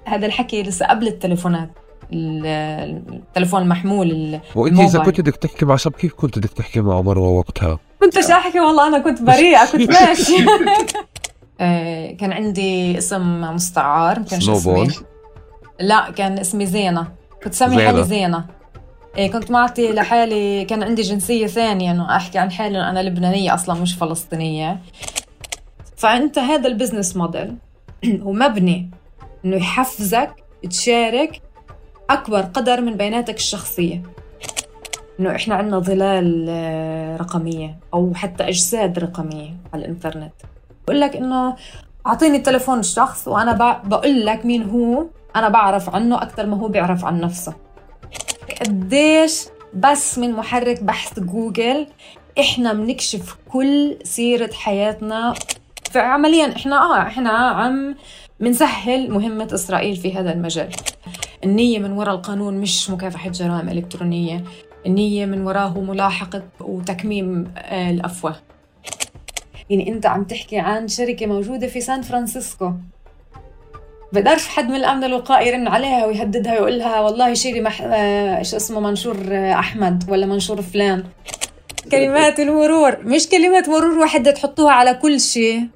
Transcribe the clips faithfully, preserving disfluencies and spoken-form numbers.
هذا الحكي لسه قبل التليفونات، التليفون المحمول. وانت اذا كنت بدك تحكي مع شاب كيف كنت بدك تحكي مع مروة وقتها؟ كنت احكي والله انا كنت بريئة، كنت ماشي. كان عندي اسم مستعار، كان اسمي لا كان اسمي زينة، كنت سمي حالي زينة. كنت معطي لحالي، كان عندي جنسية ثانية انه احكي عن حالي انا لبنانية اصلا مش فلسطينية. فانت هذا البزنس موديل ومبني انه يحفزك تشارك اكبر قدر من بياناتك الشخصية، انه احنا عندنا ظلال رقمية او حتى اجساد رقمية على الانترنت. بقول لك انه اعطيني التليفون الشخص وانا بقول لك مين هو، انا بعرف عنه اكثر ما هو بيعرف عن نفسه. قديش بس من محرك بحث جوجل احنا بنكشف كل سيرة حياتنا. فعمليا احنا اه احنا عم بنسهل مهمة اسرائيل في هذا المجال. النية من وراء القانون مش مكافحة جرائم إلكترونية، النية من وراه ملاحقة وتكميم الأفواه. يعني أنت عم تحكي عن شركة موجودة في سان فرانسيسكو، بقدرش حد من الأمن الوقائي يرن عليها ويهددها ويقول لها والله شيلي مح... إيش اسمه منشور أحمد ولا منشور فلان. كلمات المرور مش كلمة مرور واحدة تحطوها على كل شيء.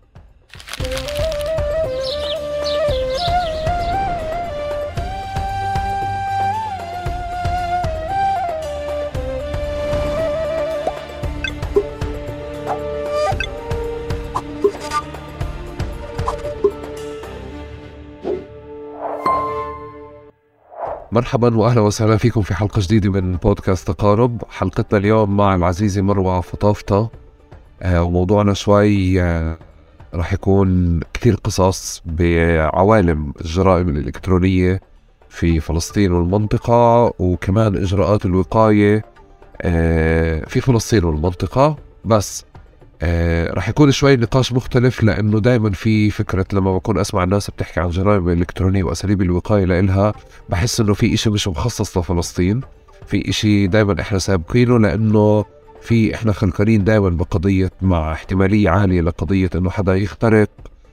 مرحبا واهلا وسهلا فيكم في حلقه جديده من بودكاست تقارب. حلقتنا اليوم مع العزيزه مروة فطافطة، آه وموضوعنا شوي آه راح يكون كثير قصص بعوالم الجرائم الالكترونيه في فلسطين والمنطقه، وكمان اجراءات الوقايه آه في فلسطين والمنطقه. بس آه راح يكون شوي نقاش مختلف، لأنه دايما في فكرة لما بكون أسمع الناس بتحكي عن جرائم الإلكترونية وأساليب الوقاية لإلها، بحس إنه في إشي مش مخصص لفلسطين، في إشي دايما إحنا سابقينه، لأنه في إحنا خلقانين دايما بقضية مع احتمالية عالية لقضية إنه حدا يخترق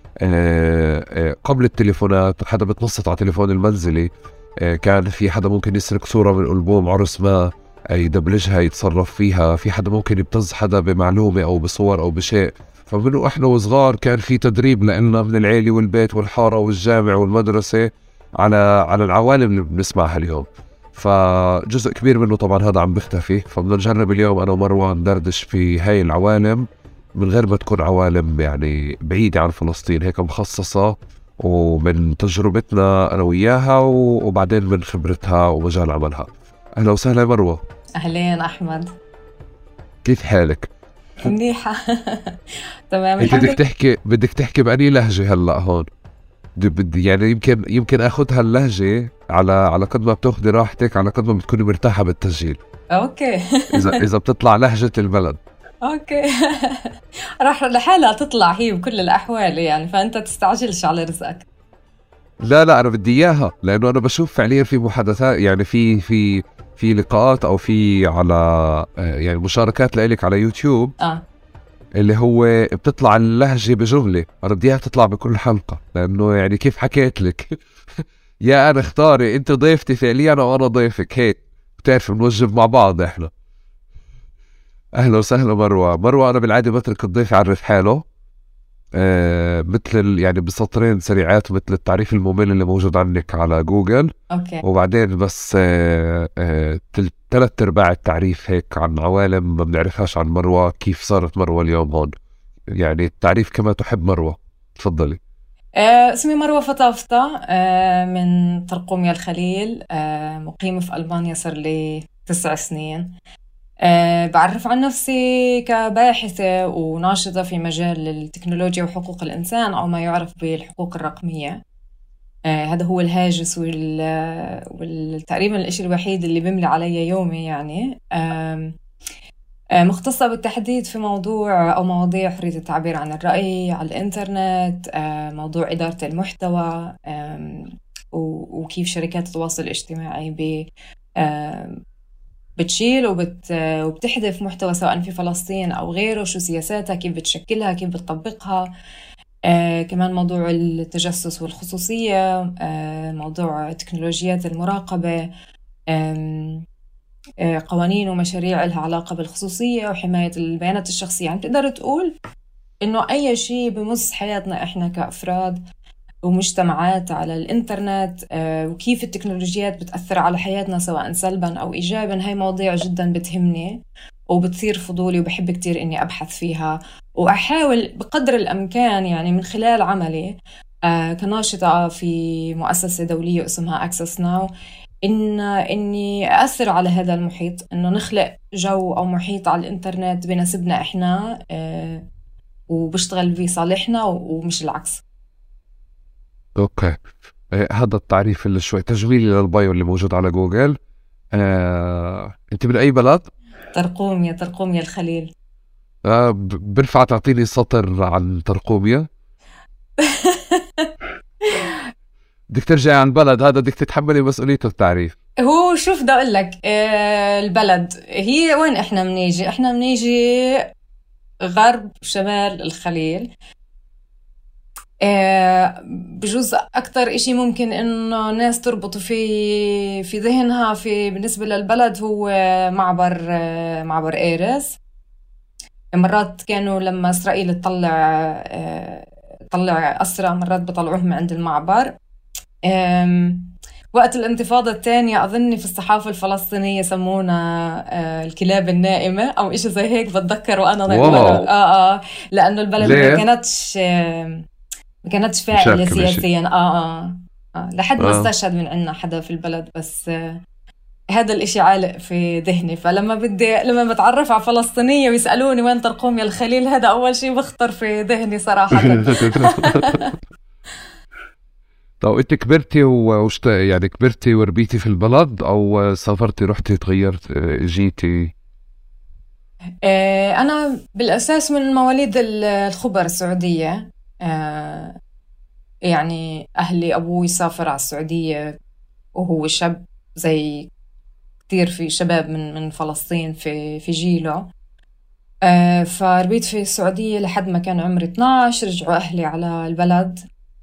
آه آه قبل التليفونات، حدا بتنصت على تليفون المنزلي. آه كان في حدا ممكن يسرق صورة من ألبوم عرس ما يدبلجها يتصرف فيها، في حدا ممكن يبتز حدا بمعلومة أو بصور أو بشيء. فمنو إحنا وصغار كان في تدريب لنا من العيلة والبيت والحارة والجامع والمدرسة على على العوالم اللي بنسمعها اليوم. فجزء كبير منه طبعا هذا عم بختفي، فبدنا نجرب اليوم أنا ومروة ندردش في هاي العوالم من غير ما تكون عوالم يعني بعيدة عن فلسطين، هيك مخصصة ومن تجربتنا أنا وياها وبعدين من خبرتها ومجال عملها. أهلا وسهلا مروة. أهلين أحمد، كيف حالك؟ منيحة. تمام. انت بدك تحكي بدك تحكي بأني لهجة هلا هون؟ بدي يعني يمكن يمكن اخذ هاللهجة على على قد ما بتاخذي راحتك، على قد ما بتكوني مرتاحة بالتسجيل. اوكي. اذا اذا بتطلع لهجة البلد اوكي. راح لحالها تطلع هي بكل الأحوال يعني، فأنت تستعجلش على رزقك. لا لا انا بدي اياها، لانه انا بشوف فعليا في محادثات يعني في في في لقاءات او في على يعني مشاركات لإلك على يوتيوب اه اللي هو بتطلع اللهجة بجملة، انا بدي اياها تطلع بكل حلقة، لانه يعني كيف حكيت لك يا انا اختاري انت ضيفتي فعليا وانا ضيفك، هيك بتعرف بنوجب مع بعض احنا. اهلا وسهلا مروة. مروة انا بالعادة بترك الضيف يعرف حاله آه مثل يعني بسطرين سريعات، مثل التعريف الممل اللي موجود عنك على جوجل. اوكي. وبعدين بس آه آه ثلاث ارباع التعريف هيك عن عوالم ما بنعرفهاش عن مروة، كيف صارت مروة اليوم هون، يعني التعريف كما تحب مروة. تفضلي. آه اسمي مروة فطافطة، آه من ترقومية الخليل، آه مقيمة في ألبانيا صار لي تسع سنين. أه بعرف عن نفسي كباحثة وناشطة في مجال التكنولوجيا وحقوق الإنسان، أو ما يعرف بالحقوق الرقمية. أه هذا هو الهاجس والتقريبا الإشي الوحيد اللي بيملي علي يومي يعني. أه أه مختصة بالتحديد في موضوع أو مواضيع حرية التعبير عن الرأي على الإنترنت، أه موضوع إدارة المحتوى، أه وكيف شركات التواصل الاجتماعي ب أه بتشيل وبت... وبتحذف محتوى سواء في فلسطين أو غيره، شو سياساتها، كيف بتشكلها، كيف بتطبقها. آه كمان موضوع التجسس والخصوصية، آه موضوع تكنولوجيات المراقبة، آه قوانين ومشاريع لها علاقة بالخصوصية وحماية البيانات الشخصية. يعني تقدر تقول إنه أي شيء بمس حياتنا إحنا كأفراد ومجتمعات على الإنترنت، آه وكيف التكنولوجيات بتأثر على حياتنا سواء سلبا أو إيجابا، هاي مواضيع جدا بتهمني وبتصير فضولي وبحب كتير إني أبحث فيها، وأحاول بقدر الأمكان يعني من خلال عملي آه كناشطة في مؤسسة دولية اسمها Access Now إن إني أأثر على هذا المحيط، إنه نخلق جو أو محيط على الإنترنت بناسبنا إحنا آه وبشتغل بصالحنا ومش العكس. أوكي، هذا التعريف اللي شوي تجميلي للبايو اللي موجود على جوجل. آه، أنت من أي بلد؟ ترقومية، ترقومية الخليل. آه، بنفع تعطيني سطر عن ترقومية؟ بدك ترجعي عن بلد، هذا بدك تتحملي مسؤوليته التعريف. هو شوف بدي أقول لك، آه البلد هي وين إحنا منيجي؟ إحنا منيجي غرب شمال الخليل. آه بجوز أكتر إشي ممكن إنه الناس تربط في في ذهنها في بالنسبة للبلد هو معبر آه معبر إيرس. مرات كانوا لما إسرائيل تطلع آه تطلع أسرى مرات بطلعوهم عند المعبر. وقت الانتفاضة الثانية أظني في الصحافة الفلسطينية سمونا آه الكلاب النائمة أو إشي زي هيك بتذكر وأنا آه آه لأنه البلد ما كانتش آه ما كانتش فاعلة سياسيا آه, آه, آه لحد ما آه. استشهد من عنا حدا في البلد، بس آه هذا الإشي عالق في ذهني. فلما بدي لما بتعرف على فلسطينية ويسألوني وين ترقومية الخليل، هذا أول شيء بخطر في ذهني صراحة. طب انت كبرتي وشت... يعني كبرتي وربيتي في البلد او سافرتي رحتي تغيرت جيتي؟ اه انا بالاساس من مواليد الخبر السعودية. اه يعني اهلي ابوي سافر على السعودية وهو شاب زي كتير في شباب من من فلسطين في في جيله. اه فربيت في السعودية لحد ما كان عمري اثناشر، رجعوا اهلي على البلد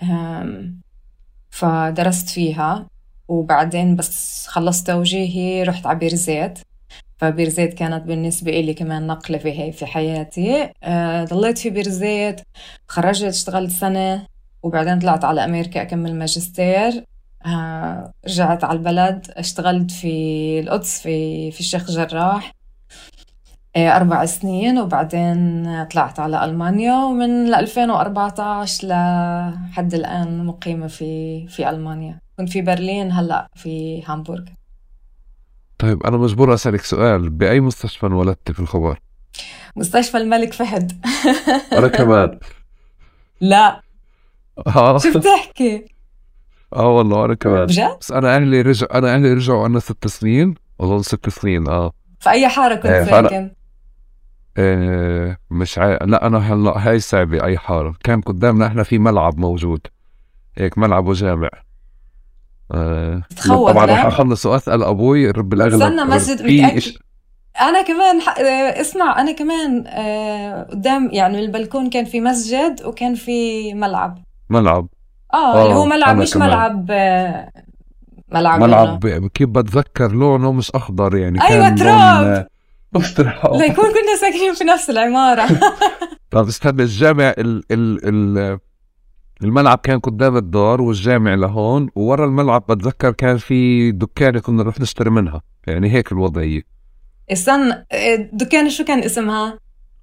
فدرست فيها، وبعدين بس خلصت توجيهي رحت على بير زيت. فبير زيت كانت بالنسبة لي كمان نقلة في في حياتي. أه ضليت في بير زيت، خرجت اشتغلت سنة وبعدين طلعت على أمريكا أكمل ماجستير. أه رجعت على البلد اشتغلت في القدس في في الشيخ جراح أه أربع سنين، وبعدين طلعت على ألمانيا ومن ألفين وأربعة عشر لحد الآن مقيمة في في ألمانيا. كنت في برلين هلأ في هامبورغ. طيب أنا مجبور أسألك سؤال، بأي مستشفى انولدت في الخبر؟ مستشفى الملك فهد. أنا كمان. لا آه. شو بتحكي؟ اه والله أنا كمان بجد؟ بس أنا أهلي رجع أنا أهلي رجعوا أنا ست سنين أظن ست سنين اه في أي حارة كنت آه ساكن؟ آه مش عا... لا أنا هلا هاي صعبة. أي حارة كان قدامنا إحنا في ملعب موجود هيك، ملعب وجامع. آه طبعا رح أخلص وأسأل أبوي رب الأغلب. استنى مسجد متأكد إش... أنا كمان ح... اسمع أنا كمان آه قدام يعني البلكون كان في مسجد وكان في ملعب ملعب آه, آه اللي هو ملعب مش كمان. ملعب آه ملعب ملعب ب... كيف بتذكر لونه مش أخضر يعني. أيوة كان تراب لون... لا يكون كنا ساكنين في نفس العمارة. طب استنى الجامع ال... ال... ال... الملعب كان قدام الدار والجامع لهون، وورا الملعب بتذكر كان في دكانة كنا نروح نشتري منها، يعني هيك الوضعية. استنى الدكانة شو كان اسمها؟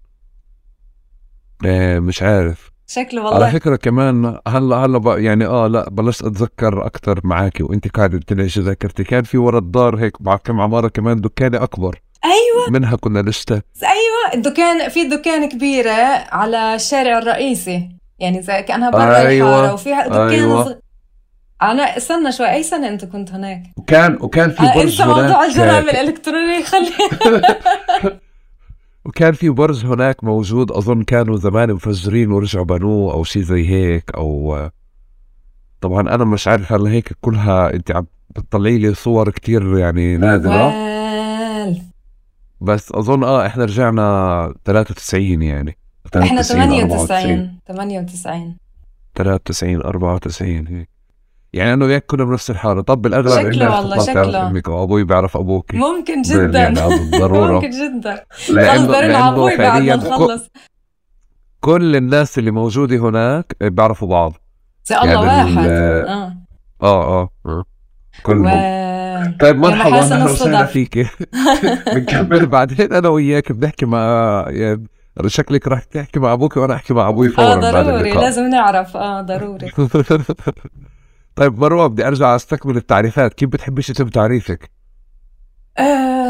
ايه مش عارف شكله والله. على فكرة كمان هلا هلا بقى يعني اه لا بلشت اتذكر اكتر معاكي وانت قاعدة تناقشي ذاكرتي. كان في ورا الدار هيك مع كم عمارة كمان دكانة اكبر. ايوه منها كنا نشتري. ايوه الدكان في دكان كبيرة على الشارع الرئيسي يعني زي كأنها برا أيوة. الحارة، وفي دكان أيوة. صغ... أنا استنى شوي، أي سنة أنت كنت هناك؟ وكان وكان في برج هناك. موضوع الجرائم الإلكترونية خلي. وكان في برج هناك موجود أظن كانوا زمان مفجرين ورجعوا بنوه أو شيء زي هيك. أو طبعا أنا مش عارف هل هيك كلها أنت عم بتطلعي لي صور كتير يعني نادرة. وال. بس أظن آه إحنا رجعنا ثلاثة وتسعين يعني. إحنا ثمانية وتسعين ثمانية وتسعين ثلاثة وتسعين أربعة وتسعين هيك. يعني أنه هيك كنا بنفس الحالة. طب بالأغلب شكله والله شكله أمك وأبوي بيعرف أبوك ممكن جدا يعني ضرورة ممكن جدا لأنه خلص ضروري لأنه أبوي بعد ما فعليا نخلص كل الناس اللي موجودة هناك بيعرفوا بعض زي الله يعني واحد. ال- اه آه آه كلهم. و... طيب يا مرحبا محاسن أهلا وسهلا الصدف. فيك. بنكمل بعدين أنا وياك بنحكي مع يعني شكلك راح تحكي مع أبوك وأنا أحكي مع أبوي اه فورا بعد ضروري اللقاء. لازم نعرف اه ضروري. طيب مروة بدي أرجع أستكمل التعريفات. كيف بتحبيش يتم تعريفك؟ آه.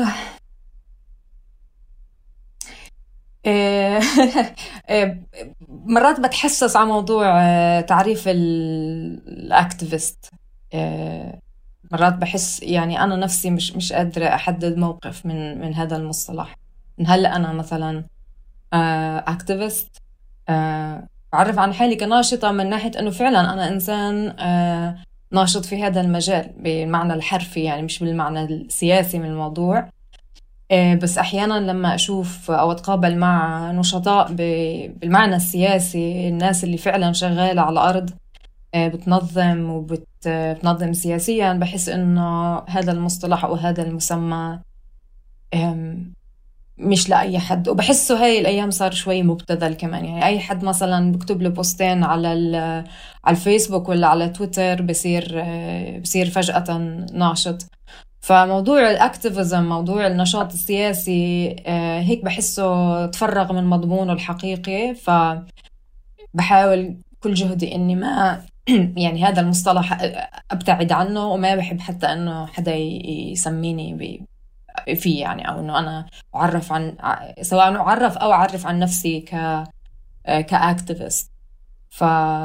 آه. آه، مرات بتحسس على موضوع آه، تعريف الأكتيفيست. آه، مرات بحس يعني أنا نفسي مش مش قادرة أحدد موقف من من هذا المصطلح. هل أنا مثلا أكتيفيست بعرف عن حالي كناشطة من ناحية أنه فعلا أنا إنسان آه، ناشط في هذا المجال بالمعنى الحرفي، يعني مش بالمعنى السياسي من الموضوع. آه، بس أحيانا لما أشوف أو أتقابل مع نشطاء ب- بالمعنى السياسي، الناس اللي فعلا شغالة على الأرض آه، بتنظم وبتنظم سياسيا، بحس إنه هذا المصطلح أو هذا المسمى آم، مش لأي حد. وبحسه هاي الأيام صار شوي مبتذل كمان، يعني أي حد مثلا بكتب له بوستين على ال- على الفيسبوك ولا على تويتر بصير آه، بصير فجأة ناشط. فموضوع الأكتيفيزم، موضوع النشاط السياسي آه، هيك بحسه تفرغ من مضمونه الحقيقي. فبحاول كل جهدي إني ما يعني هذا المصطلح أبتعد عنه، وما بحب حتى إنه حدا يسميني ب فيه، يعني أو إنه أنا أعرف عن سواء أعرف أو أعرف عن نفسي ك كأكتيفيست. ف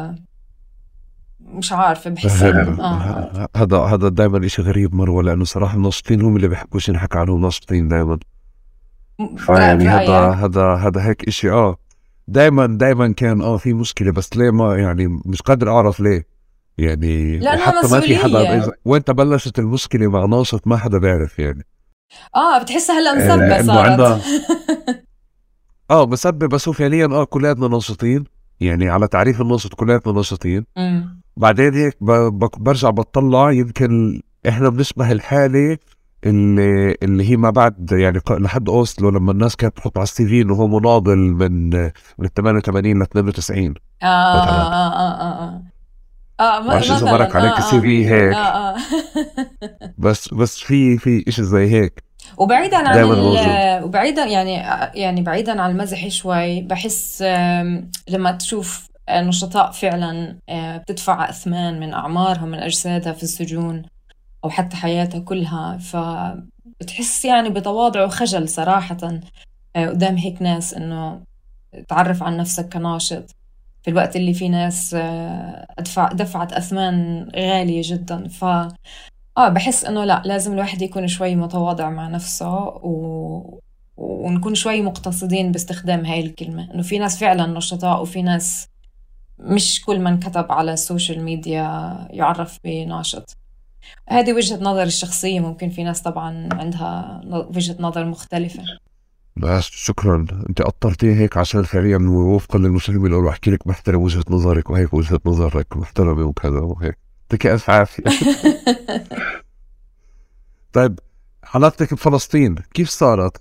مش عارفة بحس إنه آه. هذا هذا دائما إشي غريب مروة، لأنه صراحة الناشطين هم اللي بيحبوش ينحكى عنهم ناشطين دائما. فيعني هذا هذا هذا هيك إشي آه دائما دائما كان آه في مشكلة، بس ليه ما يعني مش قادر أعرف ليه يعني. وحتى ما في حدا وين بلشت المشكلة مع ناشط ما حدا بيعرف يعني. اه بتحسها هلا مسبة صارت. اه مسبة، بس هو فعليا اه كلاتنا ناشطين يعني. على تعريف الناشط كلاتنا ناشطين. بعدين هيك برجع بطلع يمكن احنا بنشبه الحالة اللي اللي هي ما بعد يعني لحد اوسلو، لما الناس كانت تحط على السي في انه هو مناضل من من ثمانية وثمانين ل اثنين وتسعين. اه اه اه اه اه اه ما شو زمرك عليك السي في هيك. آه آه. بس بس في في اشي زي هيك. وبعيدا عن وبعيدا يعني يعني بعيدا عن المزح شوي، بحس لما تشوف نشطاء فعلا بتدفع أثمان من أعمارها من أجسادها في السجون أو حتى حياتها كلها، فبتحس يعني بتواضع وخجل صراحة قدام هيك ناس إنه تعرف عن نفسك كناشط في الوقت اللي في ناس أدفع دفعت أثمان غالية جدا. ف آه بحس إنه لا، لازم الواحد يكون شوي متواضع مع نفسه و... ونكون شوي مقتصدين باستخدام هاي الكلمة، إنه في ناس فعلا نشطاء وفي ناس مش كل من كتب على السوشيال ميديا يعرف بناشط. هذه وجهة نظر الشخصية، ممكن في ناس طبعا عندها وجهة نظر مختلفة. بس شكرا، انت قطرتيه هيك عشان فعليا وفقا للمسلمين اللي احكي لك بحترم وجهة نظرك، وهيك وجهة نظرك محترمة وكذا وهيك. يعطيك الف عافية. طيب علاقتك بفلسطين كيف صارت؟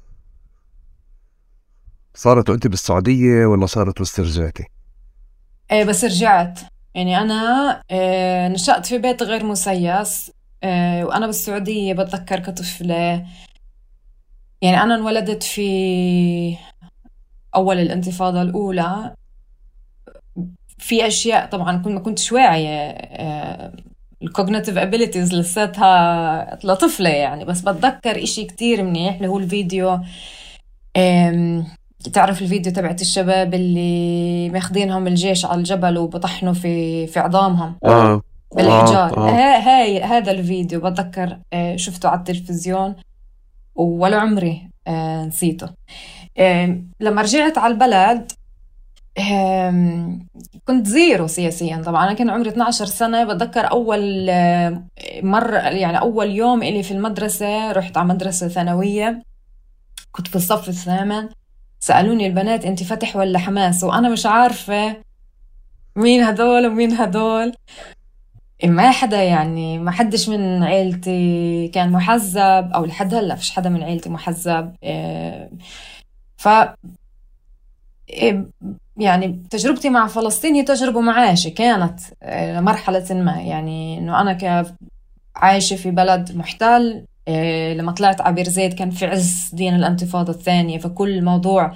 صارت وانت بالسعودية ولا صارت واسترجعتي؟ ايه بس رجعت. يعني انا إيه نشأت في بيت غير مسيس. إيه وانا بالسعودية بتذكر كطفلة، يعني انا انولدت في اول الانتفاضة الاولى. في اشياء طبعا كنت ما كنتش واعية، إيه الكوجنيتيف ابيليتيز لساتها لطفلة يعني، بس بتذكر اشي كتير منيح اللي هو الفيديو. إيه تعرف الفيديو تبعت الشباب اللي ماخدينهم الجيش على الجبل وبطحنوا في في عظامهم آه. بالحجار. آه. آه. هاي هذا الفيديو بتذكر آه شفته على التلفزيون ولا عمري آه نسيته. آه لما رجعت على البلد آه كنت زيرو سياسيا طبعا. أنا كان عمري اثني عشر سنة. بتذكر أول آه مرة يعني أول يوم إلي في المدرسة، رحت على مدرسة ثانوية كنت في الصف الثامن. سألوني البنات أنت فتح ولا حماس، وأنا مش عارفة مين هدول ومين هدول. ما حدا يعني ما حدش من عيلتي كان محزب، أو لحد هلا فيش حدا من عيلتي محزب. ف يعني تجربتي مع فلسطين هي تجربة معاشة كانت لمرحلة ما، يعني إنه أنا كعايشة في بلد محتل. لما طلعت عبير زيت كان في عز دين الانتفاضة الثانية، فكل موضوع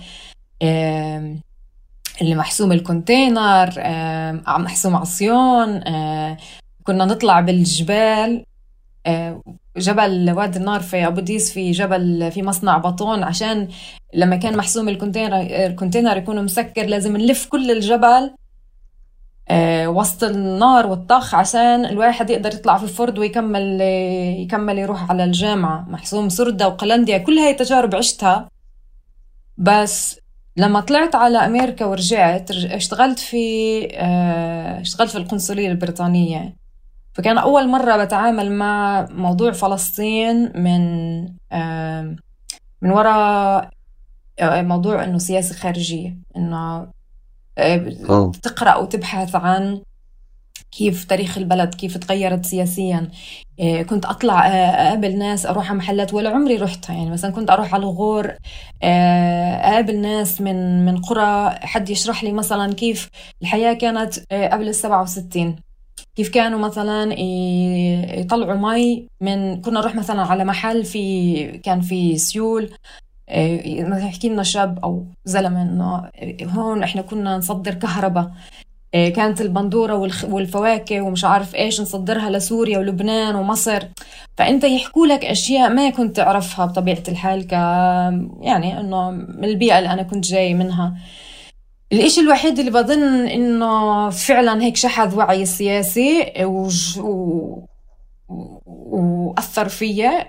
اللي محسوم الكونتينر، محسوم عصيون، كنا نطلع بالجبال. جبل وادي النار في أبو ديس، في جبل في مصنع بطون، عشان لما كان محسوم الكونتينر الكونتينر يكون مسكر لازم نلف كل الجبل وسط النار والطخ عشان الواحد يقدر يطلع في الفرد ويكمل يكمل يروح على الجامعة. محسوم سردة وقلنديا، كل هاي تجارب عشتها. بس لما طلعت على أمريكا ورجعت اشتغلت في اشتغلت في القنصلية البريطانية، فكان أول مرة بتعامل مع موضوع فلسطين من من وراء موضوع إنه سياسة خارجية، إنه تقرأ وتبحث عن كيف تاريخ البلد، كيف تغيرت سياسيا. كنت أطلع أقابل ناس، أروح على محلات ولا عمري رحتها. يعني مثلا كنت أروح على الغور أقابل ناس من من قرى، حد يشرح لي مثلا كيف الحياة كانت قبل السبعة وستين، كيف كانوا مثلا يطلعوا مي من، كنا نروح مثلا على محل في كان في سيول، يحكي لنا شاب أو زلمة إنه هون إحنا كنا نصدر كهرباء، كانت البندورة والفواكه ومش عارف إيش نصدرها لسوريا ولبنان ومصر. فأنت يحكوا لك أشياء ما كنت تعرفها بطبيعة الحال، ك يعني إنه من البيئة اللي أنا كنت جاي منها. الإشي الوحيد اللي بظن إنه فعلا هيك شحذ وعي السياسي وج... و... وأثر فيا،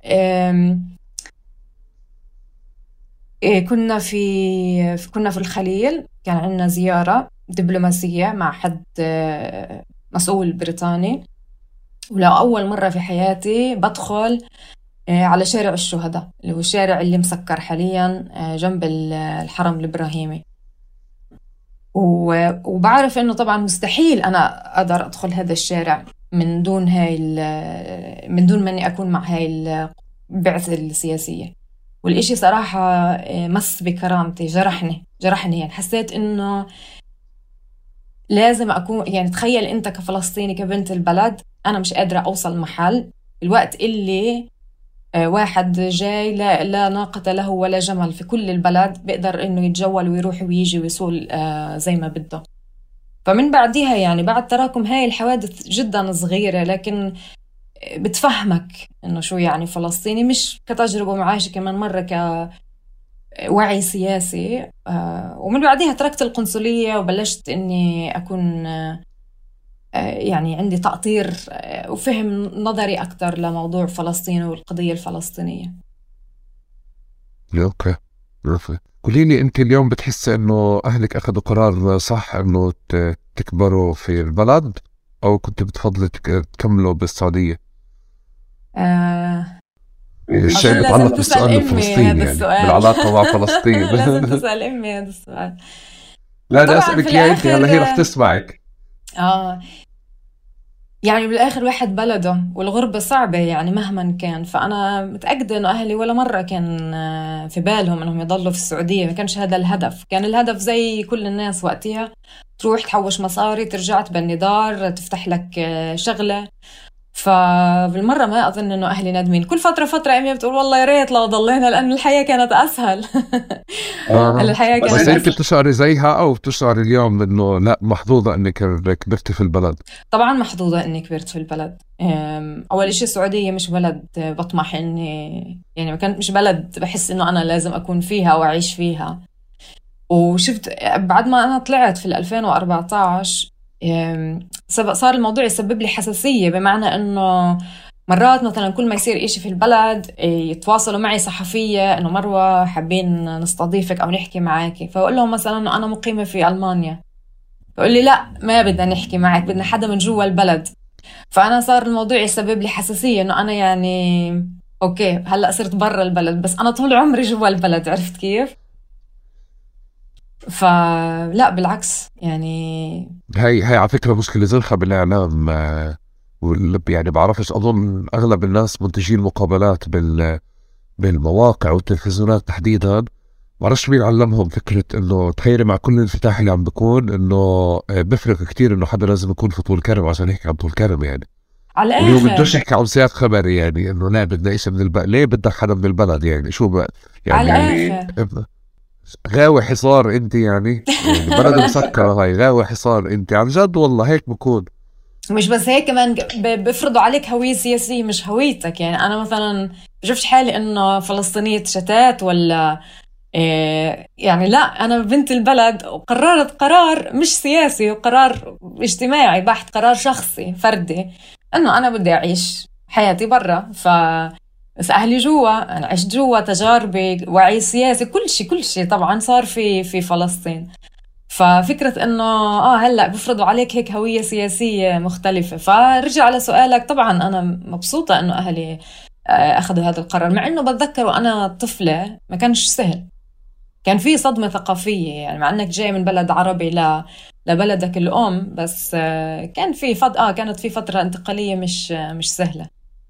كنا في كنا في الخليل، كان عندنا زيارة دبلوماسية مع حد مسؤول بريطاني، ولو أول مرة في حياتي بدخل على شارع الشهداء اللي هو الشارع اللي مسكر حاليا جنب الحرم الإبراهيمي. وبعرف إنه طبعا مستحيل أنا أقدر أدخل هذا الشارع من دون هاي من دون مني أكون مع هاي البعثة السياسية. والإشي صراحة مس بكرامتي، جرحني جرحني يعني حسيت إنه لازم أكون، يعني تخيل أنت كفلسطيني كبنت البلد أنا مش قادرة أوصل محل الوقت اللي واحد جاي لا, لا ناقة له ولا جمل في كل البلد بيقدر إنه يتجول ويروح ويجي ويصول زي ما بده. فمن بعدها يعني بعد تراكم هاي الحوادث جدا صغيرة، لكن بتفهمك إنه شو يعني فلسطيني، مش كتجربة معاشة كمان مرة كوعي سياسي. ومن بعدها تركت القنصلية وبلشت إني أكون يعني عندي تأطير وفهم نظري أكتر لموضوع فلسطين والقضية الفلسطينية. أوكي أوكي قوليلي أنت اليوم بتحس إنه أهلك أخذوا قرار صح إنه تكبروا في البلد، أو كنت بتفضل تكملوا بالسعودية؟ آه الشيء بيتعلق بالسؤال الفلسطيني يعني بالعلاقة مع فلسطين. لازم تسأل أمي هذا السؤال. لا لا أسألك يا أنت، هلا هي رح تسمعك. آه يعني بالآخر واحد بلده والغربة صعبة يعني مهما كان. فأنا متأكدة إنه أهلي ولا مرة كان في بالهم إنهم يضلوا في السعودية، ما كانش هذا الهدف. كان الهدف زي كل الناس وقتها تروح تحوش مصاري ترجع تبني دار تفتح لك شغلة. فبالمرة ما أظن إنه أهلي ندمين. كل فترة فترة أمي بتقول والله يا ريت لو ضلينا لأن الحياة كانت أسهل. آه. الحياة كانت بس أنت بتشعري زيها أو بتشعري اليوم إنه لا محظوظة إنك كبرتي في البلد؟ طبعا محظوظة إني كبرت في البلد. أول إشي السعودية مش بلد بطمح إني يعني ما كانت مش بلد بحس إنه أنا لازم أكون فيها وأعيش فيها. وشفت بعد ما أنا طلعت في ألفين وأربعة عشر صار الموضوع يسبب لي حساسية، بمعنى أنه مرات مثلا كل ما يصير إشي في البلد يتواصلوا معي صحفية أنه مروة حابين نستضيفك أو نحكي معاكي، فأقول لهم مثلا أنه أنا مقيمة في ألمانيا، فأقول لي لا ما بدنا نحكي معك، بدنا حدا من جوا البلد. فأنا صار الموضوع يسبب لي حساسية أنه أنا يعني أوكي هلأ صرت برا البلد بس أنا طول عمري جوا البلد. عرفت كيف؟ فلا بالعكس يعني. هاي هاي على فكرة مشكلة زرخة بالإعلام، يعني بعرفش، أظن أغلب الناس منتجين مقابلات بال بالمواقع والتلفزيونات تحديدا، معرفش مين علمهم فكرة إنه تخيلي مع كل الانفتاح اللي عم بكون إنه بفرق كتير إنه حدا لازم يكون في طول كرم عشان يحكي عن طول كرم يعني. على اليوم الآخر بدوش يحكي عن سياق خبري يعني إنه لا بدنا إيش من البلد، ليه بدك حدا من البلد يعني شو بقى يعني؟ على الآخر غاوي حصار انت يعني, يعني بلد مسكرة هاي غاوي حصار انت عن جد والله هيك بكون. مش بس هيك كمان بيفرضوا عليك هوية سياسية مش هويتك. يعني أنا مثلا بشوفش حالي إنه فلسطينية شتات ولا إيه يعني، لا أنا بنت البلد وقررت قرار مش سياسي وقرار اجتماعي بحت، قرار شخصي فردي إنه أنا بدي أعيش حياتي برا. ف بس أهلي جوا، أنا عشت جوا، تجاربي، وعي سياسي، كل شيء كل شيء طبعا صار في في فلسطين. ففكرة إنه آه هلأ بفرضوا عليك هيك هوية سياسية مختلفة. فرجع على سؤالك، طبعا أنا مبسوطة إنه أهلي أخذوا هذا القرار، مع إنه بتذكر وأنا طفلة ما كانش سهل، كان في صدمة ثقافية يعني، مع إنك جاي من بلد عربي ل لبلدك الأم، بس كان في فض آه كانت في فترة انتقالية مش مش سهلة.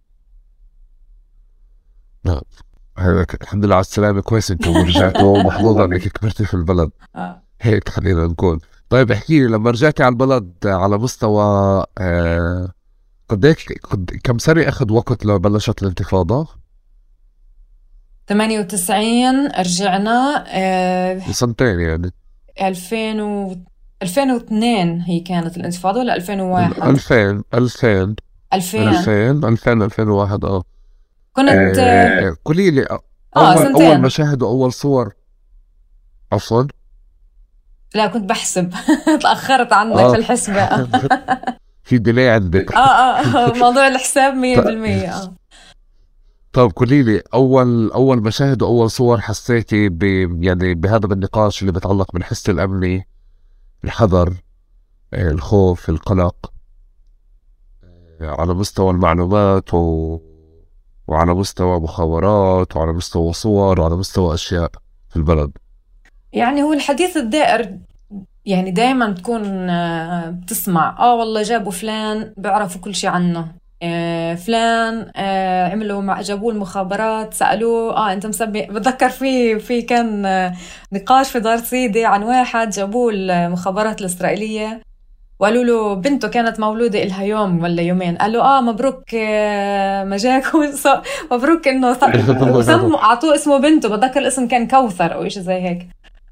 نعم الحمد لله على السلامة، كويس انت ورجعت ومحظوظة انك كبرتي في البلد. آه. هيك خلينا نقول. طيب احكي لي لما رجعتي على البلد على مستوى آه قديك قد كم سنة اخذ وقت لبلشت الانتفاضة؟ ثمانية وتسعين رجعنا آه سنتين يعني. ألفين و ألفين واثنين هي كانت الانتفاضة ولا ألفين وواحد؟ ألفين ألفين ألفين ألفين ألفين ألفين وواحد. اه كنت آه قولي لي أول آه أول مشاهد وأول صور. عفوا لا كنت بحسب تأخرت عنك آه. في الحسبة. في ديلي عندك. آه آه موضوع الحساب مية بالمية. آه طب قولي لي أول أول مشاهد وأول صور حسيتي ب يعني بهذا النقاش اللي بيتعلق بالحس الأمني، الحذر، الخوف، القلق، على مستوى المعلومات و... وعلى مستوى مخابرات وعلى مستوى صور وعلى مستوى أشياء في البلد. يعني هو الحديث الدائر يعني دايما تكون بتسمع آه والله جابوا فلان بيعرفوا كل شيء عنه، آه فلان آه عملوا مع جابوه المخابرات سألوه آه أنت مسبي. بتذكر في في كان آه نقاش في دار سيدي عن واحد جابوه المخابرات الإسرائيلية وقالوا له بنته كانت مولودة إلها يوم ولا يومين، قالوا آه مبروك آه مجاك مبروك إنه سموا أعطوه اسمه بنته، بتذكر الاسم كان كوثر أو إيش زي هيك.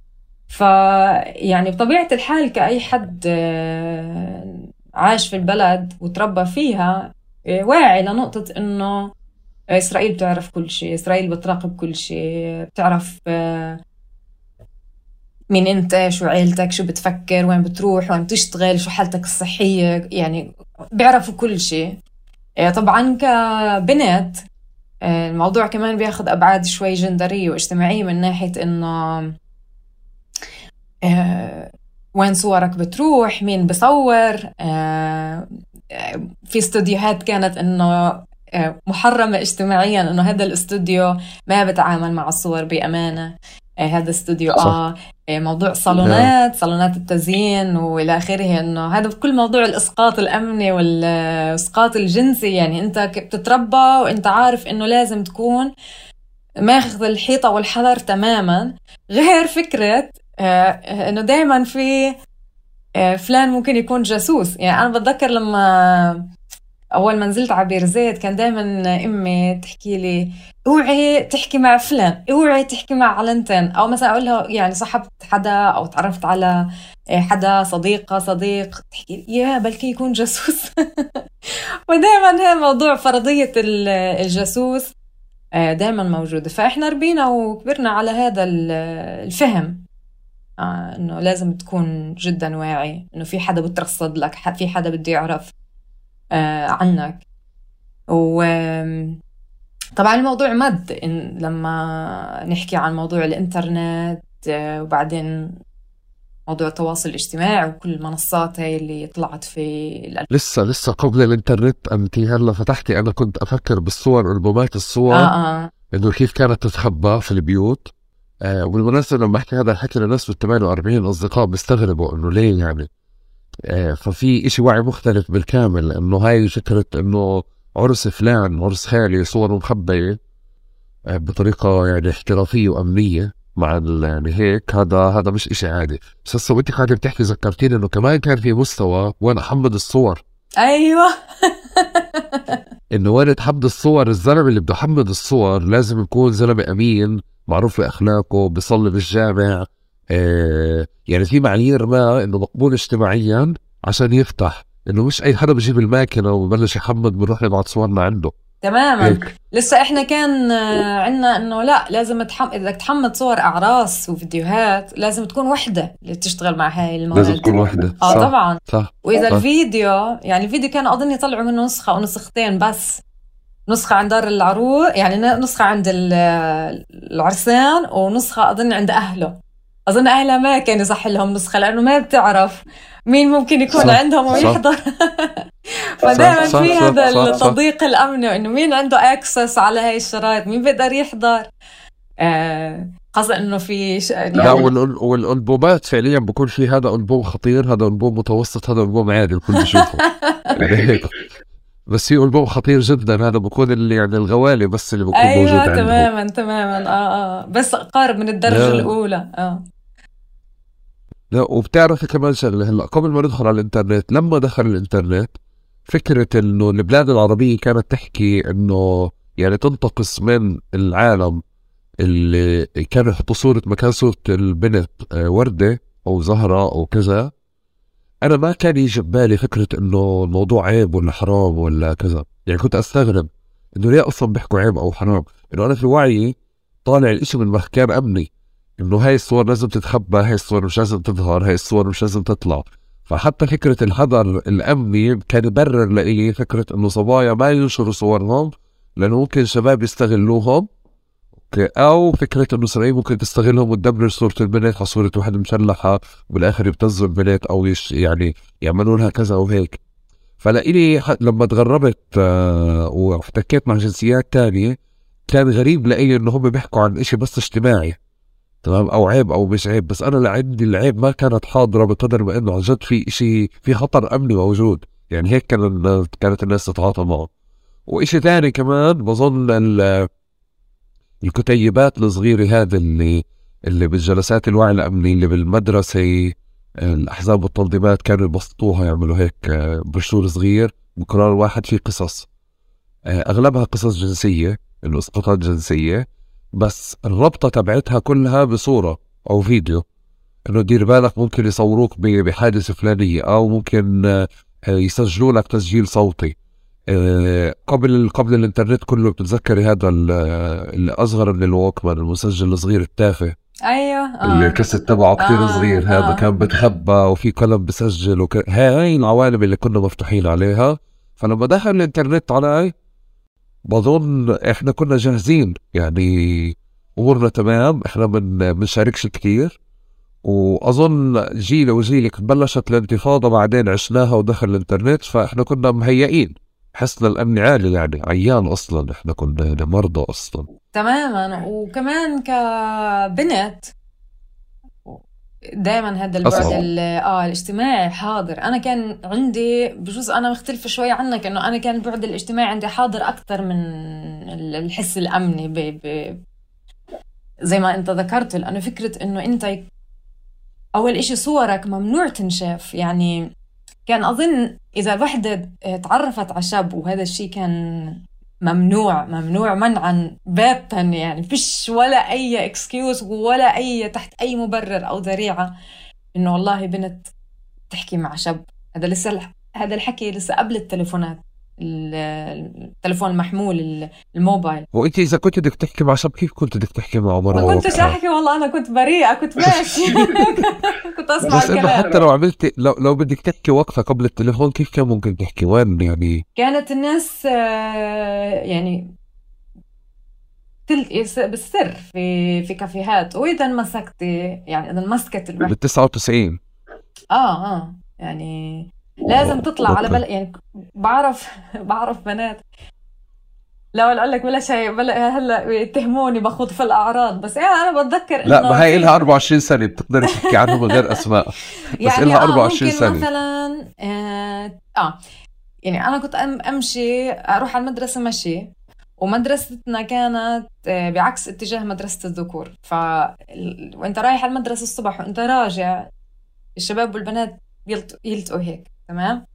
فيعني بطبيعة الحال كأي حد عاش في البلد وتربى فيها واعي لنقطة إنه إسرائيل بتعرف كل شيء، إسرائيل بتراقب كل شيء، بتعرف مين أنت، شو عيلتك، شو بتفكر، وين بتروح، وين بتشتغل، شو حالتك الصحية، يعني بيعرفوا كل شيء. طبعا كبنت الموضوع كمان بياخد أبعاد شوي جندرية واجتماعية من ناحية إنه آه، وين صورك بتروح، مين بصور. آه، في استوديوهات كانت انه آه، محرمة اجتماعيا، انه هذا الاستوديو ما بتعامل مع الصور بأمانة، آه، هذا استوديو اه موضوع صالونات صالونات التزيين والى اخره، انه هذا كل موضوع الاسقاط الامني والاسقاط الجنسي. يعني انت بتتربى وانت عارف انه لازم تكون ماخذ الحيطة والحذر تماما، غير فكرة آه انه دايما في آه فلان ممكن يكون جاسوس. يعني انا بتذكر لما اول ما نزلت على بير زيت كان دايما امي تحكي لي اوعي تحكي مع فلان، اوعي تحكي مع علنتين، او مثلا اقول لها يعني صاحبت حدا او تعرفت على حدا صديقة صديق تحكي يا بلكي يكون جاسوس. ودايما هي موضوع فرضية الجاسوس دائما موجودة. فإحنا ربينا وكبرنا على هذا الفهم، آه إنه لازم تكون جدا واعي إنه في حدا بترصد لك، في حدا بده يعرف آه عنك. وطبعا الموضوع مد إن لما نحكي عن موضوع الإنترنت آه وبعدين موضوع التواصل الاجتماعي وكل المنصات هاي اللي طلعت في الألف. لسه لسه قبل الانترنت انت هلا فتحتي، انا كنت افكر بالصور، البومات الصور آه آه. انه كيف كانت تتخبى في البيوت آه وبالمناسبة لما أحكي هذا الحكي لناس بالثمانية وأربعين أصدقاء بيستغربوا إنه ليه يعني. آه ففي إشي وعي مختلف بالكامل، إنه هاي فكرة إنه عرس فلان عرس خالي صور مخبية آه بطريقة يعني احترافية وأمنية مع يعني هيك، هذا هذا مش إشي عادي. بس هسه وأنت قاعدة بتحكي ذكرتيني إنه كمان كان في مستوى وين أحمد الصور. أيوة إنه وين تحمد الصور، الزلمة اللي بده يحمد الصور لازم يكون زلمة أمين معروف بأخلاقه، بيصلي بالجامع، آه يعني في معايير ما إنه مقبول اجتماعيا عشان يفتح. إنه مش أي حدا بيجيب الماكينة وببلش يحمد بنروح نبعت صورنا عنده. تماما هيك. لسه احنا كان عندنا انه لا لازم تحم... اذا تحمد صور اعراس وفيديوهات لازم تكون وحده اللي تشتغل مع هاي المواد. لازم تكون وحده. اه صح. طبعا صح. واذا صح. الفيديو يعني الفيديو كان اظن يطلعوا منه نسخه او نسختين بس، نسخه عند دار العروس يعني نسخه عند العرسان ونسخه اظن عند اهله. اظن اهلها ما كان يصح لهم نسخه لانه ما بتعرف مين ممكن يكون صح. عندهم ويحضر. فدائما في هذا التضييق الامني انه مين عنده اكسس على هاي الشرايط، مين بيقدر يحضر. آه خاصه انه في ش... يعني لا والالبومات فعليا بكون في هذا البوم خطير، هذا البوم متوسط، هذا البوم عادي الكل بيشوفه. بس في ألبوم خطير جدا، هذا بكون اللي يعني الغوالي بس اللي بكون أيوة موجود عندهم. تماما تماما اه اه بس قارب من الدرجة لا. الأولى. اه لا وبتعرف كمان شغلة، هلا قبل ما ندخل على الإنترنت، لما دخل الإنترنت فكرة إنه البلاد العربية كانت تحكي إنه يعني تنتقص من العالم اللي كانوا يحطوا صورة مكان صورة البنت وردة أو زهرة أو كذا. أنا ما كان يجي ببالي فكرة إنه الموضوع عيب ولا حرام ولا كذا، يعني كنت أستغرب إنه ليه أصلا بيحكوا عيب أو حرام. إنه أنا في وعي طالع الإشي من مكان أمني، إنه هاي الصور لازم تتخبى، هاي الصور مش لازم تظهر، هاي الصور مش لازم تطلع. فحتى فكرة الحظر الأمني كان يبرر لإلي فكرة إنه صبايا ما ينشروا صورهم لأنه ممكن شباب يستغلوهم، أو فكرة إنه إسرائيل ممكن تستغلهم وتدبر صورة البنت على صورة واحد مشلحة وبالآخر يبتزوا البنت أو يش يعني يعملوا لها كذا وهيك. فلإلي لما تغربت آه واحتكيت مع جنسيات تانية كان غريب لإلي إنه هم بيحكوا عن إشي بس اجتماعي تمام، أو عيب أو مش عيب. بس أنا لعندي العيب ما كانت حاضرة بقدر ما إنه عن جد في إشي، في خطر أمني موجود. يعني هيك كان كانت الناس تتعاطى معه. وإشي تاني كمان بظن الكتيبات الصغيرة هذا اللي اللي بالجلسات الوعي الأمني اللي بالمدرسة، الأحزاب والتنظيمات كانوا يبسطوها يعملوا هيك برشور صغير بقرار واحد فيه قصص، أغلبها قصص جنسية، إنه إسقاطات جنسية، بس الربطة تبعتها كلها بصورة أو فيديو، إنه دير بالك ممكن يصوروك بحادثة فلانية أو ممكن يسجلوا لك تسجيل صوتي. قبل قبل الانترنت كله بتتذكري هذا اللي اصغر من الووكمان، المسجل الصغير التافه. ايوه اللي الكاسيت تبعه كثير صغير. آه. هذا آه. كان بتخبى وفي قلم بسجل وك... هاي العوالم اللي كنا مفتوحين عليها. فلما دخل الانترنت علي بظن احنا كنا جاهزين، يعني امورنا تمام، احنا من بنشاركش كثير. واظن جيل وجيلك بلشت الانتفاضه بعدين عشناها ودخل الانترنت، فاحنا كنا مهيئين، حسنا الأمن عالي، يعني عيان أصلا إحنا كنا مرضى أصلا تماما. وكمان كبنت دائما هذا البعد اه الاجتماعي حاضر. أنا كان عندي بجوز أنا مختلفة شوي عنك، إنه أنا كان البعد الاجتماعي عندي حاضر أكتر من الحس الأمني ب... ب... زي ما أنت ذكرت. لأنه فكرة إنه أنت أول إشي صورك ممنوع تنشاف. يعني كان أظن إذا الوحدة تعرفت على شاب وهذا الشيء كان ممنوع ممنوع منعا باتا، يعني فيش ولا أي اكسكيوز ولا أي تحت أي مبرر أو ذريعة إنه والله بنت تحكي مع شاب. هذا لسه هذا الحكي لسه قبل التليفونات، التليفون المحمول الموبايل. وانت اذا كنت بدك تحكي مع شاب كيف كنت بدك تحكي معه؟ مرة ما كنتش احكي والله، انا كنت بريئه، كنت ماشي. كنت اسمع بس انه حتى لو عملت لو لو بدك تحكي وقتها قبل التليفون كيف كان ممكن تحكي؟ وين يعني كانت الناس يعني بالسر في في كافيهات، واذا مسكتي يعني اذا مسكت بال تسعة وتسعين اه اه يعني لازم تطلع على بل يعني بعرف بعرف بنات لا ولا اقول لك بلا شيء بلا هلا يتهموني بخوض في الاعراض، بس يعني انا بتذكر انه لا ما هي لها أربعة وعشرين سنه بتقدري تحكي عنهم من غير اسماء. بس يعني لها اه أربعة وعشرين ممكن سنه مثلا آه, اه يعني انا كنت امشي اروح على المدرسه مشي، ومدرستنا كانت بعكس اتجاه مدرسة الذكور، ف وانت رايح على المدرسة الصبح وانت راجع الشباب والبنات يلت... يلتقوا هيك تمام.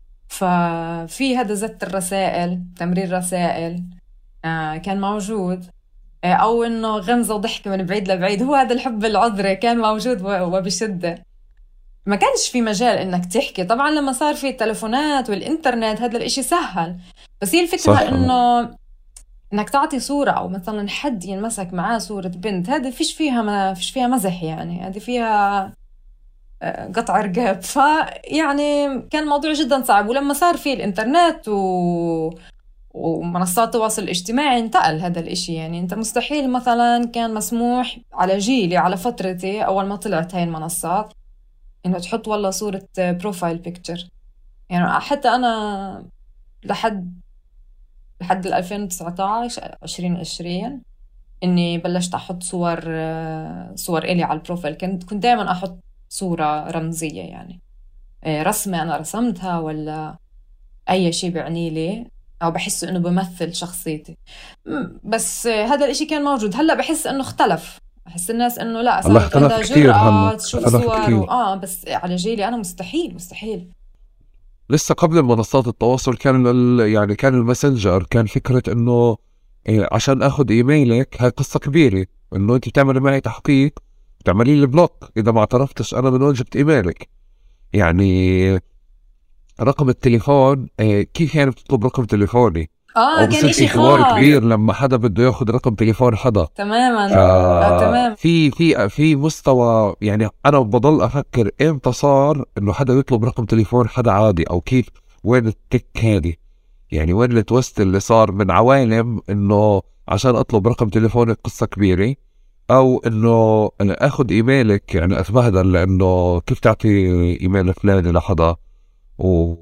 ففي هذا زت الرسائل، تمرير رسائل آه كان موجود، آه او انه غمزة وضحكة من بعيد لبعيد، هو هذا الحب العذري كان موجود وبشدة. ما كانش في مجال انك تحكي، طبعا لما صار في التلفونات والانترنت هذا الاشي سهل، بس هي الفكرة صح. انه انك تعطي صورة او مثلا حد ينمسك معاه صورة بنت، هذه فيش فيها ما فيش فيها مزح، يعني هذه فيها قطع رقاب. فيعني كان الموضوع جدا صعب. ولما صار في الانترنت و... ومنصات التواصل الاجتماعي انتقل هذا الاشي. يعني انت مستحيل مثلا كان مسموح على جيلي على فترتي اول ما طلعت هاي المنصات انه تحط والله صورة بروفايل بيكتشر. يعني حتى انا لحد لحد ألفين وتسعطعش عشرين عشرين اني بلشت احط صور صور الي على البروفايل. كنت كنت دائما احط صورة رمزية، يعني رسمة انا رسمتها ولا اي شيء بعني لي او بحس انه بمثل شخصيتي. بس هذا الاشي كان موجود. هلا بحس انه اختلف، بحس الناس انه لا صارت عندها جرأة تشوف صور اه بس على جيلي انا مستحيل مستحيل. لسه قبل منصات التواصل كان يعني كان الماسنجر، كان فكرة انه إيه عشان اخذ ايميلك هاي قصة كبيرة، انه انت بتعملي معي تحقيق بتعملي لي بلوك اذا ما اعترفتش انا من وين جبت ايميلك. يعني رقم التليفون إيه كيف يعني بتطلب رقم تليفوني؟ اه كان اشي حوار كبير لما حدا بده ياخذ رقم تليفون حدا تماما. آه تمام. في في في مستوى، يعني انا بضل افكر امتى صار انه حدا يطلب رقم تليفون حدا عادي، او كيف وين التك هذه، يعني وين التوست اللي صار من عوالم انه عشان اطلب رقم تليفونك قصة كبيرة، او انه انا اخذ ايميلك يعني اتبهدل لانه كيف تعطي ايميل فلاني لحدا. و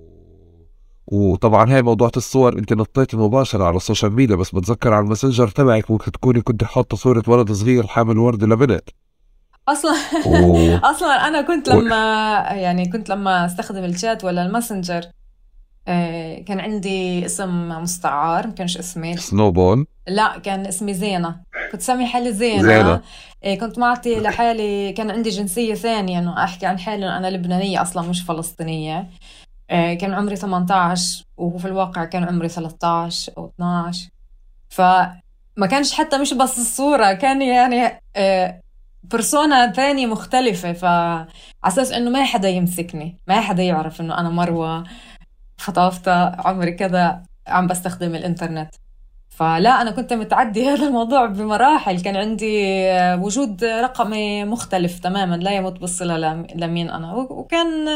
وطبعا هاي موضوع الصور انت نطيت مباشرة على السوشيال ميديا، بس بتذكر على الماسنجر تبعك ممكن تكوني كنت حاطة صورة ولد صغير حامل ورد لبنت اصلا. و... اصلا انا كنت لما و... يعني كنت لما استخدم الشات ولا الماسنجر آه كان عندي اسم مستعار، ما كانش اسمي سنوبون، لا كان اسمي زينة، كنت سامي حالي زينة, زينة. آه كنت معطي لحالي، كان عندي جنسية ثانية انه احكي عن حالي انا لبنانية اصلا مش فلسطينية. كان عمري ثمانية عشر وهو في الواقع كان عمري ثلاثة عشر أو اثنا عشر. فما كانش حتى مش بس الصورة، كان يعني برسونا ثانية مختلفة، فعساس إنه ما حدا يمسكني، ما حدا يعرف إنه أنا مروة فطافطة عمري كذا عم بستخدم الإنترنت. فلا أنا كنت متعدي هذا الموضوع بمراحل. كان عندي وجود رقمي مختلف تماما لا يمت بالصلة لمين أنا. وكان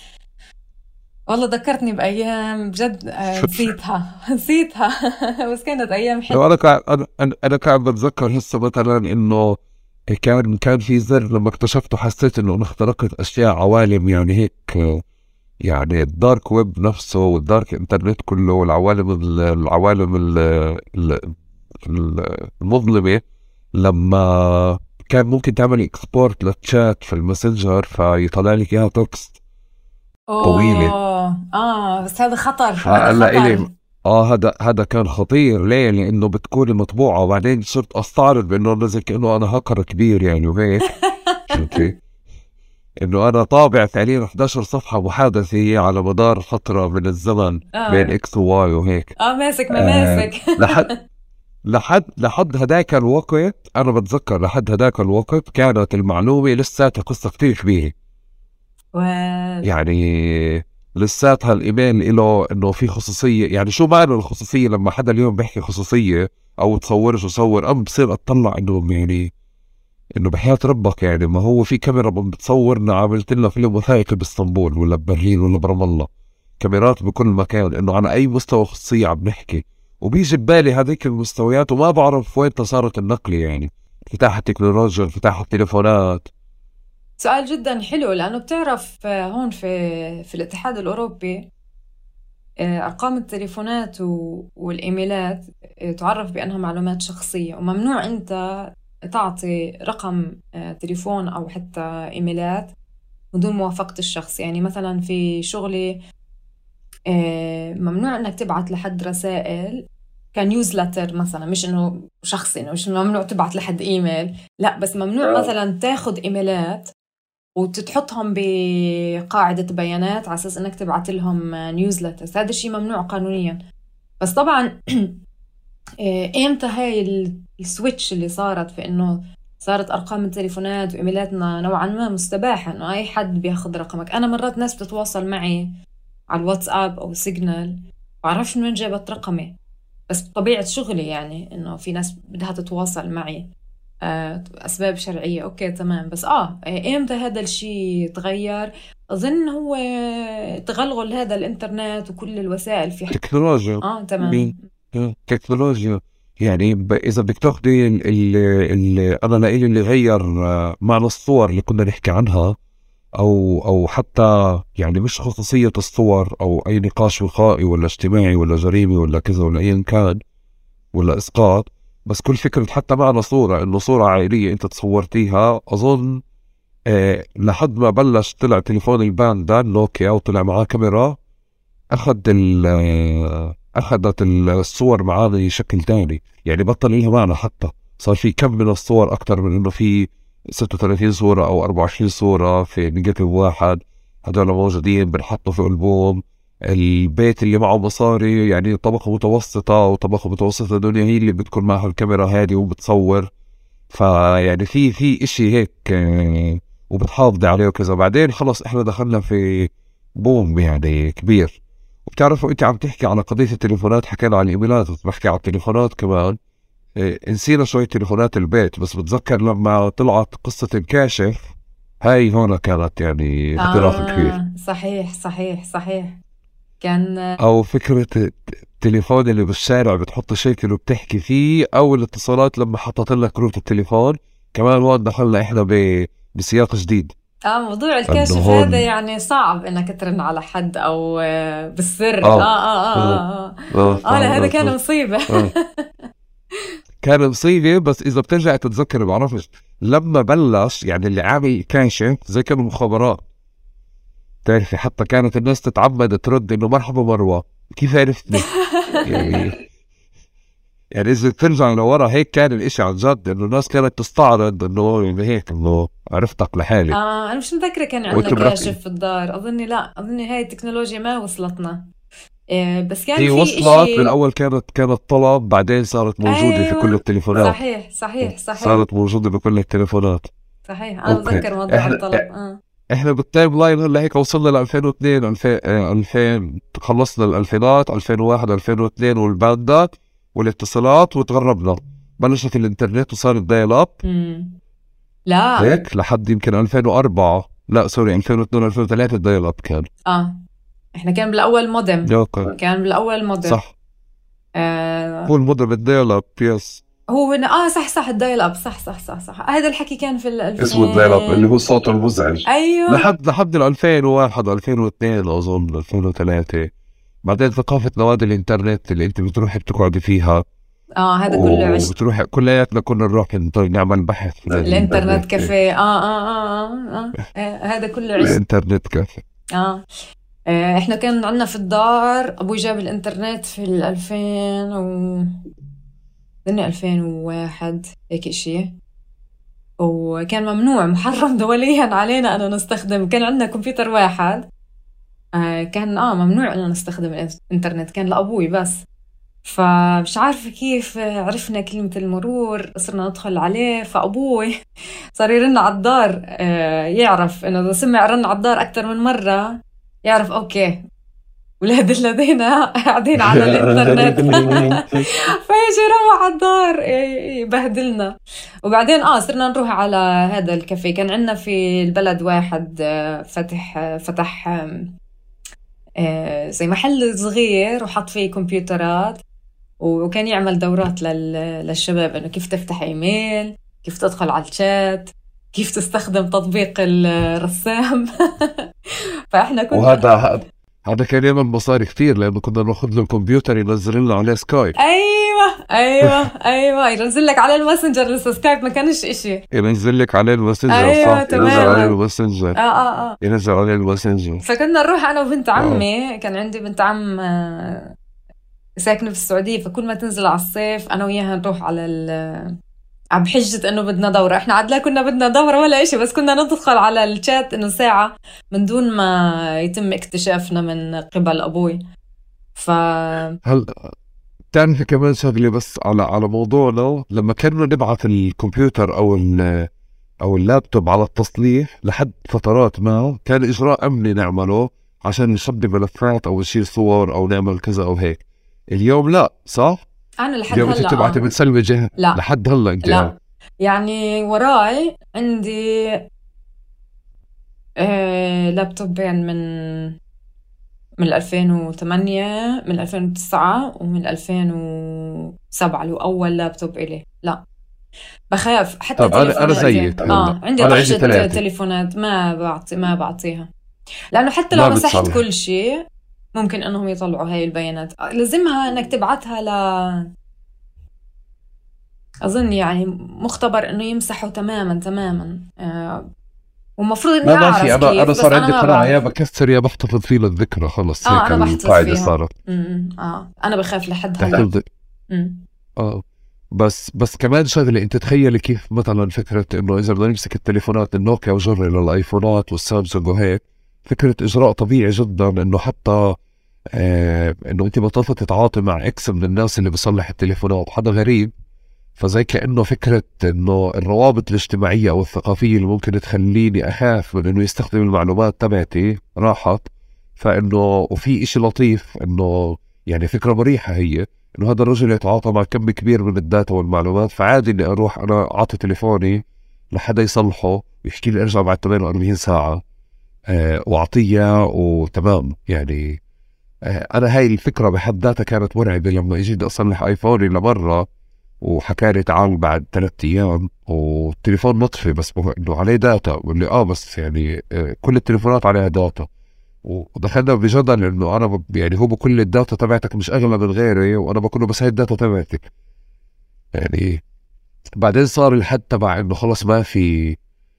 والله ذكرتني بأيام بجد نسيتها نسيتها بس كانت أيام حلوة. أنا قاعد أنا أنا قاعد بتذكر هسه مثلا إنه كان كان في زر لما اكتشفته حسيت إنه أنا اخترقت أشياء عوالم، يعني هيك يعني الدارك ويب نفسه والدارك إنترنت كله والعوالم العوالم المظلمة. لما كان ممكن تعمل إكسبورت للتشات في الماسنجر فيطلع لك إياها تكست طويلة. اه بس هذا خطر. هذا خطر. اه هذا هذا كان خطير. ليه؟ لانه بتكون مطبوعة وبعدين صرت استعرض بانه نزل كانه انا هاكر كبير يعني وهيك. شفتي انه انا طابع فعليا إحدى عشرة صفحة محادثة على مدار فترة من الزمن آه. بين اكس وواي وهيك. اه ماسك ما ماسك. آه لحد لحد لحد هداك الوقت انا بتذكر لحد هداك الوقت كانت المعلومة لساتها قصة كتير كبيرة. و... يعني لساتها الايميل إله انه في خصوصيه. يعني شو معنى الخصوصيه لما حدا اليوم بيحكي خصوصيه او تصورش وصور ام بصير اطلع انه يعني انه بحياة ربك يعني ما هو في كاميرا بتصورنا عملت لنا فيلم وثائقي باسطنبول ولا ببرلين ولا برام الله، كاميرات بكل مكان، انه على اي مستوى خصوصيه عم نحكي. وبيجي ببالي هذيك المستويات وما بعرف وين صارت النقله، يعني انفتاح التكنولوجيا انفتاح التليفونات. سؤال جدا حلو، لأنه بتعرف هون في في الاتحاد الأوروبي أرقام التليفونات والإيميلات تعرف بأنها معلومات شخصية، وممنوع أنت تعطي رقم تليفون أو حتى إيميلات بدون موافقة الشخص. يعني مثلا في شغلي ممنوع أنك تبعت لحد رسائل كنيوزلتر مثلا، مش إنه شخصي، إنه مش ممنوع تبعت لحد إيميل، لا، بس ممنوع مثلا تاخد إيميلات وتتحطهم بقاعدة بيانات على أساس إنك تبعت لهم نيوزلترز. هذا الشيء ممنوع قانونيا. بس طبعا إمتى هاي السويتش اللي صارت في إنه صارت أرقام التليفونات وإيميلاتنا نوعا ما مستباحة، إنه أي حد بياخد رقمك. أنا مرات ناس بتتواصل معي على الواتساب أو سيجنال بعرفش من وين جابت رقمي، بس بطبيعة شغلي يعني إنه في ناس بدها تتواصل معي أسباب شرعية، أوكي تمام. بس آه إمتى هذا الشيء تغير؟ أظن هو تغلغل هذا الإنترنت وكل الوسائل في تكنولوجيا. آه تمام تكنولوجيا. يعني إذا بدك تاخدي اللي أنا لقيت اللي غير معنى الصور اللي كنا نحكي عنها، أو أو حتى يعني مش خصوصية الصور أو أي نقاش وقائي ولا اجتماعي ولا جريمي ولا كذا ولا أي كان ولا إسقاط، بس كل فكرة حتى معنى صورة، إنه صورة عائلية أنت تصورتيها. أظن أه لحد ما بلش طلع تليفون الباند ده نوكيا وطلع معاه كاميرا، أخذ ال أخذت الصور معاه شكل تاني، يعني بطل لها معنى. حتى صار في كم من الصور أكتر من إنه في ستة وثلاثين صورة أو أربعة وعشرين صورة في نيجاتيف واحد، هذول موجودين بنحطوا في ألبوم. البيت اللي معه مصاري، يعني طبقة متوسطة وطبقة متوسطة دنيا، هي اللي بتكون معها الكاميرا هذه وبتصور. فيعني في في إشي هيك وبتحافظ عليه وكذا. بعدين خلص إحنا دخلنا في بوم يعني كبير. وبتعرفوا أنت عم تحكي على قضية التليفونات، حكينا عن الإيميلات وبحكي على التليفونات كمان. إيه نسينا شوية تليفونات البيت، بس بتذكر لما طلعت قصة الكاشف، هاي هون كانت يعني اختلاف آه كبير. صحيح صحيح صحيح. كان أو فكرة التليفون اللي بالشارع بتحط شكل وبتحكي فيه، أو الاتصالات لما حطت لك كروت التليفون. كمان وقت دخلنا إحنا بسياق جديد. اه موضوع الكاشف هذا يعني صعب انك ترن على حد او بالسر. آه اه اه اه اه, آه, آه هذا كان مصيبة. آه. كان مصيبة. بس إذا بترجع تتذكر بعرفش لما بلش يعني اللي عامل كاشف زي كانوا مخابرات، تعرفي حتى كانت الناس تتعمد ترد إنه مرحبا مروة، كيف عرفتني؟ يعني يعني إذا ترجع لورا هيك كان الإشي عن جد، إنه الناس كانت تستعرض إنه يعني هيك إنه عرفتك لحالي. آه أنا مش متذكرة كان عندنا كاشف في الدار، أظني لا، أظني هاي التكنولوجيا ما وصلتنا. إيه بس كان هي وصلت إشي... بالأول كانت كانت طلب، بعدين صارت موجودة أيوة. في كل التليفونات. صحيح صحيح صحيح صارت موجودة بكل التليفونات. صحيح. أنا بتذكر موضوع إحنا... الطلب. آه. إحنا بالتايم لاين هلا هيك وصلنا ل ألفين واثنين ألفين، خلصنا الألفينات ألفين وواحد ألفين واثنين والباندات والاتصالات، وتغربنا بلشت الإنترنت وصار الدايل أب. لا هيك لحد يمكن ألفين وأربعة، لا سوري ألفين واثنين ألفين وثلاثة الدايل أب كان. آه إحنا كان بالأول مودم. يوكا. كان بالأول مودم. صح. آه... هو المودم الدايل أب. يس هو اه صح صح الدايل اب. صح صح صح صح هذا الحكي كان في الألفين. اسمه الدايل اب اللي هو الصوت المزعج. ايوه لحد لحد ألفين وواحد ألفين واثنين اظن ألفين وثلاثة. بعدين ثقافة نوادي الانترنت اللي انت بتروحي بتقعدي فيها. اه هذا كله عشت. بتروحي كلياتنا كنا نروح نعمل بحث في الانترنت كافيه. آه, آه, آه, آه, آه هذا كله عشت. الانترنت كافيه. آه. اه احنا كان عندنا في الدار ابوي جاب الانترنت في الألفين و ظني ألفين وواحد هيك إشي، وكان ممنوع محرم دوليا علينا أنه نستخدم. كان عندنا كمبيوتر واحد آه كان آه ممنوع أنه نستخدم الإنترنت، كان لأبوي بس. فمش عارفة كيف عرفنا كلمة المرور، صرنا ندخل عليه. فأبوي صار يرن على الدار آه يعرف إنه إذا سمع رن على الدار أكتر من مرة يعرف أوكي ولاد الذين قاعدين على الانترنت. فيجي روح على الدار يبهدلنا. وبعدين اه صرنا نروح على هذا الكافيه. كان عندنا في البلد واحد فتح فتح زي محل صغير وحط فيه كمبيوترات، وكان يعمل دورات للشباب انه كيف تفتح ايميل، كيف تدخل على الشات، كيف تستخدم تطبيق الرسام. فاحنا كنا وهذا هذا كان يعمل مصاري كتير، لأنه كنا ناخذ له الكمبيوتر ينزل لنا عليه سكايب. أيوة ايوه ايوه ايوه ينزل لك على الماسنجر. لسه سكايب ما كانش اشي، ينزل لك على الماسنجر. أيوة صح، ينزل على الماسنجر. اه اه اه ينزل على الماسنجر. فكنا نروح انا وبنت عمي. كان عندي بنت عم ساكنه في السعوديه، فكل ما تنزل على الصيف انا وياها نروح على ال بحجة انه بدنا دورة. احنا عاد لا كنا بدنا دورة ولا اشي، بس كنا ندخل على الشات انه ساعة من دون ما يتم اكتشافنا من قبل ابوي. ف هل تعرف كمان شغلة بس على على موضوعنا، لما كنا نبعث الكمبيوتر او ال او اللابتوب على التصليح لحد فترات ما كان اجراء امني نعمله عشان نشبي ملفات او نشيل صور او نعمل كذا او هيك. اليوم لا، صح؟ انا لحد اليوم هلا انت بتبعتي بتسلمي لا لحد هلا انت لا. يعني وراي عندي آه لابتوبين من من ألفين وثمانية، من ألفين وتسعة، ومن ألفين وسبعة اللي هو اول لابتوب إلي. لا بخاف حتى انا انا زيك. اه عندي طحشة تليفونات ما بعطي ما بعطيها، لانه حتى لو مسحت كل شيء ممكن انهم يطلعوا هاي البيانات. لازمها انك تبعتها ل اظن يعني مختبر انه يمسحه تماما تماما. آه ومفروض اني اعرف كيف. انا انا صار عندي قناعه يا بكسر يا بحتفظ فيه للذكرى. خلص آه هيك القاعده صارت. اه انا بخاف لحد هلا. اه بس بس كمان شغله، انت تخيلي كيف مثلا فكره انه اذا بدنا نمسك التليفونات النوكيا وجري للايفونات والسامسونج وهيك، فكره اجراء طبيعي جدا انه حتى آه انه انت بطلت تتعاطي مع اكس من الناس اللي بيصلح التليفونات، حدا غريب. فزي كأنه فكرة إنه الروابط الاجتماعية أو الثقافية اللي ممكن تخليني أخاف من إنه يستخدم المعلومات تبعتي راحت. فإنه وفي إشي لطيف إنه يعني فكرة مريحة هي إنه هذا الرجل يتعاطى مع كم كبير من الداتا والمعلومات، فعادي إني أروح أنا أعطي تليفوني لحدا يصلحه ويحكي لي أرجع بعد ثمانية وأربعين ساعة أه وأعطيه وتمام. يعني أه أنا هاي الفكرة بحد ذاتها كانت مرعبة لما إجي أصلح آيفوني لمرة وحكالي تعال بعد ثلاثة أيام والتليفون مطفي بس إنه عليه داتا، واللي آه بس يعني آه كل التليفونات عليها داتا. ودخلنا بجدل إنه أنا ب... يعني هو بكل الداتا تبعتك مش أغلى من غيري، وأنا بقوله بس هاي الداتا تبعتك. يعني بعدين صار الحد تبع إنه خلص ما في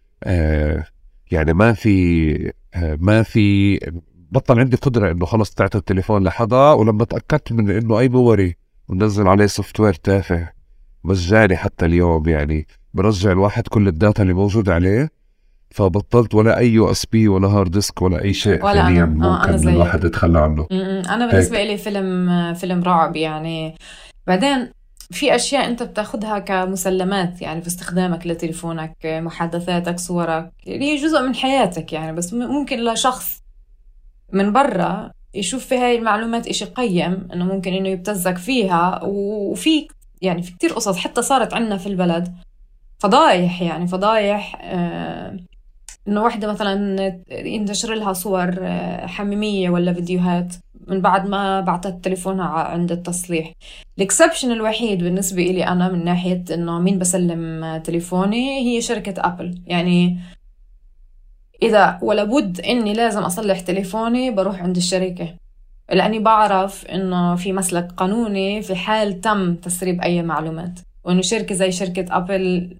آه يعني ما في آه ما في بطل عندي قدرة إنه خلص تعطي التليفون لحدا. ولما تأكدت من إنه أي موري وننزل عليه سوفت وير تافه مجاني حتى اليوم يعني برجع الواحد كل الداتا اللي موجود عليه، فبطلت ولا اي يو اس بي ولا هارد ديسك ولا اي شيء حاليا ممكن الواحد يتخلى عنه. انا بالنسبه لي فيلم فيلم رعب يعني. بعدين في اشياء انت بتاخدها كمسلمات يعني في استخدامك لتليفونك، محادثاتك، صورك، اللي هي جزء من حياتك يعني. بس ممكن لشخص من برا يشوف في هاي المعلومات إشي قيم انه ممكن انه يبتزك فيها. وفي يعني في كتير قصص حتى صارت عنا في البلد، فضايح يعني فضايح آه انه واحدة مثلا ينتشر لها صور آه حميمية ولا فيديوهات من بعد ما بعتت تليفونها عند التصليح. الاكسبشن الوحيد بالنسبة لي انا من ناحية انه مين بسلم تليفوني هي شركة ابل. يعني اذا ولا بد اني لازم اصلح تليفوني بروح عند الشركة، لأني بعرف إنه في مسلك قانوني في حال تم تسريب أي معلومات، وإنه شركة زي شركة أبل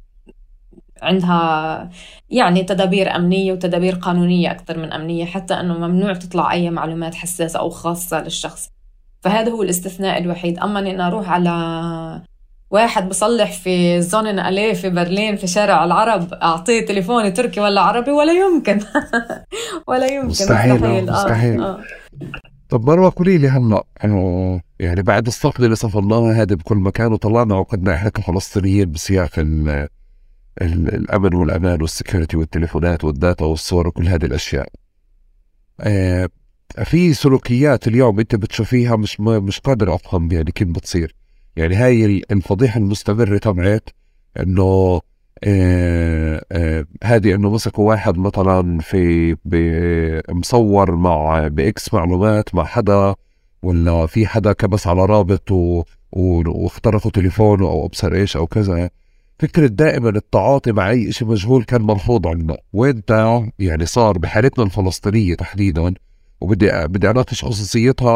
عندها يعني تدابير أمنية وتدابير قانونية أكثر من أمنية، حتى إنه ممنوع تطلع أي معلومات حساسة أو خاصة للشخص. فهذا هو الاستثناء الوحيد. أما إن أروح على واحد بصلح في زونن أليه في برلين في شارع العرب أعطيه تليفوني تركي ولا عربي، ولا يمكن ولا يمكن مستحيل مستحيل, مستحيل. آه. آه. طب مروة قولي لي هلا انه يعني بعد الصقل اللي سافرناها هذا بكل مكان وطلعنا وقدنا احنا كفلسطينيين بسياق الامن والامان والسكيورتي والتليفونات والداتا والصور وكل هذه الاشياء، آه في سلوكيات اليوم انت بتشوفيها مش مش قادر افهم يعني كيف بتصير. يعني هاي الفضيحه المستمره تبعت انه آه آه هذه انه مسكوا واحد مثلا في مصور مع باكس معلومات مع حدا، ولا في حدا كبس على رابط و واخترقوا تليفونه او ابصر ايش او كذا. فكرة دائما التعاطي مع اي شيء مجهول كان مرفوض عندنا، وانت يعني صار بحالتنا الفلسطينية تحديدا، وبدي بدي اناقش خصوصيتها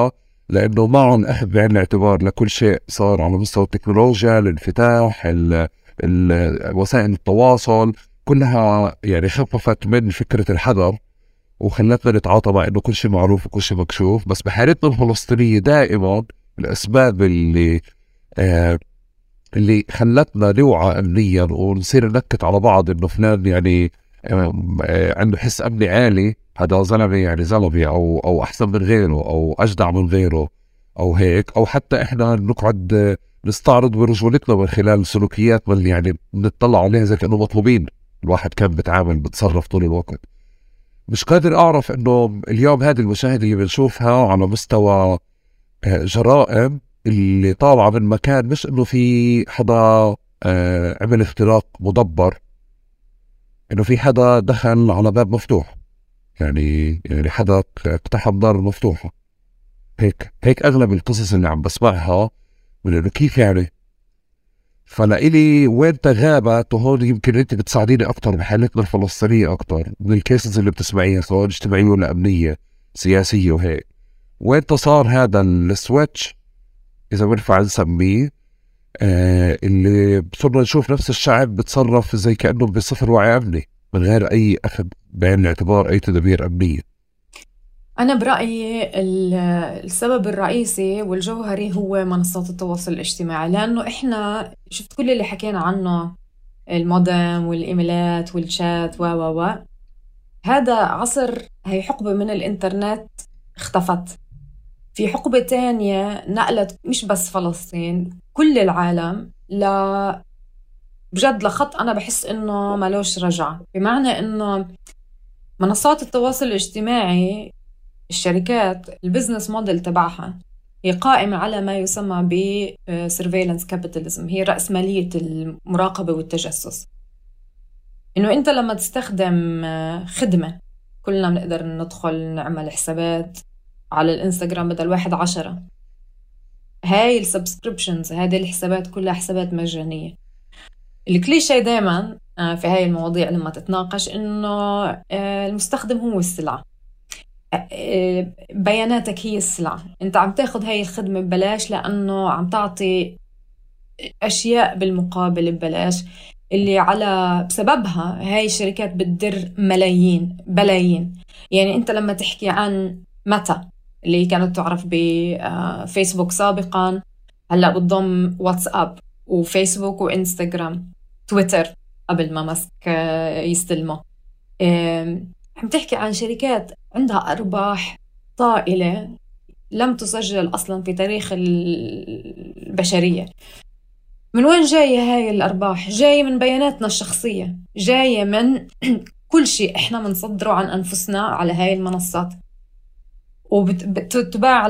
لأنه معهم أخذ بعين الاعتبار لكل شيء صار على مستوى التكنولوجيا، الانفتاح، ال ال وسائل التواصل كلها يعني خففت من فكرة الحذر وخلتنا نتعاطى مع إنه كل شيء معروف وكل شيء مكشوف. بس بحالتنا الفلسطينية دائما الأسباب اللي آه اللي خلتنا نوعى أمنيا ونصير ننكت على بعض إنه فلان يعني آه آه عنده حس أمني عالي، هذا زلمة يعني زلمة أو أو أحسن من غيره أو أجدع من غيره أو هيك، أو حتى إحنا نقعد نستعرض برجولتنا من خلال سلوكيات من يعني بنطلع عليها زي كأنه مطلوبين. الواحد كان بتعامل بتصرف طول الوقت. مش قادر أعرف إنه اليوم هذه المشاهد اللي بنشوفها على مستوى جرائم اللي طالعة من مكان مش إنه في حدا عمل اختراق مدبر، إنه في حدا دخل على باب مفتوح، يعني يعني حدا اقتحم دار مفتوحة. هيك هيك أغلب القصص اللي عم بسمعها من إنه كيف يعني. فلإلي وين تغابت، وهون يمكن أنت بتساعديني أكتر بحالتنا الفلسطينية أكتر من الكيسز اللي بتسمعيها سواء اجتماعية ولا أمنية سياسية وهيك. وين صار هذا السويتش إذا بنفع نسميه، آه اللي صرنا نشوف نفس الشعب بتصرف زي كأنه بصفر وعي أمني من غير أي أخذ بعين الاعتبار أي تدابير أمنية. أنا برأيي السبب الرئيسي والجوهري هو منصات التواصل الاجتماعي، لأنه إحنا شفت كل اللي حكينا عنه، المودم والإيميلات والشات و و و هذا عصر، هي حقبة من الإنترنت اختفت. في حقبة تانية نقلت مش بس فلسطين، كل العالم ل بجد لخط أنا بحس إنه مالوش رجعة. بمعنى إنه منصات التواصل الاجتماعي الشركات البزنس موديل تبعها هي قائمة على ما يسمى ب surveillance capitalism، هي رأسمالية المراقبة والتجسس. إنه أنت لما تستخدم خدمة، كلنا بنقدر ندخل نعمل حسابات على الانستغرام بدل واحد عشرة، هاي السبسكريبشنز، هذه الحسابات كلها حسابات مجانية. الكليشيه دايما في هاي المواضيع لما تتناقش إنه المستخدم هو السلعة، بياناتك هي السلعة، انت عم تاخد هاي الخدمة ببلاش لأنه عم تعطي أشياء بالمقابل ببلاش، اللي على بسببها هاي الشركات بتدر ملايين بلايين. يعني انت لما تحكي عن متى اللي كانت تعرف بفيسبوك سابقا، هلأ بتضم واتساب وفيسبوك وإنستغرام، تويتر قبل ما مسك يستلمه. عم تحكي عن شركات عندها أرباح طائلة لم تسجل أصلا في تاريخ البشرية. من وين جاية هاي الأرباح؟ جاية من بياناتنا الشخصية، جاية من كل شيء إحنا منصدره عن أنفسنا على هاي المنصات، وبتتباع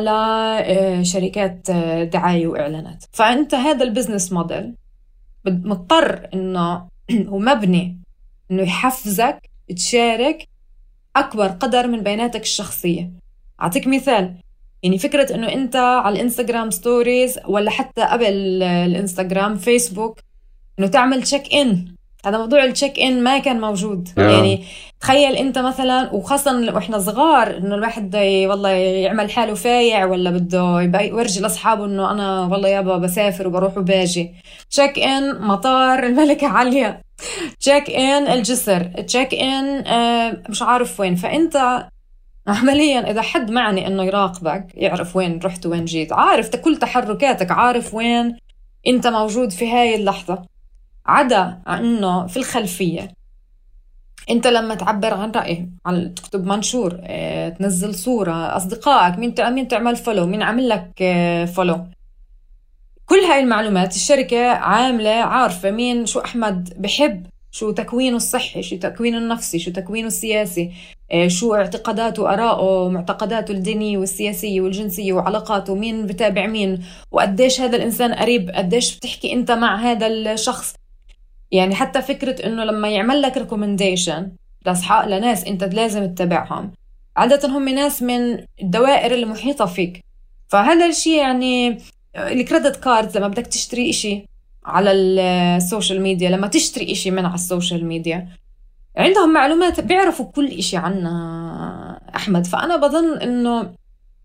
لشركات دعاية وإعلانات. فأنت هذا البزنس موديل مضطر إنه هو مبني إنه يحفزك تشارك أكبر قدر من بياناتك الشخصية. أعطيك مثال، يعني فكرة إنه أنت على الإنستغرام ستوريز ولا حتى قبل الإنستغرام فيسبوك إنه تعمل تشيك إن، هذا موضوع التشيك إن ما كان موجود. آه. يعني تخيل أنت مثلا، وخاصة وإحنا صغار، إنه الواحد والله يعمل حاله فايع ولا بده يورجي لأصحابه إنه أنا والله يابا بسافر وبروح وباجي. تشيك إن مطار الملكة عليا، تشيك إن الجسر، تشيك إن آه مش عارف وين. فأنت عمليا إذا حد معني إنه يراقبك، يعرف وين رحت وين جيت، عارف كل تحركاتك، عارف وين أنت موجود في هاي اللحظة، عدا إنه في الخلفية أنت لما تعبر عن رأي، على تكتب منشور، اه تنزل صورة، أصدقائك مين مين تعمل فولو، مين عمل لك اه فولو، كل هاي المعلومات الشركة عاملة، عارفة مين شو أحمد بحب، شو تكوينه الصحي، شو تكوينه النفسي، شو تكوينه السياسي، شو اعتقاداته وآراءه، معتقداته الدينية والسياسية والجنسية وعلاقاته، مين بتابع مين، وقديش هذا الإنسان قريب، قديش بتحكي أنت مع هذا الشخص. يعني حتى فكرة إنه لما يعمل لك ريكومنديشن لأصحاب لناس أنت لازم تتابعهم، عادة هم ناس من الدوائر المحيطة فيك. فهذا الشيء يعني الكريدت كارد لما بدك تشتري إشي على السوشيال ميديا، لما تشتري إشي من على السوشيال ميديا عندهم معلومات، بيعرفوا كل إشي عنا أحمد. فأنا بظن إنه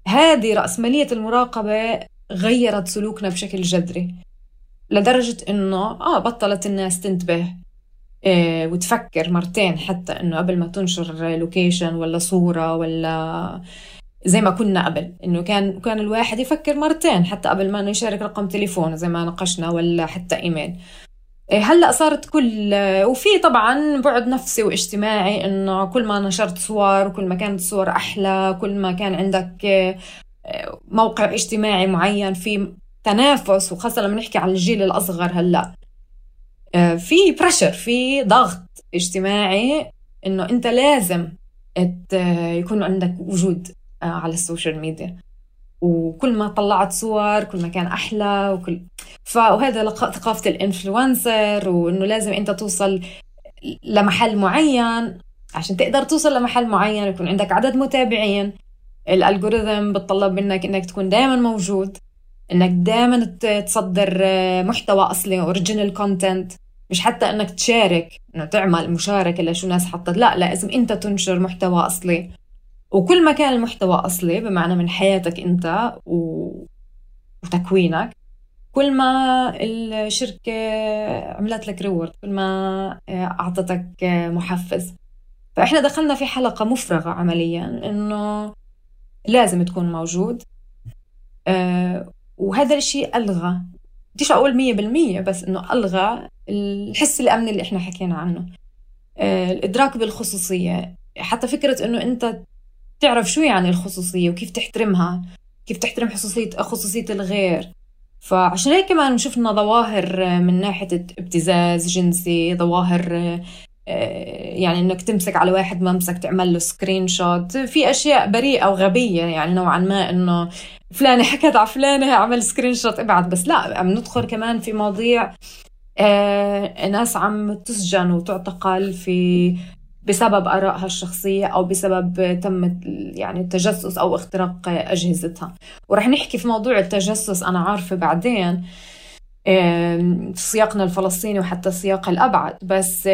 هذه رأسمالية المراقبة غيرت سلوكنا بشكل جذري، لدرجة إنه آه بطلت الناس تنتبه إيه وتفكر مرتين حتى إنه قبل ما تنشر لوكيشن ولا صورة ولا زي ما كنا قبل، إنه كان كان الواحد يفكر مرتين حتى قبل ما يشارك رقم تليفون زي ما ناقشنا ولا حتى إيميل. إيه هلأ صارت كل، وفي طبعا بعد نفسي واجتماعي، إنه كل ما نشرت صور وكل ما كانت الصور أحلى، كل ما كان عندك موقع اجتماعي معين في تنافس، وخاصة لما نحكي عن الجيل الأصغر هلأ في بريشر، في ضغط اجتماعي إنه أنت لازم يكون عندك وجود على السوشيال ميديا، وكل ما طلعت صور كل ما كان أحلى وكل فهذا ثقافة الإنفلونسر، وإنه لازم أنت توصل لمحل معين عشان تقدر توصل لمحل معين يكون عندك عدد متابعين. الألغوريثم بتطلب منك إنك تكون دائما موجود، إنك دائما تصدر محتوى أصلي أوريجينال كونتنت، مش حتى إنك تشارك إنه تعمل مشاركة لشو ناس حطت، لا لازم أنت تنشر محتوى أصلي. وكل ما كان المحتوى أصلي بمعنى من حياتك أنت وتكوينك، كل ما الشركة عملت لك ريورد، كل ما أعطتك محفز. فإحنا دخلنا في حلقة مفرغة عمليا إنه لازم تكون موجود. أه وهذا الشيء ألغى، بديش أقول مية بالمية، بس إنه ألغى الحس الأمني اللي إحنا حكينا عنه، أه الإدراك بالخصوصية، حتى فكرة إنه أنت تعرف شو يعني الخصوصية وكيف تحترمها، كيف تحترم خصوصية خصوصية الغير. فعشان هيك كمان شفنا ظواهر من ناحية ابتزاز جنسي، ظواهر يعني انك تمسك على واحد ممسك تعمل له سكرين شوت، في اشياء بريئة وغبية يعني نوعا ما، انه فلانة حكت على فلانة عمل سكرين شوت ابعد. بس لا، عم ندخل كمان في مواضيع آه ناس عم تسجن وتعتقل في بسبب آرائها الشخصية أو بسبب تم يعني التجسس أو اختراق أجهزتها. ورح نحكي في موضوع التجسس أنا عارفة بعدين في سياقنا الفلسطيني وحتى السياق الأبعد، بس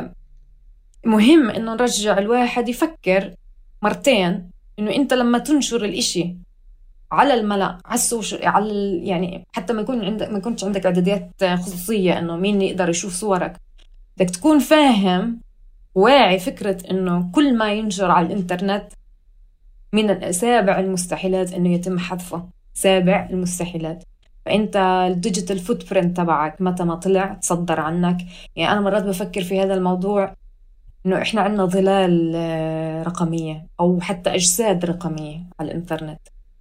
مهم إنه نرجع الواحد يفكر مرتين إنه أنت لما تنشر الإشي على الملأ على السوشيال، على يعني حتى ما يكون عندك ما يكونش عندك إعدادات خصوصية إنه مين يقدر يشوف صورك، بدك تكون فاهم واعي فكرة إنه كل ما ينشر على الإنترنت من سابع المستحيلات إنه يتم حذفه، سابع المستحيلات. فأنت الديجيتال فوت برنت تبعك متى ما طلع تصدر عنك. يعني أنا مرات بفكر في هذا الموضوع إنه إحنا عندنا ظلال رقمية أو حتى أجساد رقمية على الإنترنت،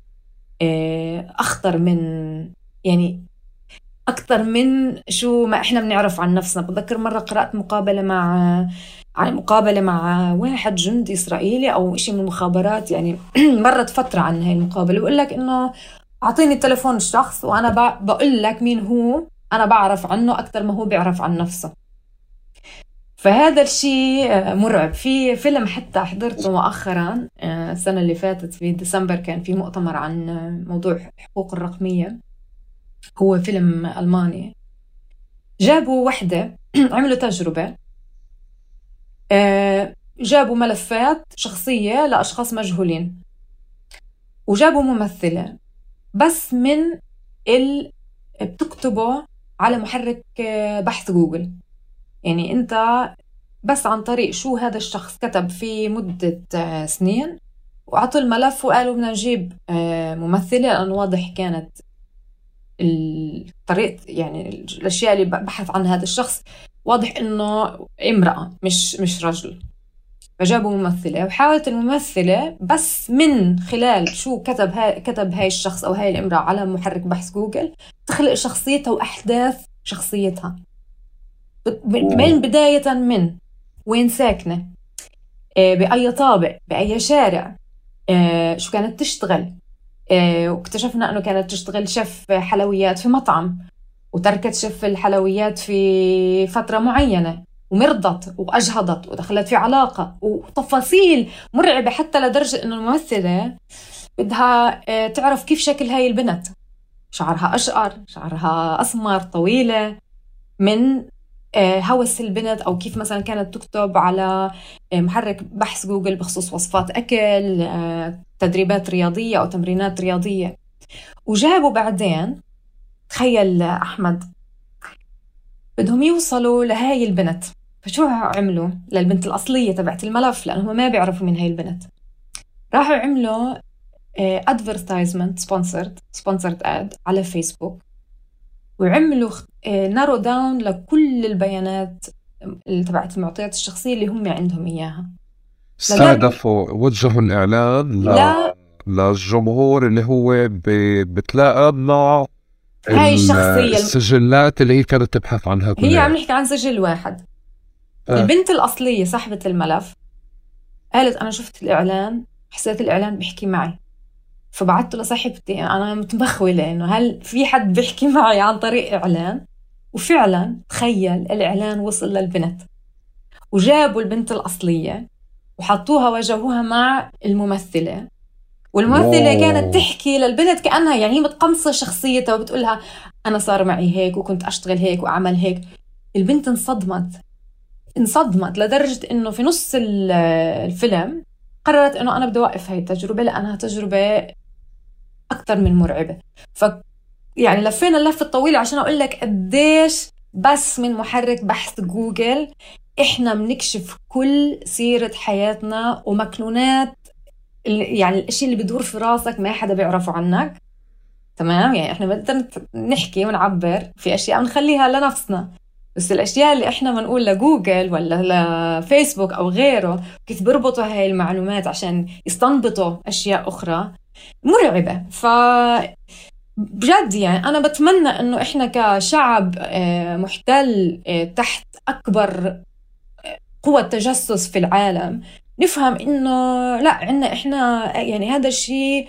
أخطر من يعني أكثر من شو ما إحنا بنعرف عن نفسنا. بذكر مرة قرأت مقابلة مع عن مقابلة مع واحد جندي إسرائيلي أو إشي من المخابرات، يعني مرت فترة عن هاي المقابلة، ويقول لك إنه أعطيني التلفون الشخص وأنا بقول لك مين هو، أنا بعرف عنه أكثر ما هو بيعرف عن نفسه. فهذا الشيء مرعب. في فيلم حتى حضرته مؤخرا السنة اللي فاتت في ديسمبر، كان في مؤتمر عن موضوع حقوق الرقمية، هو فيلم ألماني. جابوا وحدة عملوا تجربة، جابوا ملفات شخصية لأشخاص مجهولين وجابوا ممثلة بس من ال بتكتبه على محرك بحث جوجل. يعني أنت بس عن طريق شو هذا الشخص كتب في مدة سنين، وعطوا الملف وقالوا بدنا نجيب ممثلة، لأن واضح كانت الطريقة يعني الأشياء اللي بحث عن هذا الشخص واضح إنه امرأة مش مش رجل. فجابوا ممثلة وحاولت الممثلة بس من خلال شو كتب هاي كتب هاي الشخص أو هاي الامرأة على محرك بحث جوجل تخلق شخصيتها وأحداث شخصيتها من بداية، من وين ساكنة، بأي طابق، بأي شارع، شو كانت تشتغل. واكتشفنا أنه كانت تشتغل شيف حلويات في مطعم، وتركت شيف الحلويات في فترة معينة، ومرضت وأجهضت ودخلت في علاقة، وتفاصيل مرعبة حتى لدرجة أنه الممثلة بدها تعرف كيف شكل هاي البنت، شعرها أشقر، شعرها أسمر، طويلة، من هوس البنت، أو كيف مثلا كانت تكتب على محرك بحث جوجل بخصوص وصفات أكل، تدريبات رياضية أو تمرينات رياضية. وجابوا بعدين، تخيل أحمد، بدهم يوصلوا لهاي البنت، فشو عملوا للبنت الأصلية تبعت الملف، لأنهم ما بيعرفوا من هاي البنت. راحوا عملوا advertisement sponsored sponsored ad على فيسبوك، وعملوا نارو داون لكل البيانات اللي تبعت المعطيات الشخصية اللي هم عندهم إياها. استهدفوا وجهوا الإعلان لا للجمهور اللي هو بتلاقى مع هاي الشخصية السجلات اللي هي كانت تبحث عنها كلها. هي عم نحكي عن سجل واحد. آه. البنت الأصلية صاحبة الملف قالت أنا شفت الإعلان، حسيت الإعلان بيحكي معي، فبعثت لصاحبتي أنا متمخولة إنه هل في حد بيحكي معي عن طريق إعلان. وفعلا تخيل الإعلان وصل للبنت، وجابوا البنت الأصلية وحطوها واجهوها مع الممثلة، والممثلة أوه. كانت تحكي للبنت كأنها يعني متقمصة شخصيتها وبتقولها أنا صار معي هيك وكنت أشتغل هيك وأعمل هيك. البنت انصدمت انصدمت لدرجة إنه في نص الفيلم قررت إنه أنا بدي أوقف هاي التجربة لأنها تجربة أكتر من مرعبة. ف يعني لفينا اللفة الطويلة عشان أقول لك قديش بس من محرك بحث جوجل إحنا بنكشف كل سيرة حياتنا ومكنونات، يعني الاشياء اللي بدور في راسك ما حدا بيعرفه عنك. تمام، يعني احنا بدنا نحكي ونعبر في اشياء ونخليها لنفسنا، بس الاشياء اللي احنا بنقول لجوجل ولا لفيسبوك او غيره كيف بيربطوا هاي المعلومات عشان يستنبطوا اشياء اخرى مرعبة. ف بجد يعني انا بتمنى انه احنا كشعب محتل تحت اكبر قوة تجسس في العالم نفهم إنه لا، عنا إحنا يعني هذا الشيء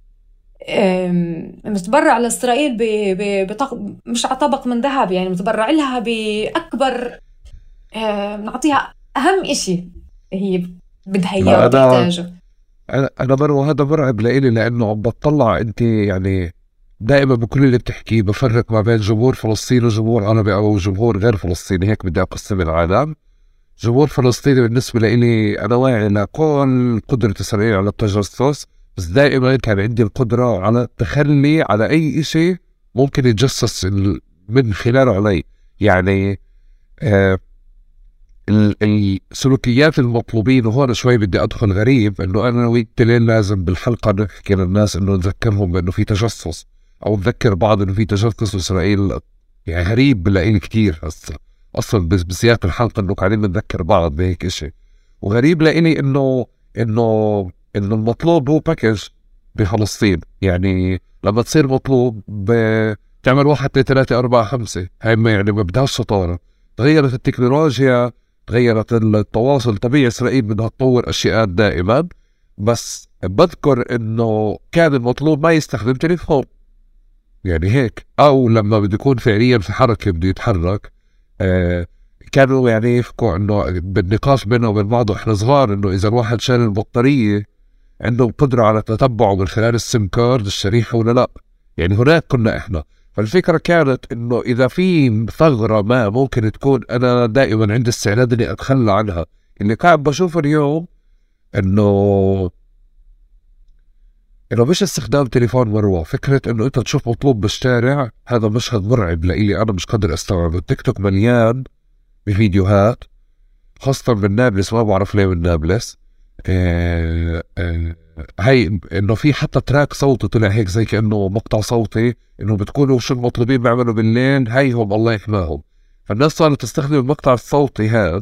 متبرع لإسرائيل بطق مش على طبق من ذهب، يعني متبرع لها بأكبر، نعطيها أهم إشي هي بدها إياه وتحتاجه. أنا أنا برضو هذا مرعب لإلي، لأنه عم بطلع أنت يعني دائما بكل اللي بتحكيه بفرق ما بين جمهور فلسطيني وجمهور عربي أو جمهور غير فلسطيني. هيك بدي أقسم العالم. جمهور فلسطيني بالنسبة لي أنا واعي لكل قدرة إسرائيل على التجسس، بس دائما كان عندي القدرة على التخلي على أي إشي ممكن يتجسس من خلاله علي. يعني آه السلوكيات المطلوبين، وهون شوي بدي أدخل غريب، إنه أنا وإنت لين لازم بالحلقة نحكي للناس إنه نذكرهم بإنه في تجسس، أو نذكر بعض إنه في تجسس إسرائيل. يعني غريب بلاقيني كتير هسه اصلا بسياق الحلقه انه قاعدين نتذكر بعض بهيك اشي، وغريب لاني انه انه انه المطلوب هو باكج بفلسطين. يعني لما تصير مطلوب بتعمل واحد اثنين ثلاثة أربعة خمسة، هاي ما يعني ما بدهاش شطاره. تغيرت التكنولوجيا، تغيرت التواصل، طبيعي اسرائيل بدها تطور اشياء دائما، بس بذكر انه كان المطلوب ما يستخدم تليفون يعني هيك، او لما بده يكون فعليا في حركه بده يتحرك. آه كانوا يعني يفكوا انه بالنقاش بينه وبين بعضه احنا صغار، انه اذا الواحد شال البطاريه عنده قدره على تتبعه من خلال السيم كارد الشريحه ولا لا. يعني هناك كنا احنا. فالفكره كانت انه اذا في ثغره ما ممكن تكون، انا دائما عندي استعداد اني اتخلى عنها. اللي قاعد بشوفه اليوم انه انه مش استخدام تليفون مروه، فكره انه انت تشوف مطلوب بالشارع، هذا مشهد مرعب لإلي، انا مش قادر استوعبه. التيك توك مليان بفيديوهات، خاصه من نابلس، ما بعرف ليه من نابلس. آه آه هي انه في حتى تراك صوتي طلع هيك زي كانه مقطع صوتي، انه بتكونوا شو المطلوبين بيعملوا بالليل، هيهم الله يحماهم. فالناس صارت تستخدم المقطع الصوتي هذا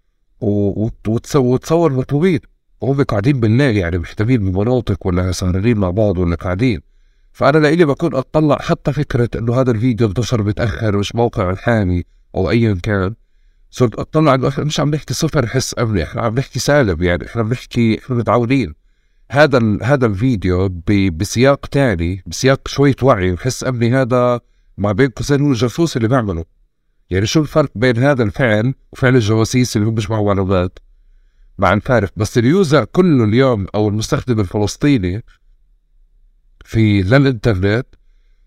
وتصور مطلوبين وهم قاعدين بالليل، يعني محتمين بمناطق ولا سهرانين مع بعض ولا قاعدين. فأنا لإلي بكون أطلع حتى فكرة إنه هذا الفيديو انتشر متأخر مش موقع الحامي أو أيا كان، صرت أطلع إنه إحنا مش عم نحكي صفر حس أمني، إحنا عم نحكي سالب. يعني إحنا بنحكي إحنا متعودين هذا ال... هذا الفيديو ب... بسياق تاني، بسياق شوية وعي وحس أمني، هذا ما بين قوسين هو الجاسوس اللي بيعمله. يعني شو الفرق بين هذا الفعل وفعل الجواسيس اللي هم بيجمعوا معلومات؟ مع الفارق بس اليوزر كله اليوم او المستخدم الفلسطيني في للانترنت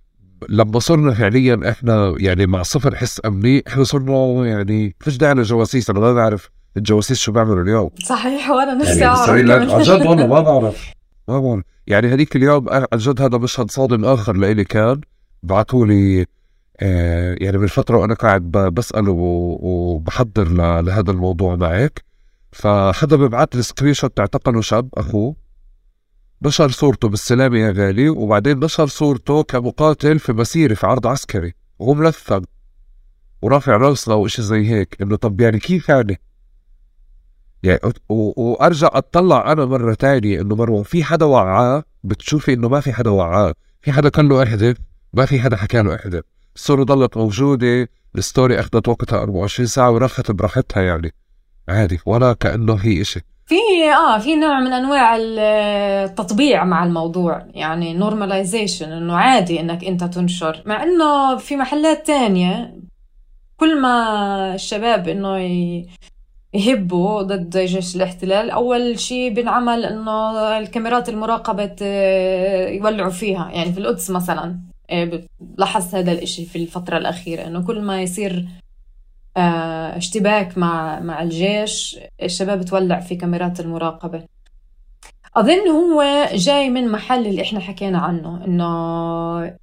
لما صرنا فعليا احنا يعني مع صفر حس امني، احنا صرنا يعني فيش داعي للجواسيس. انا ما بعرف الجواسيس شو بيعملوا اليوم. صحيح، وانا نفسي يعني اعرف عن جد والله ما بعرف ما بعرف يعني هذيك اليوم عن جد هذا مشهد صادم اخر لإلي. كان بعثوا لي آه يعني من فتره وانا قاعد بسال وبحضر لهذا الموضوع معك، فحدا ببعث لي سكرين شوت اعتقله شاب اخوه، نشر صورته بالسلامة يا غالي، وبعدين نشر صورته كمقاتل في مسيرة في عرض عسكري وهو ملثم ورافع راسه وإشي زي هيك. إنه طب يعني كيف يعني يعني وأرجع أطلع أنا مرة تانية إنه مروان في حدا وعاه، بتشوفي إنه ما في حدا وعاه، في حدا كان له احذف، ما في حدا حكى له احذف. الصورة ضلت موجودة، الستوري أخذت وقتها أربعة وعشرين ساعة ورخت براحتها يعني عادي ولا كأنه هي إشي. في اه في نوع من انواع التطبيع مع الموضوع، يعني normalization، انه عادي انك انت تنشر، مع انه في محلات تانية كل ما الشباب انه يهبوا ضد جيش الاحتلال اول شيء بنعمل انه الكاميرات المراقبة يولعوا فيها. يعني في القدس مثلا لاحظت هذا الاشي في الفترة الاخيرة، انه كل ما يصير اه اشتباك مع مع الجيش الشباب تولع في كاميرات المراقبة. اظن هو جاي من محل اللي احنا حكينا عنه، انه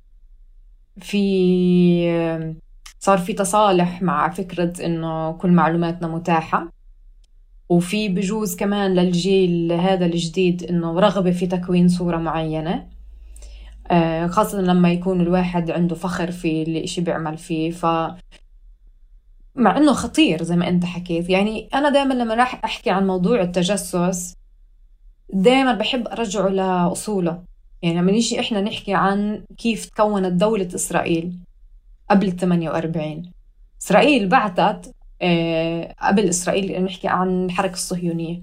في صار في تصالح مع فكرة انه كل معلوماتنا متاحة، وفي بجوز كمان للجيل هذا الجديد انه رغبة في تكوين صورة معينة، اه خاصة لما يكون الواحد عنده فخر في اللي اشي بيعمل فيه. ف مع انه خطير زي ما انت حكيت. يعني انا دائما لما راح احكي عن موضوع التجسس دائما بحب ارجعه لاصوله. يعني لما نيجي احنا نحكي عن كيف تكونت دولة اسرائيل قبل ثمانية وأربعين، اسرائيل بعثت آه قبل اسرائيل نحكي عن الحركة الصهيونية،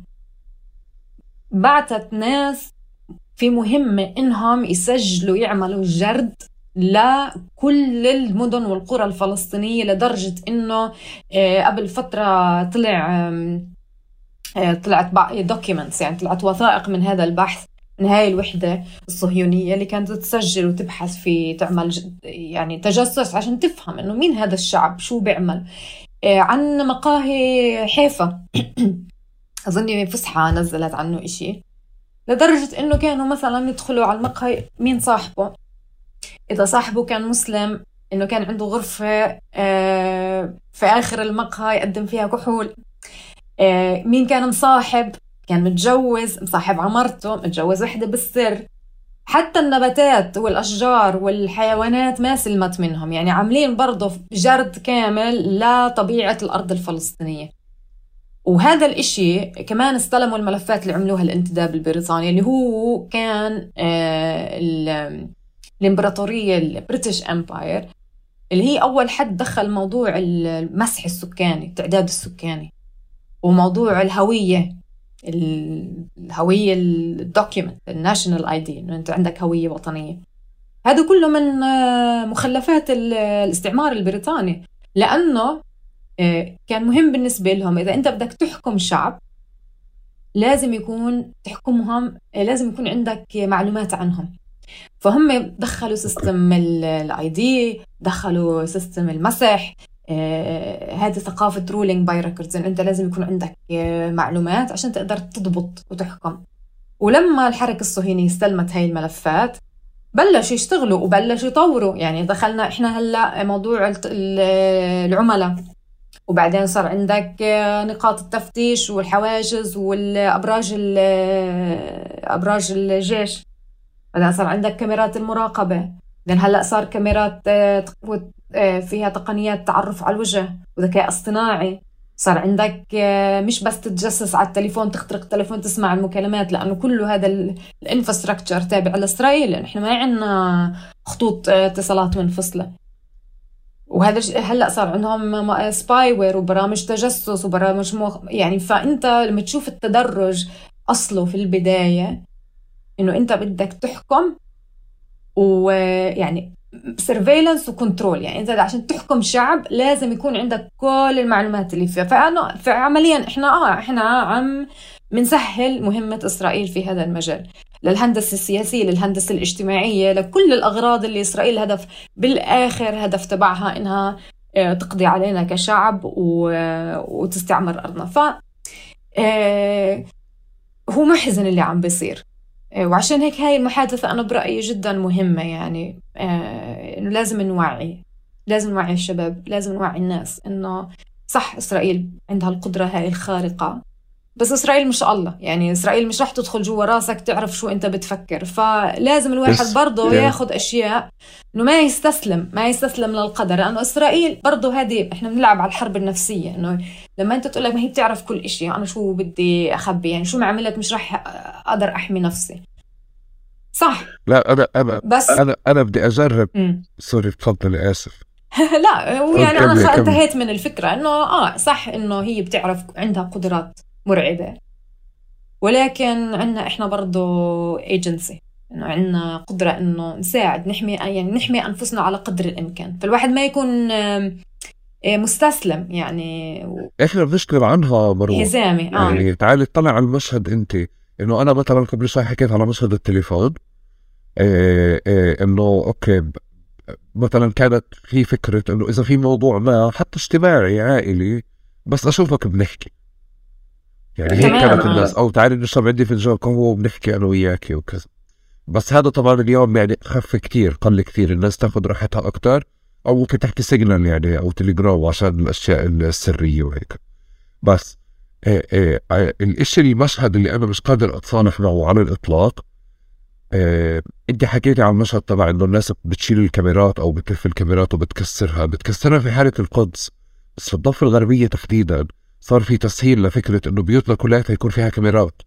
بعثت ناس في مهمة انهم يسجلوا يعملوا جرد لكل المدن والقرى الفلسطينية، لدرجة انه قبل فترة طلع طلعت دوكيومنتس، يعني طلعت وثائق من هذا البحث من هاي الوحدة الصهيونية اللي كانت تسجل وتبحث في تعمل يعني تجسس عشان تفهم انه مين هذا الشعب شو بيعمل. عن مقاهي حيفا اظني فسحة نزلت عنه اشي، لدرجة انه كانوا مثلا يدخلوا على المقهى مين صاحبه، إذا صاحبه كان مسلم إنه كان عنده غرفة في آخر المقهى يقدم فيها كحول، مين كان مصاحب كان متجوز مصاحب عمرته متجوز وحدة بالسر. حتى النباتات والأشجار والحيوانات ما سلمت منهم، يعني عاملين برضه جرد كامل لطبيعة الأرض الفلسطينية. وهذا الاشي كمان استلموا الملفات اللي عملوها الانتداب البريطاني اللي هو كان الإمبراطورية البريتش أمباير، اللي هي أول حد دخل موضوع المسح السكاني التعداد السكاني وموضوع الهوية الهوية الدوكيمنت الناشنال اي دي، إنه أنت عندك هوية وطنية. هذا كله من مخلفات الاستعمار البريطاني، لأنه كان مهم بالنسبة لهم إذا أنت بدك تحكم شعب لازم يكون تحكمهم لازم يكون عندك معلومات عنهم. فهم دخلوا سيستم الاي دي، دخلوا سيستم المسح، آه، هذه ثقافة رولينج باي ريكوردز، انت لازم يكون عندك آه، معلومات عشان تقدر تضبط وتحكم. ولما الحركة الصهيونية استلمت هاي الملفات بلشوا يشتغلوا وبلشوا يطوروا. يعني دخلنا احنا هلا موضوع العملاء، وبعدين صار عندك نقاط التفتيش والحواجز والابراج ابراج الجيش، بعدين صار عندك كاميرات المراقبة، لأن هلأ صار كاميرات فيها تقنيات تعرف على الوجه وذكاء اصطناعي. صار عندك مش بس تتجسس على التليفون تخترق التليفون تسمع المكالمات، لأنه كله هذا الانفراستراكشر تابع لإسرائيل، لأن احنا ما عندنا خطوط اتصالات منفصلة. وهذا هلأ صار عندهم سباي وير وبرامج تجسس وبرامج مخ... يعني فأنت لما تشوف التدرج أصله في البداية إنه أنت بدك تحكم ويعني سيرفيلانس وكنترول، يعني أنت عشان تحكم شعب لازم يكون عندك كل المعلومات اللي فيها. فأنا فعمليا إحنا آه إحنا عم منسهل مهمة إسرائيل في هذا المجال. للهندسة السياسية، للهندسة الاجتماعية، لكل الأغراض اللي إسرائيل هدف بالآخر هدف تبعها إنها تقضي علينا كشعب وتستعمر أرضنا. ف هو محزن اللي عم بيصير، وعشان هيك هاي المحادثة أنا برأيي جدا مهمة. يعني إنه لازم نوعي، لازم نوعي الشباب، لازم نوعي الناس إنه صح إسرائيل عندها القدرة هاي الخارقة، بس إسرائيل مش الله. يعني إسرائيل مش رح تدخل جوا راسك تعرف شو أنت بتفكر. فلازم الواحد برضه yeah. ياخد أشياء إنه ما يستسلم ما يستسلم للقدر، لأنه إسرائيل برضه هذه إحنا بنلعب على الحرب النفسية. إنه لما أنت تقول لك ما هي بتعرف كل إشي، أنا شو بدي أخبي؟ يعني شو ما عملت مش رح أقدر أحمي نفسي. صح. لا أنا أنا بس أنا أنا بدي أجرب. سوري تفضل، آسف. لا يعني أنا انتهيت من الفكرة إنه آه صح إنه هي بتعرف عندها قدرات مرعبة، ولكن عنا إحنا برضو agency، إنه عنا قدرة إنه نساعد نحمي، يعني نحمي أنفسنا على قدر الإمكان. فالواحد ما يكون مستسلم يعني و... إحنا بنشكر عنها مروة هزامي. آه. يعني تعالي اطلع على المشهد أنت، إنه أنا مثلا قبل شوي حكيت على مشهد التليفون. إيه إيه إنه أوكي مثلا كانت في فكرة إنه إذا في موضوع ما حتى اجتماعي عائلي بس أشوفك بنحكي، يعني هيك كانت الناس، أو تعالي نشرب عندي فنجان قهوة وبنحكي أنا وياكي وكذا. بس هذا طبعا اليوم يعني خف كتير، قل كتير، الناس تاخد راحتها أكتر، أو ممكن تحكي سيجنال يعني أو تليجرام عشان الأشياء السرية وهيك. بس إيه إيه الإشي المشهد اللي أنا مش قادر أتصالح معه على الإطلاق. إيه أنت حكيتي عن المشهد تبع إنه الناس بتشيل الكاميرات أو بتلف الكاميرات وبتكسرها بتكسرها في حالة القدس، بس في الضفة الغربية تحديدا صار في تسهيل لفكرة إنه بيوتنا كلها يكون فيها كاميرات.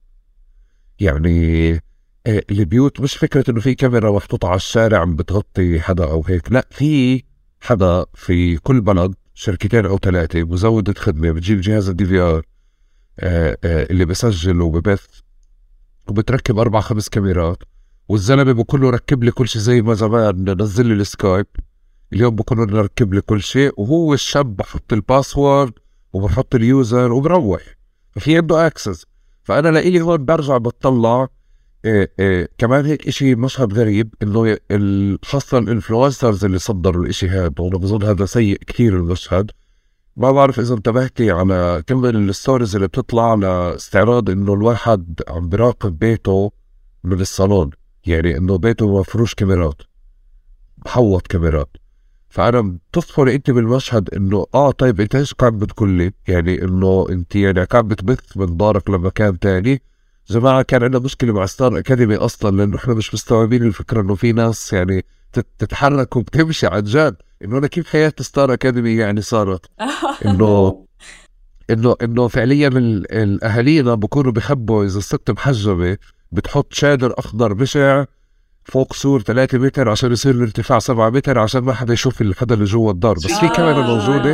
يعني البيوت مش فكرة إنه في كاميرا محطوطة على الشارع عم بتغطي حدا أو هيك، لا، في حدا في كل بلد شركتين أو ثلاثة مزودة خدمة بتجيب جهاز الدي في آر اللي بسجل وببث وبتركب أربع خمس كاميرات، والزلمة بكله ركب لي كل شيء زي ما زمان نزل لي السكايب، اليوم بكله نركب لي كل شيء، وهو الشاب بحط الباسورد وبحط اليوزر وبروح، ففي عنده اكسس. فانا لإلي هون برجع بتطلع إيه إيه كمان هيك اشي مشهد غريب، انه خاصة الانفلونسرز اللي صدروا الاشي هذا، وانا بظن هذا سيء كثير المشهد. ما بعرف اذا انتبهتي على كمان الستوريز اللي بتطلع على استعراض انه الواحد عم براقب بيته من الصالون، يعني انه بيته مفروش كاميرات، محوط كاميرات. فأنا بتصفر أنت بالمشهد إنه آه طيب أنت إيش كان بتقول لي؟ يعني إنه أنت يعني كان بتبث من دارك لمكان تاني. جماعة كان عندنا مشكلة مع ستار أكاديمي أصلا، لأنه إحنا مش مستوعبين الفكرة إنه في ناس يعني تتحرك وبتمشي عن جد. إنه أنا كيف حياة ستار أكاديمي يعني صارت إنه إنه إنه فعليا الأهالينا بكونوا بخبوا إذا الست محجبة بتحط شادر أخضر بشع فوق سور ثلاثة متر عشان يصير الارتفاع سبعة متر عشان ما حدا يشوف الحدا اللي جوا الدار. بس في كاميرا موجودة،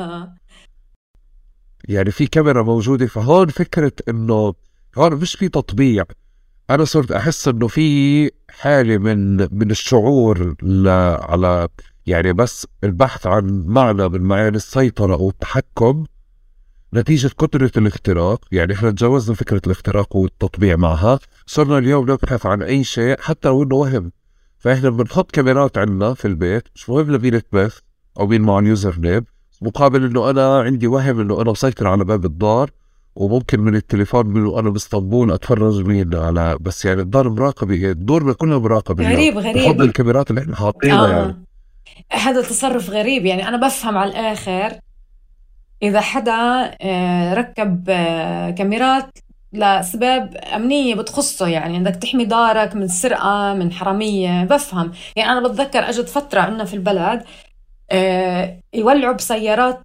يعني في كاميرا موجودة. فهون فكرة إنه هون مش في تطبيع. أنا صرت أحس إنه في حالة من من الشعور على يعني بس البحث عن معنى من معاني السيطرة أو التحكم نتيجة قدرة الاختراق. يعني إحنا تجاوزنا فكرة الاختراق والتطبيع معها، صرنا اليوم نبحث عن أي شيء حتى لو إنه وهم. فإحنا بنحط كاميرات عنا في البيت، مش مهم لمين تبث أو مين معه اليوزر نيم، مقابل إنه أنا عندي وهم إنه أنا مسيطر على باب الدار، وممكن من التليفون من أنا باسطنبول أتفرج مين على، بس يعني الدار مراقبة، دورنا كلها مراقبة. غريب غريب بحط الكاميرات اللي إحنا حاطينها. آه. يعني هذا تصرف غريب. يعني أنا بفهم على الآخر إذا حدا ركب كاميرات لأسباب أمنية بتخصه، يعني عندك تحمي دارك من سرقة من حرامية، بفهم. يعني أنا بتذكر أجد فترة عندنا في البلد يولعوا بسيارات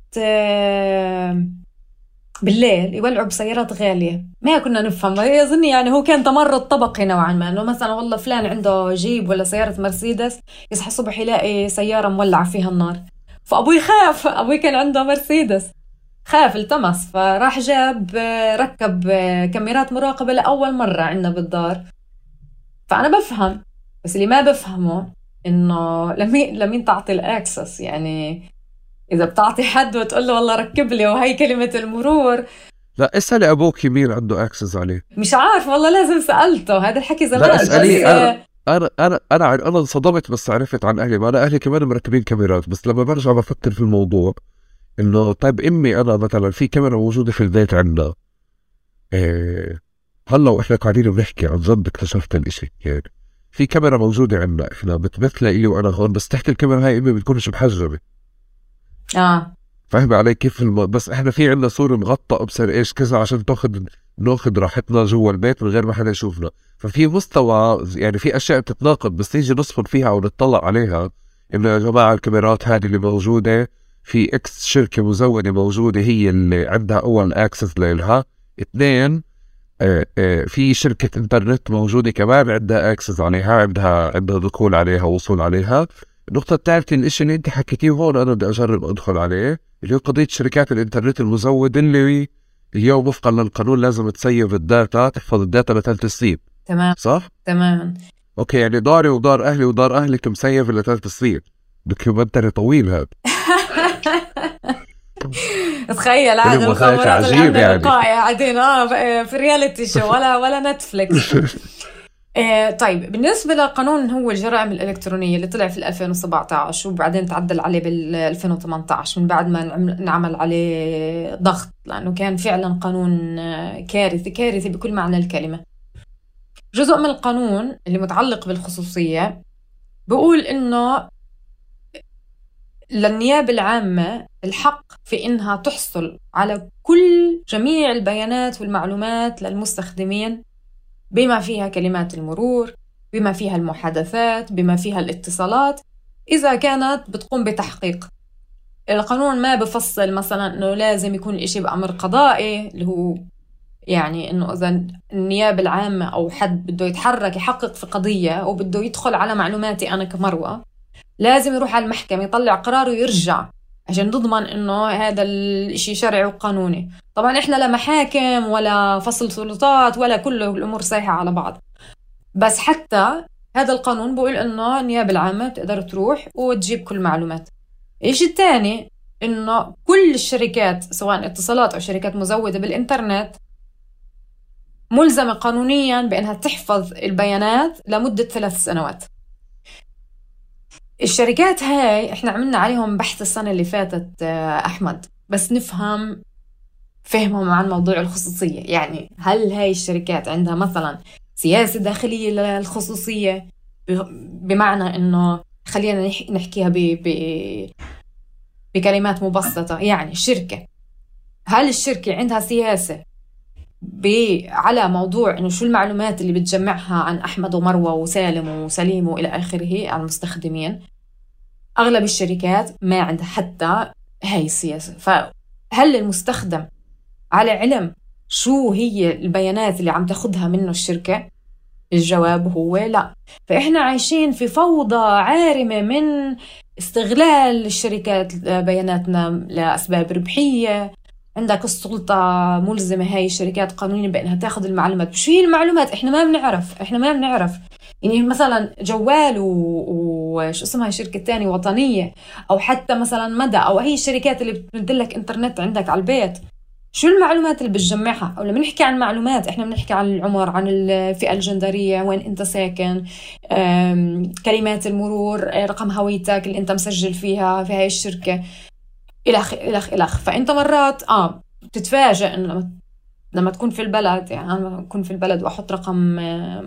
بالليل، يولعوا بسيارات غالية، ما كنا نفهم. يظن يعني هو كان تمرد طبقي نوعا ما، إنه مثلا والله فلان عنده جيب ولا سيارة مرسيدس، يصحى الصبح يلاقي سيارة مولعة فيها النار، فأبوي خاف. أبوي كان عنده مرسيدس، خاف التمس، فراح جاب ركب كاميرات مراقبة لأول مرة عندنا بالدار. فأنا بفهم، بس اللي ما بفهمه إنه لمين لمين تعطي الأكسس. يعني إذا بتعطي حد وتقول له والله ركب لي وهي كلمة المرور، لا اسألي أبوك مين عنده أكسس عليه. مش عارف والله، لازم سألته هذا الحكي زمان. لا اسألي. أنا أنا أنا أنا أنا انصدمت بس عرفت عن أهلي، ما أنا أهلي كمان مركبين كاميرات، بس لما برجع بفكر في الموضوع إنه طيب أمي أنا مثلا في كاميرا موجودة في البيت عندنا، إيه هلا وإحنا قاعدين بنحكي عن جد اكتشفت الإشي، يعني في كاميرا موجودة عندنا إحنا بتمثل لي وأنا هون، بس تحت الكاميرا هاي أمي بتكونش محجبة. آه فاهم علي كيف الم... بس إحنا في عندنا صورة مغطى بصير إيش كذا عشان تاخد ناخد راحتنا جوا البيت من غير ما حدا يشوفنا. ففي مستوى يعني في أشياء بتتناقض، بس نيجي نصفن فيها أو نطلع عليها إنه يا جماعة الكاميرات هذه اللي موجودة في إكس شركة مزودة موجودة هي اللي عندها أول أكسس لها. اثنين آه آه في شركة إنترنت موجودة كمان عندها أكسس عليها، عندها عندها دخول عليها ووصول عليها. النقطة الثالثة الإشي اللي أنت حكيتيه هون أنا بدي أجرب أدخل عليه، اللي هو قضية شركات الإنترنت المزودة اللي اليوم وفقا للقانون لازم تسيب الداتا، تحفظ الداتا لثلاث سنين. تمام صح؟ تماما. أوكي يعني داري ودار أهلي ودار أهلك مسيب لثلاث سنين، دوكيومنتري طويل هذا. تخيل عاد المخابرات عجيب يعني قاعدين اه في رياليتي شو ولا ولا نتفليكس. آه طيب بالنسبة لقانون هو الجرائم الإلكترونية اللي طلع في ألفين وسبعة عشر وبعدين تعدل عليه بال ألفين وثمانية عشر من بعد ما نعمل عليه ضغط، لأنه كان فعلا قانون كارثي كارثي بكل معنى الكلمة. جزء من القانون اللي متعلق بالخصوصية بقول إنه للنيابة العامة الحق في إنها تحصل على كل جميع البيانات والمعلومات للمستخدمين، بما فيها كلمات المرور، بما فيها المحادثات، بما فيها الاتصالات، إذا كانت بتقوم بتحقيق. القانون ما بفصل مثلا إنه لازم يكون الإشي بأمر قضائي، اللي هو يعني إنه إذا النيابة العامة أو حد بده يتحرك يحقق في قضية وبده يدخل على معلوماتي أنا كمروة لازم يروح على المحكمة يطلع قرار ويرجع عشان نضمن إنه هذا الإشي شرعي وقانوني. طبعا إحنا لا محاكم ولا فصل سلطات ولا كل الأمور سايحة على بعض، بس حتى هذا القانون بقول إنه النيابة العامة تقدر تروح وتجيب كل معلومات. الإشي الثاني إنه كل الشركات سواء اتصالات أو شركات مزودة بالإنترنت ملزمة قانونيا بأنها تحفظ البيانات لمدة ثلاث سنوات. الشركات هاي احنا عملنا عليهم بحث السنة اللي فاتت أحمد، بس نفهم فهمهم عن موضوع الخصوصية. يعني هل هاي الشركات عندها مثلا سياسة داخلية للخصوصية، بمعنى انه خلينا نحكيها ب... ب... بكلمات مبسطة، يعني الشركة هل الشركة عندها سياسة ب... على موضوع انه شو المعلومات اللي بتجمعها عن أحمد ومروة وسالم وسليم وإلى آخره عن المستخدمين؟ أغلب الشركات ما عندها حتى هاي السياسة. فهل المستخدم على علم شو هي البيانات اللي عم تاخدها منه الشركة؟ الجواب هو لا. فإحنا عايشين في فوضى عارمة من استغلال الشركات بياناتنا لأسباب ربحية. عندك السلطة ملزمة هاي الشركات قانونيا بأنها تاخد المعلومات. شو هي المعلومات؟ إحنا ما بنعرف إحنا ما بنعرف يعني مثلا جوال وش اسمها شركة تانية وطنية، أو حتى مثلا مدى، أو هي الشركات اللي بتدلك إنترنت عندك على البيت، شو المعلومات اللي بتجمعها؟ أو لما نحكي عن معلومات إحنا بنحكي عن العمر، عن الفئة الجندرية، وين أنت ساكن، كلمات المرور، رقم هويتك اللي أنت مسجل فيها في هاي الشركة، إلخ إلخ إلخ. فأنت مرات آه بتتفاجأ إنه لما لما تكون في البلد، يعني أنا أكون في البلد وأحط رقم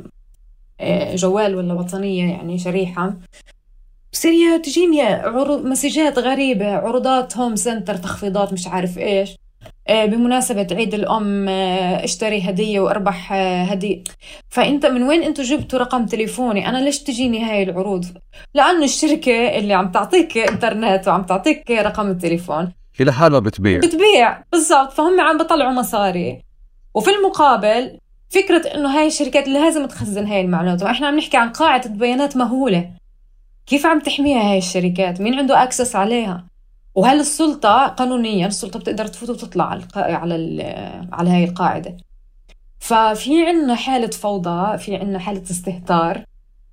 جوال ولا وطنية يعني شريحة، بصير تجيني عروض مسجات غريبة، عروضات هوم سنتر، تخفيضات، مش عارف إيش، بمناسبة عيد الأم اشتري هدية وأربح هدية. فأنت من وين أنتوا جبتوا رقم تليفوني؟ أنا ليش تجيني هاي العروض؟ لأنه الشركة اللي عم تعطيك إنترنت وعم تعطيك رقم التليفون هي لحالها بتبيع بتبيع بالضبط. فهم عم بطلعوا مصاري، وفي المقابل فكرة إنه هاي الشركات اللي لازم تخزن هاي المعلومات. وإحنا عم نحكي عن قاعدة بيانات مهولة، كيف عم تحميها هاي الشركات؟ مين عنده أكسس عليها؟ وهل السلطة قانونيا السلطة بتقدر تفوت وتطلع على على على هاي القاعدة؟ ففي عنا حالة فوضى، في عنا حالة استهتار.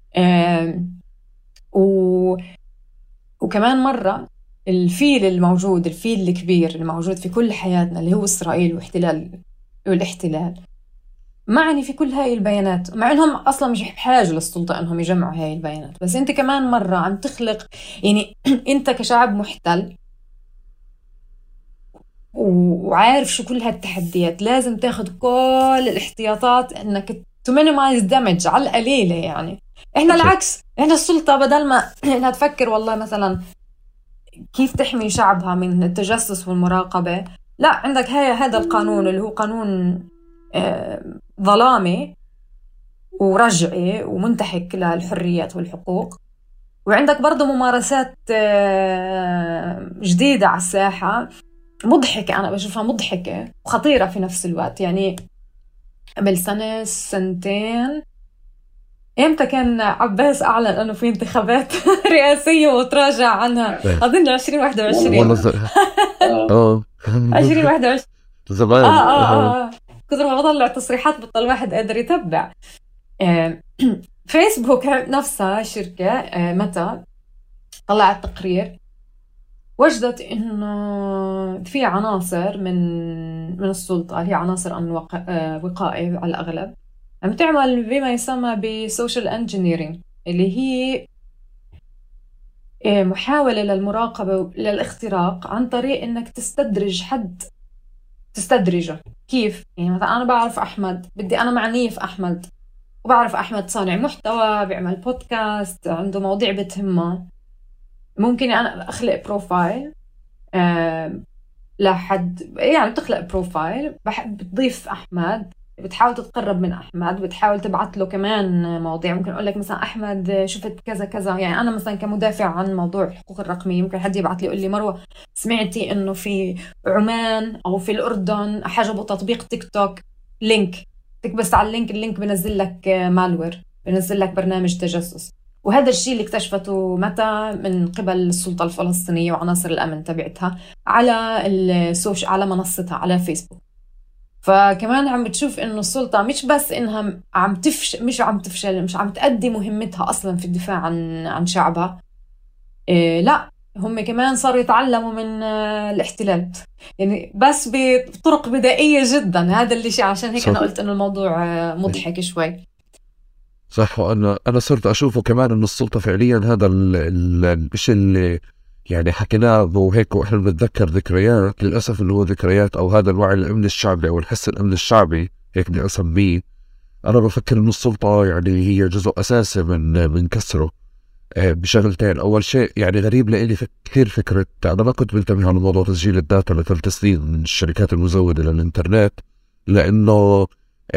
و... وكمان مرة الفيل الموجود، الفيل الكبير الموجود في كل حياتنا اللي هو إسرائيل واحتلال والاحتلال. معني في كل هاي البيانات، مع انهم اصلا مش بحاجه للسلطه انهم يجمعوا هاي البيانات، بس انت كمان مره عم تخلق يعني انت كشعب محتل وعارف شو كل هالتحديات، لازم تاخد كل الاحتياطات انك to minimize damage على القليله. يعني احنا العكس، احنا السلطه بدل ما انها تفكر والله مثلا كيف تحمي شعبها من التجسس والمراقبه، لا، عندك هاي هذا القانون اللي هو قانون آه ظلامي ورجعي ومنتهك للحريات والحقوق، وعندك برضو ممارسات آه جديدة على الساحة مضحكة، أنا بشوفها مضحكة وخطيرة في نفس الوقت. يعني قبل سنة سنتين إمتى كان عباس أعلن أنه في انتخابات رئاسية وتراجع عنها؟ أظن عشرين واحد وعشرين اه عشرين واحد وعشرين زمان. آه آه آه كثر ما بطلع تصريحات بطل واحد قادر يتبع. آه فيسبوك نفسها شركة آه متى طلعت تقرير وجدت إنه في عناصر من من السلطة، هي عناصر أمن وقائي على الأغلب، عم تعمل بما يسمى بسوشيال انجينيرينج، اللي هي محاولة للمراقبة للاختراق عن طريق إنك تستدرج حد، تستدرجه. كيف؟ يعني مثلا أنا بعرف أحمد، بدي أنا معنيه في أحمد، وبعرف أحمد صانع محتوى، بيعمل بودكاست، عنده مواضيع بتهمه، ممكن أنا أخلق بروفايل أه لحد، يعني بتخلق بروفايل بتضيف أحمد، بتحاول تتقرب من أحمد، بتحاول تبعت له كمان مواضيع. ممكن أقول لك مثلا أحمد شفت كذا كذا، يعني أنا مثلا كمدافع عن موضوع الحقوق الرقمية ممكن حد يبعت لي يقول لي مروة سمعتي إنه في عمان أو في الأردن حجبوا تطبيق تيك توك، لينك تكبس على اللينك، اللينك بنزل لك مالوير، بنزل لك برنامج تجسس. وهذا الشيء اللي اكتشفته متى من قبل السلطة الفلسطينية وعناصر الأمن تبعتها على السوشيال، على منصتها على فيسبوك. فكمان عم بتشوف إنه السلطة مش بس إنها عم تفشل، مش عم تفشل، مش عم تأدي مهمتها أصلا في الدفاع عن عن شعبها، إيه لا، هم كمان صاروا يتعلموا من الاحتلال، يعني بس بطرق بدائية جدا. هذا اللي شيء عشان هيك أنا قلت إنه الموضوع مضحك شوي. صح. وأنا أنا صرت أشوفه كمان إنه السلطة فعليا هذا الشيء اللي يعني حكيناه وهيك، وإحنا بنتذكر ذكريات للأسف اللي هو ذكريات أو هذا الوعي الأمن الشعبي أو الحس الأمن الشعبي هيك بدي أسميه. أنا بفكر إنه السلطة يعني هي جزء أساسي من من كسره بشغلتين. أول شيء يعني غريب لإلي كثير فكرة، أنا ما كنت بنتبه على موضوع تسجيل الداتا لثلاث سنين من الشركات المزودة للإنترنت، لأنه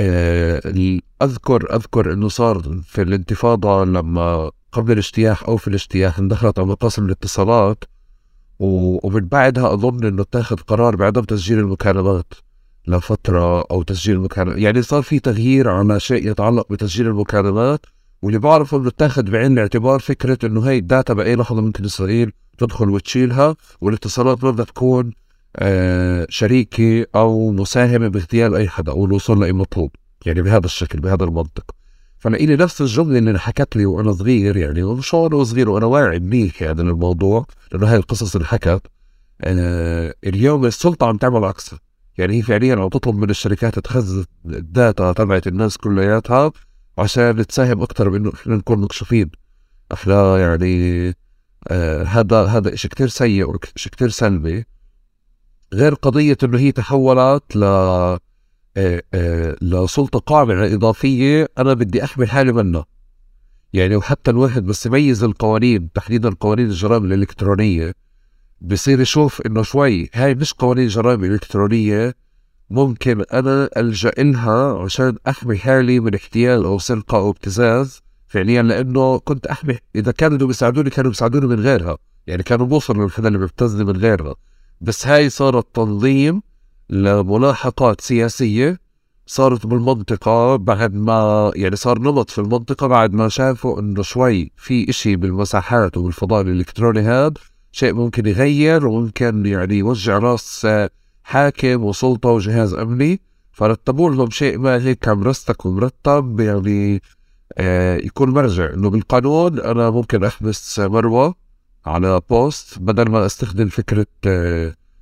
أذكر أذكر إنه صار في الانتفاضة لما قبل الاجتياح أو في الاجتياح اندخلت على مقاصم الاتصالات، ومن بعدها أظن إنه اتاخذ قرار بعدم تسجيل المكالمات لفترة أو تسجيل المكالمات، يعني صار في تغيير على شيء يتعلق بتسجيل المكالمات. واللي بعرفه إنه اتاخذ بعين الاعتبار فكرة إنه هاي الداتا بأي لحظة ممكن إسرائيل تدخل وتشيلها، والاتصالات ما بدها تكون آه شريكة أو مساهمة باغتيال أي حدا أو الوصول لأي مطلوب، يعني بهذا الشكل بهذا المنطق. فلقيني نفس الجملة اللي حكت لي وأنا صغير، يعني مش وأنا صغير وأنا واعي منيح يعني للموضوع، لأنه هاي القصص اللي حكت آه اليوم السلطة عم تعمل عكسها. يعني هي فعليا عم تطلب من الشركات تخزن الداتا تبعت الناس كلياتها عشان تساهم أكتر بإنه إحنا نكون مكشوفين. إحنا يعني آه هذا هذا إشي كتير سيء وإشي كتير سلبي، غير قضية إنه هي تحولت ل آه آه لسلطة قامعة إضافية أنا بدي أحمي حالي منها. يعني وحتى الواحد بس يميز القوانين، تحديدا قوانين الجرائم الإلكترونية، بصير يشوف إنه شوي هاي مش قوانين جرائم إلكترونية ممكن أنا ألجأ لها عشان أحمي حالي من احتيال أو سرقة أو ابتزاز فعليا، لأنه كنت أحمي إذا كانوا بيساعدوني كانوا بيساعدوني من غيرها، يعني كانوا بوصلوا للحدا اللي بيبتزني من غيرها. بس هاي صارت تنظيم لملاحقات سياسية صارت بالمنطقة بعد ما يعني صار نمط في المنطقة بعد ما شافوا إنه شوي في إشي بالمساحات وبالفضاء الإلكتروني هذا شيء ممكن يغير وممكن يعني يوجع راس حاكم وسلطة وجهاز أمني، فرتبوا لهم شيء ما هيك مرستك ومرتب، يعني آه يكون مرجع إنه بالقانون أنا ممكن أحبس مروة على بوست بدل ما أستخدم فكرة آه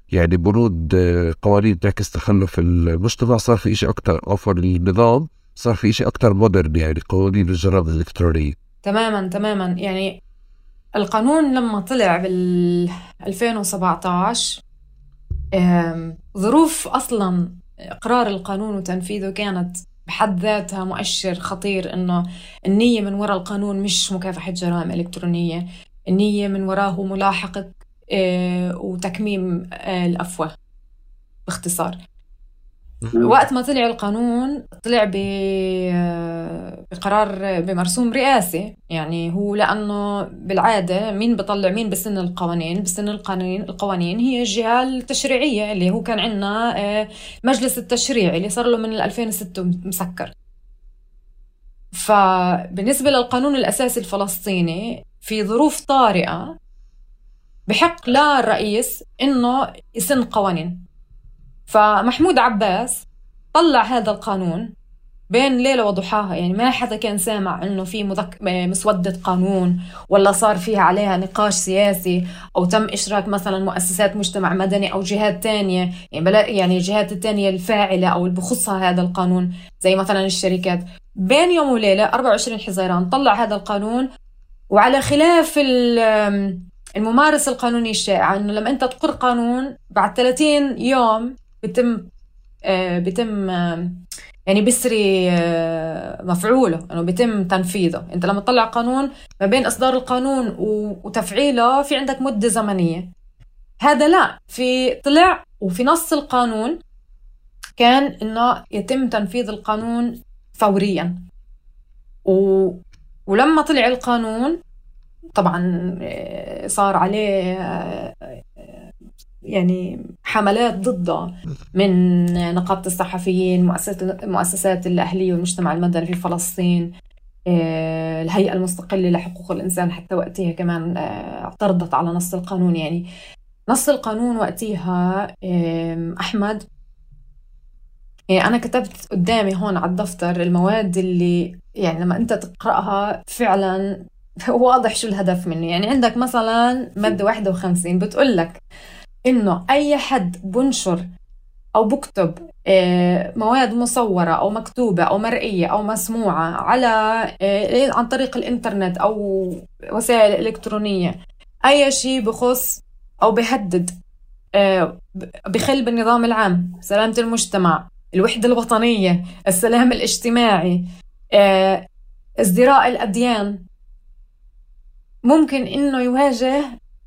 يعني بنود قوانين تعكس تخلف المجتمع، صار في إشي أكتر أوفر للنظام، صار في إشي أكتر مودرن، يعني قوانين الجرائم الإلكترونية. تماما تماما. يعني القانون لما طلع بال ألفين وسبعة عشر ظروف أصلا إقرار القانون وتنفيذه كانت بحد ذاتها مؤشر خطير، إنه النية من وراء القانون مش مكافحة جرائم إلكترونية، النية من وراه ملاحقة وتكميم الأفواه باختصار. وقت ما طلع القانون طلع بقرار بمرسوم رئاسي، يعني هو لأنه بالعادة مين بطلع مين بسن القوانين بسن القوانين القوانين هي الجهة التشريعية، اللي هو كان عندنا مجلس التشريع اللي صار له من ألفين وستة مسكر. فبالنسبة للقانون الأساسي الفلسطيني في ظروف طارئة بحق للرئيس إنه يسن قوانين. فمحمود عباس طلع هذا القانون بين ليلة وضحاها، يعني ما حدا كان سامع إنه في مذك... مسودة قانون ولا صار فيها عليها نقاش سياسي أو تم إشراك مثلا مؤسسات مجتمع مدني أو جهات تانية، يعني بلا يعني الجهات التانية الفاعلة أو اللي بخصها هذا القانون زي مثلا الشركات. بين يوم وليلة أربعة وعشرين حزيران طلع هذا القانون، وعلى خلاف الممارسة القانونية الشائعة إنه لما أنت تقر قانون بعد ثلاثين يوم بتم آه بتم آه يعني بيسري آه مفعوله، إنه بيتم تنفيذه. أنت لما تطلع قانون ما بين إصدار القانون وتفعيله في عندك مدة زمنية. هذا لا، في طلع وفي نص القانون كان إنه يتم تنفيذ القانون فوريا. و ولما طلع القانون طبعا صار عليه يعني حملات ضده من نقابة الصحفيين، مؤسسات المؤسسات الأهلية والمجتمع المدني في فلسطين، الهيئة المستقلة لحقوق الإنسان حتى وقتها كمان اعترضت على نص القانون. يعني نص القانون وقتها أحمد، يعني أنا كتبت قدامي هون على الدفتر المواد اللي يعني لما أنت تقرأها فعلا واضح شو الهدف منه. يعني عندك مثلا مادة واحد وخمسين بتقول لك إنه أي حد بنشر أو بكتب مواد مصورة أو مكتوبة أو مرئية أو مسموعة على عن طريق الإنترنت أو وسائل إلكترونية أي شيء بخص أو بيهدد بخل بالنظام العام، سلامة المجتمع، الوحدة الوطنية، السلام الاجتماعي، ازدراء الأديان، ممكن إنه يواجه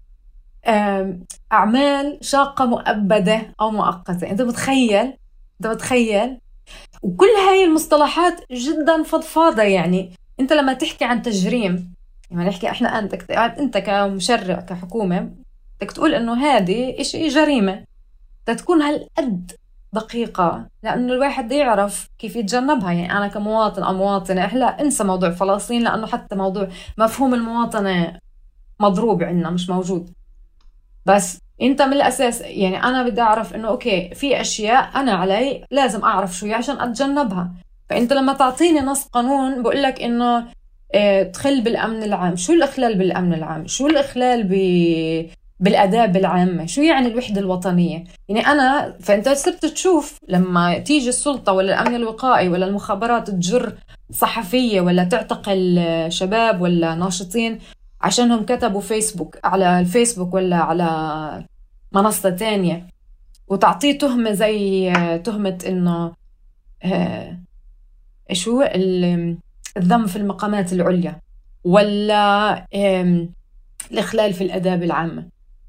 أعمال شاقة مؤبدة أو مؤقتة. أنت متخيل أنت متخيل وكل هاي المصطلحات جدا فضفاضة. يعني أنت لما تحكي عن تجريم، يعني نحكي إحنا أنت أنت كمشرع كحكومة بدك تقول إنه هذه إشي جريمة، تكون هالقد دقيقة لأنه الواحد يعرف كيف يتجنبها. يعني أنا كمواطن أو مواطنة إحنا انسى موضوع فلسطين، لأنه حتى موضوع مفهوم المواطنة مضروب عندنا مش موجود. بس انت من الاساس يعني انا بدي اعرف انه اوكي في اشياء انا علي لازم اعرف شو هي عشان اتجنبها. فانت لما تعطيني نص قانون بقول لك انه اه تخل بالامن العام، شو الاخلال بالامن العام؟ شو الاخلال ب بالاداب العامه؟ شو يعني الوحده الوطنيه؟ يعني انا فانت صرت تشوف لما تيجي السلطه ولا الامن الوقائي ولا المخابرات تجر صحفيه ولا تعتقل شباب ولا ناشطين عشانهم كتبوا فيسبوك على الفيسبوك ولا على منصة تانية، وتعطيه تهمة زي تهمة إنه آه شو الذم في المقامات العليا ولا آه الإخلال في الآداب العامة.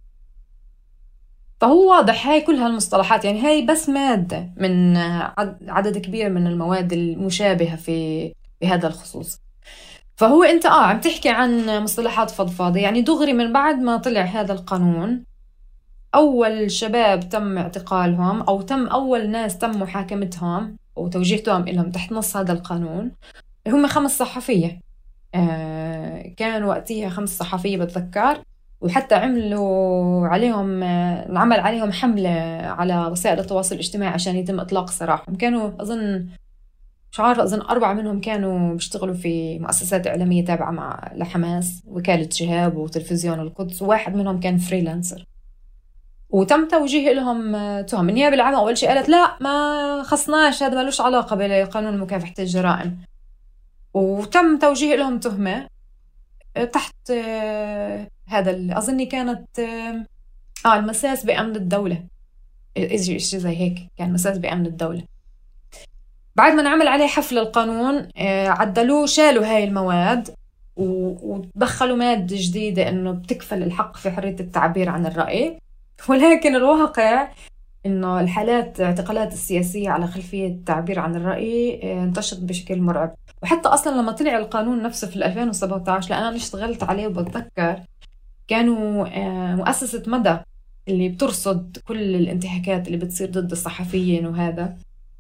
فهو واضح هاي كل هالمصطلحات، يعني هاي بس مادة من عدد كبير من المواد المشابهة في بهذا الخصوص. فهو أنت آه عم تحكي عن مصطلحات فضفاضة. يعني دغري من بعد ما طلع هذا القانون أول شباب تم اعتقالهم أو تم أول ناس تم محاكمتهم وتوجيهتهم إلهم تحت نص هذا القانون هم خمس صحفية. آه كان وقتها خمس صحفية بتذكر، وحتى عملوا عليهم آه عمل عليهم حملة على وسائل التواصل الاجتماعي عشان يتم إطلاق سراحهم. كانوا أظن مش عارفة أظن أربعة منهم كانوا بيشتغلوا في مؤسسات إعلامية تابعة مع لحماس، وكالة شهاب وتلفزيون القدس، وواحد منهم كان فريلانسر. وتم توجيه لهم تهم. النيابة العامة أول شيء قالت لا ما خصناش، هذا ملوش علاقة بقانون مكافحة الجرائم، وتم توجيه لهم تهمة تحت هذا اللي أظني كانت آه المساس بأمن الدولة، إيش زي هيك، كان مساس بأمن الدولة. بعد ما نعمل عليه حفل القانون عدلوه، شالوا هاي المواد ودخلوا مادة جديدة إنه بتكفل الحق في حرية التعبير عن الرأي. ولكن الواقع إنه الحالات اعتقالات السياسية على خلفية التعبير عن الرأي انتشرت بشكل مرعب. وحتى أصلا لما طلع القانون نفسه في ألفين وسبعة عشر، لأن أنا اشتغلت عليه وبتذكر كانوا مؤسسة مدى اللي بترصد كل الانتهاكات اللي بتصير ضد الصحفيين وهذا،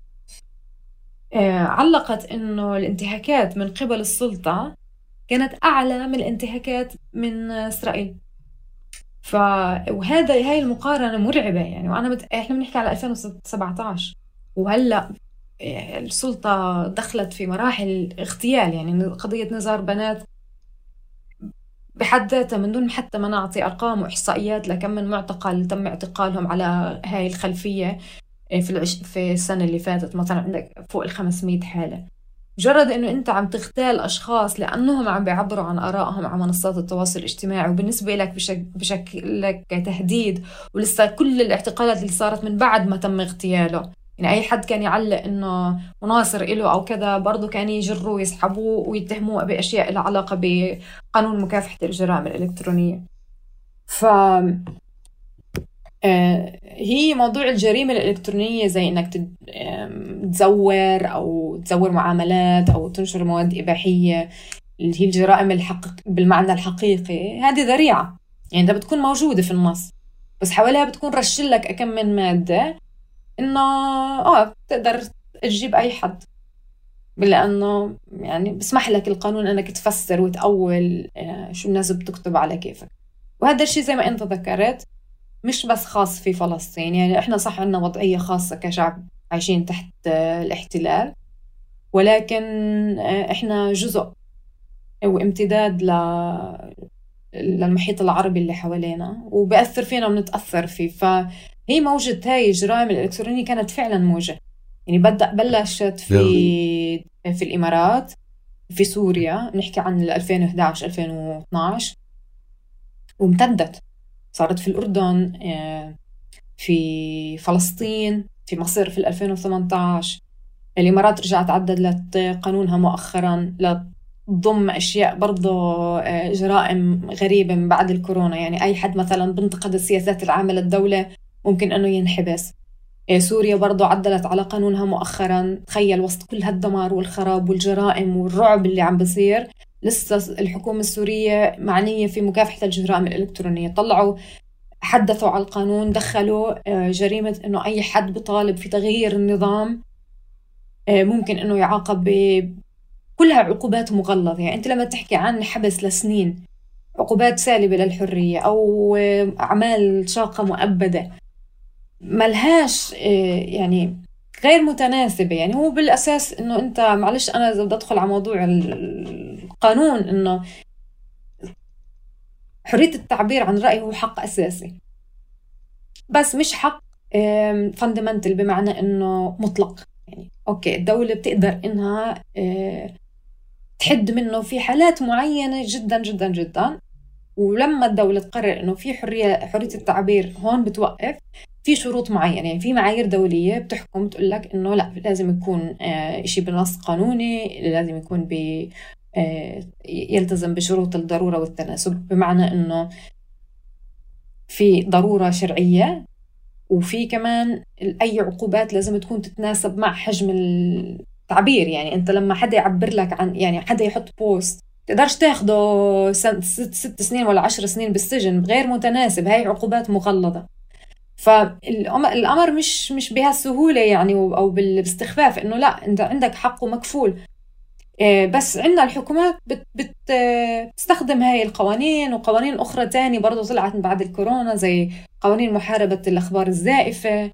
علقت إنه الانتهاكات من قبل السلطة كانت أعلى من الانتهاكات من إسرائيل. ف وهذا هاي المقارنة مرعبة يعني. وأنا بت... إحنا بنحكي على ألفين وسبعة عشر، وهلأ السلطة دخلت في مراحل اغتيال. يعني قضية نزار بنات بحد ذاتها من دون حتى ما نعطي أرقام وإحصائيات لكم من معتقل تم اعتقالهم على هاي الخلفية في العش... في السنة اللي فاتت مثلا عندك فوق الخمسمية حالة. مجرد إنه أنت عم تغتال أشخاص لأنهم عم بيعبروا عن آرائهم على منصات التواصل الاجتماعي، وبالنسبة لك بشك... بشكل لك تهديد. ولسه كل الاعتقالات اللي صارت من بعد ما تم اغتياله، يعني أي حد كان يعلق إنه مناصر إله أو كذا برضو كان يجروه ويسحبوه ويتهموه بأشياء لها علاقة بقانون مكافحة الجرائم الإلكترونية. ف آه هي موضوع الجريمة الإلكترونية زي إنك تزور أو تزور معاملات أو تنشر مواد إباحية اللي هي الجرائم الحقيق بالمعنى الحقيقي، هذه ذريعة. يعني أنت بتكون موجودة في النص بس حواليها بتكون رشلك أكم من مادة إنه آه تقدر تجيب أي حد، لأنه يعني بسمح لك القانون أنك تفسر وتأول آه شو الناس بتكتب على كيفك. وهذا الشيء زي ما أنت ذكرت مش بس خاص في فلسطين. يعني إحنا صح عنا وضعية خاصة كشعب عايشين تحت الاحتلال، ولكن إحنا جزء وامتداد للمحيط العربي اللي حوالينا وبأثر فينا ونتأثر فيه. فهي موجة هاي الجرائم الإلكترونية كانت فعلا موجة. يعني بدأ بلشت في في الإمارات، في سوريا نحكي عن ألفين وإحدى عشر ألفين واثناشر، وامتدت صارت في الأردن، في فلسطين، في مصر في ألفين وثمانية عشر. الإمارات رجعت عدلت قانونها مؤخرا لتضم أشياء برضو جرائم غريبة من بعد الكورونا. يعني أي حد مثلا بنتقد السياسات العامة للدولة ممكن أنه ينحبس. سوريا برضو عدلت على قانونها مؤخرا. تخيل وسط كل هالدمار والخراب والجرائم والرعب اللي عم بصير لسه الحكومة السورية معنية في مكافحة الجرائم الإلكترونية. طلعوا حدثوا على القانون، دخلوا جريمة إنه أي حد بطالب في تغيير النظام ممكن إنه يعاقب بكلها عقوبات مغلظة. يعني أنت لما تحكي عن حبس لسنين، عقوبات سالبة للحرية أو أعمال شاقة مؤبدة، ملهاش يعني غير متناسبة. يعني هو بالأساس إنه أنت معلش أنا إذا بدي أدخل على موضوع القانون، إنه حرية التعبير عن رأي هو حق أساسي بس مش حق فاندمنتال بمعنى إنه مطلق. يعني أوكي الدولة بتقدر إنها تحد منه في حالات معينة جدا جدا جدا، ولما الدولة تقرر إنه في حرية حرية التعبير هون بتوقف في شروط معينة. يعني في معايير دولية بتحكم تقولك إنه لا لازم يكون إشي بنص قانوني، لازم يكون ب يلتزم بشروط الضرورة والتناسب، بمعنى إنه في ضرورة شرعية وفي كمان أي عقوبات لازم تكون تتناسب مع حجم التعبير. يعني أنت لما حدا يعبر لك عن، يعني حدا يحط بوست تقدرش تاخده ست, ست سنين ولا عشر سنين بالسجن غير متناسب، هاي عقوبات مغلظة. فالأمر مش مش بهالسهولة يعني أو بالاستخفاف إنه لا أنت عندك حق ومكفول. بس عندنا الحكومات بت بت بتستخدم هاي القوانين وقوانين أخرى تاني برضو طلعت من بعد الكورونا زي قوانين محاربة الأخبار الزائفة.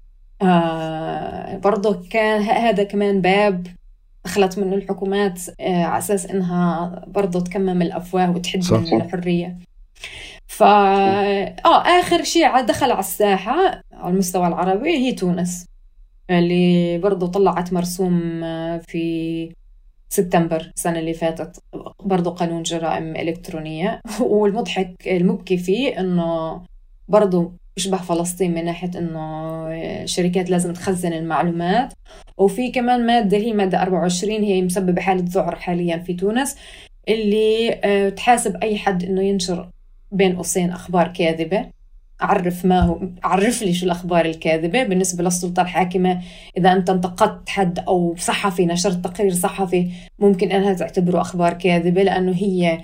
آه برضو كان هذا كمان باب دخلت منه الحكومات آه على أساس إنها برضو تكمم الأفواه وتحد من الحرية. فا اه اخر شيء دخل على الساحه على المستوى العربي هي تونس، اللي برضو طلعت مرسوم في سبتمبر السنة اللي فاتت برضو قانون جرائم إلكترونية. والمضحك المبكي فيه إنه برضو بيشبه فلسطين من ناحية إنه شركات لازم تخزن المعلومات، وفي كمان مادة هي مادة أربعة وعشرين هي مسببة حالة ذعر حاليا في تونس، اللي تحاسب أي حد إنه ينشر بين قوسين أخبار كاذبة. أعرف ما هو أعرف لي شو الأخبار الكاذبة بالنسبة للسلطة الحاكمة. إذا أنت انتقدت حد أو صحفي نشرت تقرير صحفي ممكن أنها تعتبره أخبار كاذبة، لأنه هي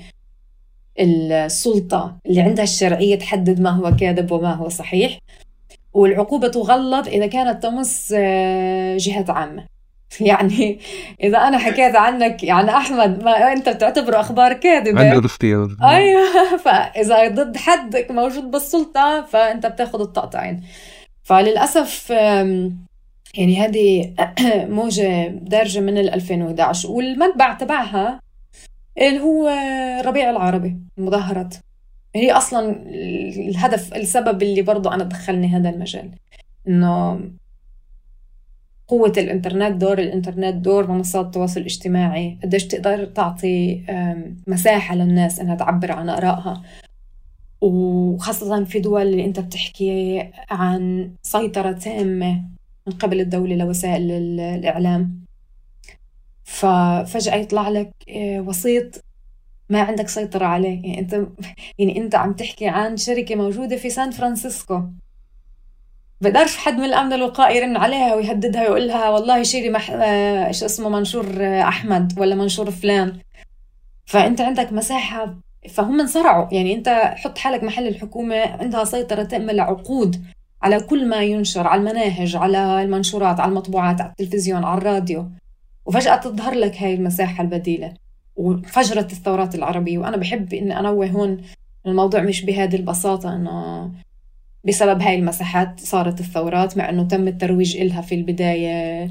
السلطة اللي عندها الشرعية تحدد ما هو كاذب وما هو صحيح. والعقوبة تغلظ إذا كانت تمس جهة عامة. يعني إذا أنا حكيت عنك يعني أحمد ما أنت بتعتبره أخبار كاذبة عنده الاختيار. أيوة، فإذا ضد حد موجود بالسلطة فأنت بتاخد التقطعين. فللأسف يعني هذه موجة دارجة من ألفين وإحدى عشر، والمتبع تبعها اللي هو الربيع العربي المظاهرات هي أصلا الهدف السبب اللي برضو أنا دخلني هذا المجال، إنه قوة الإنترنت، دور الإنترنت، دور منصات التواصل الاجتماعي، قديش تقدر تعطي مساحة للناس إنها تعبر عن آرائها، وخاصة في دول اللي أنت بتحكي عن سيطرة تامة من قبل الدولة لوسائل الإعلام. ففجأة يطلع لك وسيط ما عندك سيطرة عليه. يعني أنت يعني أنت عم تحكي عن شركة موجودة في سان فرانسيسكو، بقدرش حد من الأمن الوقائي يرن عليها ويهددها ويقول لها والله شيري مح... إيش اسمه منشور أحمد ولا منشور فلان. فأنت عندك مساحة، فهم انصرعوا. يعني أنت حط حالك محل الحكومة عندها سيطرة تامة لعقود على كل ما ينشر، على المناهج، على المنشورات، على المطبوعات، على التلفزيون، على الراديو، وفجأة تظهر لك هاي المساحة البديلة وفجرت الثورات العربية. وأنا بحب إن أنوه هون الموضوع مش بهذه البساطة إنه بسبب هاي المساحات صارت الثورات، مع أنه تم الترويج إلها في البداية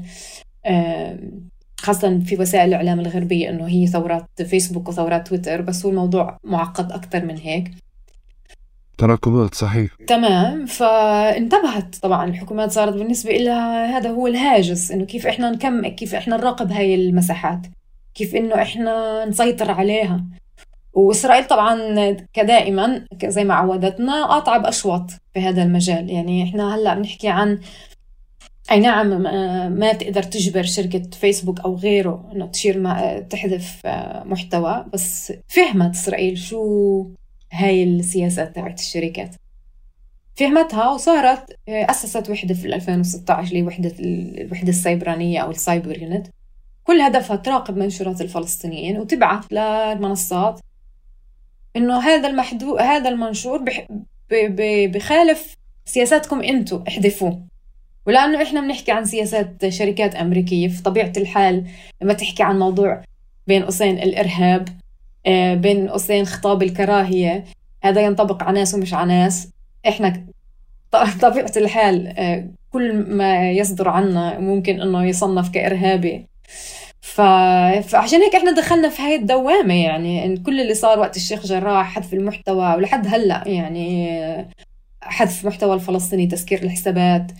خاصة في وسائل الإعلام الغربية أنه هي ثورات فيسبوك وثورات تويتر، بس هو الموضوع معقد أكتر من هيك. تراكمات صحيح. تمام. فانتبهت طبعا الحكومات، صارت بالنسبة لها هذا هو الهاجس، إنه كيف إحنا نكمل، كيف إحنا نراقب هاي المساحات، كيف إنه إحنا نسيطر عليها. وإسرائيل طبعا كدائما زي ما عودتنا قاطعة بأشواط في هذا المجال. يعني إحنا هلأ بنحكي عن أي نعم ما تقدر تجبر شركة فيسبوك أو غيره إنه تشير ما تحذف محتوى، بس فهمت إسرائيل شو هاي السياسات تبعت الشركات، فهمتها وصارت أسست وحدة في ألفين وستة عشر اللي وحدة الوحدة السيبرانية أو السايبر يونت، كل هدفها تراقب منشورات الفلسطينيين وتبعث للمنصات إنه هذا المحدو هذا المنشور بح... ب... ب... بخالف سياساتكم أنتوا احذفوه. ولأنه إحنا بنحكي عن سياسات شركات أمريكية، في طبيعة الحال لما تحكي عن موضوع بين قوسين الإرهاب، بين قوسين خطاب الكراهية، هذا ينطبق على ناس ومش على ناس. إحنا طبيعة الحال كل ما يصدر عنا ممكن إنه يصنف كإرهابي. ف... فعشان هيك إحنا دخلنا في هاي الدوامة. يعني إن كل اللي صار وقت الشيخ جراح حذف المحتوى، ولحد هلأ يعني حذف محتوى الفلسطيني، تسكير الحسابات،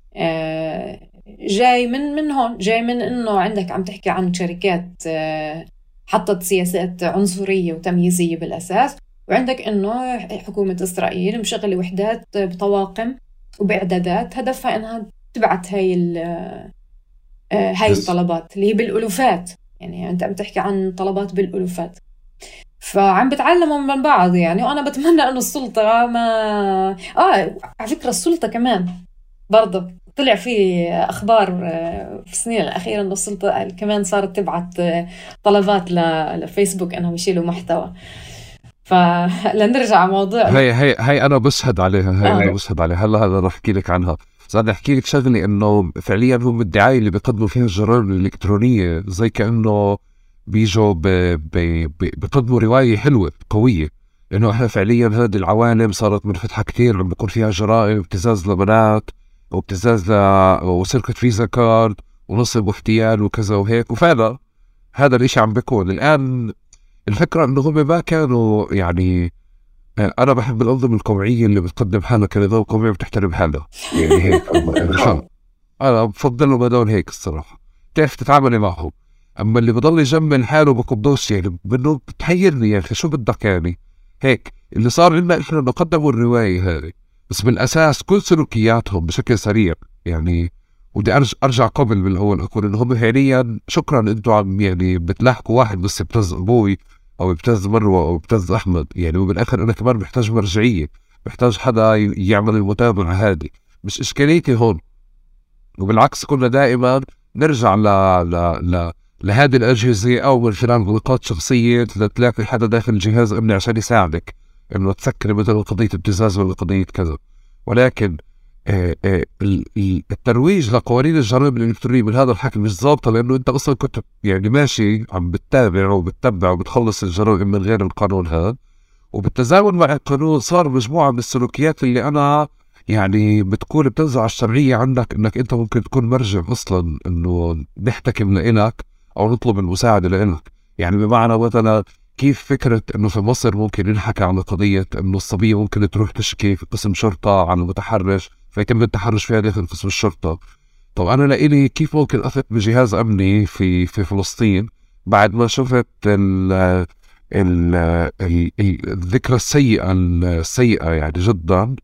جاي من من هون، جاي من إنه عندك عم تحكي عن شركات حطت سياسات عنصرية وتمييزية بالأساس، وعندك إنه حكومة إسرائيل مشغلة وحدات بطواقم وبإعدادات هدفها إنها تبعت هاي هاي الطلبات اللي هي بالألوفات. يعني أنت عم تحكي عن طلبات بالألوفات، فعم بتعلموا من بعض. يعني وأنا بتمنى إنه السلطة ما آه على فكرة السلطة كمان برضه طلع في أخبار في السنين الأخيرة إنه السلطة كمان صارت تبعت طلبات لفيسبوك إنهم يشيلوا محتوى. فلنرجع موضوع هاي هاي هاي أنا بشهد عليها، هاي آه. أنا بشهد عليها. هلا هلا رح أحكي لك عنها. بس أنا أحكي لك شغلي إنه فعليا هم الدعاية اللي بيقدموا فيها الجرائم الإلكترونية زي كأنه بيجوا بيقدموا رواية حلوة قوية، إنه إحنا فعليا هذه العوالم صارت منفتحة كتير، لما بيكون فيها جرائم ابتزاز لبنات وابتزاز وسرقة فيزا كارد ونصب واحتيال وكذا وهيك. وفعلا هذا الاشي عم بيكون الآن. الفكرة انه هم ما كانوا يعني انا بحب الانظمه القمعيه اللي بتقدم حالها كنظام قمعي وبتحترم حالها، يعني هيك انا بفضله بدون هيك الصراحه، كيف تتعاملي معهم. اما اللي بضل يجمل حاله بقبضوش، يعني بدهم بتحيرني يا اخي، شو بدك يعني هيك. اللي صار لنا احنا انه قدموا الروايه هذه، بس بالاساس كل سلوكياتهم بشكل سريع يعني. ودي ارجع ارجع قبل بالاول اقول انه هم فعليا شكرا انتم عم يعني بتلاحقوا واحد بس ابتز ابوي او ابتز مروه او ابتز احمد، يعني وبالاخر انا كمان بحتاج مرجعيه، بحتاج حدا يعمل المتابعه هذه، مش اشكاليتي هون. وبالعكس كنا دائما نرجع ل ل ل لهذه الأجهزة أو من خلال نقاط شخصية تلاقي حدا داخل جهاز أمني عشان يساعدك إنه تسكر مثل قضية ابتزاز ولا قضية كذا. ولكن آه آه الترويج لقوانين الجرائم الإلكترونية من هذا الحكي مش ضابطة، لأنه أنت أصلا كنت يعني ماشي عم بتتابع وبتتبع وبتخلص الجرائم من غير القانون هذا، وبالتزامن مع القانون صار مجموعة من السلوكيات اللي أنا يعني بتكون بتنزع الشرعية عندك، انك انت ممكن تكون مرجع اصلا انه نحتكم لإلك او نطلب المساعدة لإلك. يعني بمعنى مثلا كيف فكرة انه في مصر ممكن ينحكى عن قضية انه الصبية ممكن تروح تشكي في قسم شرطة عن المتحرش فيتم التحرش فيها داخل قسم الشرطة. طب انا لإلي كيف ممكن اثق بجهاز امني في في فلسطين بعد ما شفت ال ال الذكرى السيئة السيئة يعني جدا،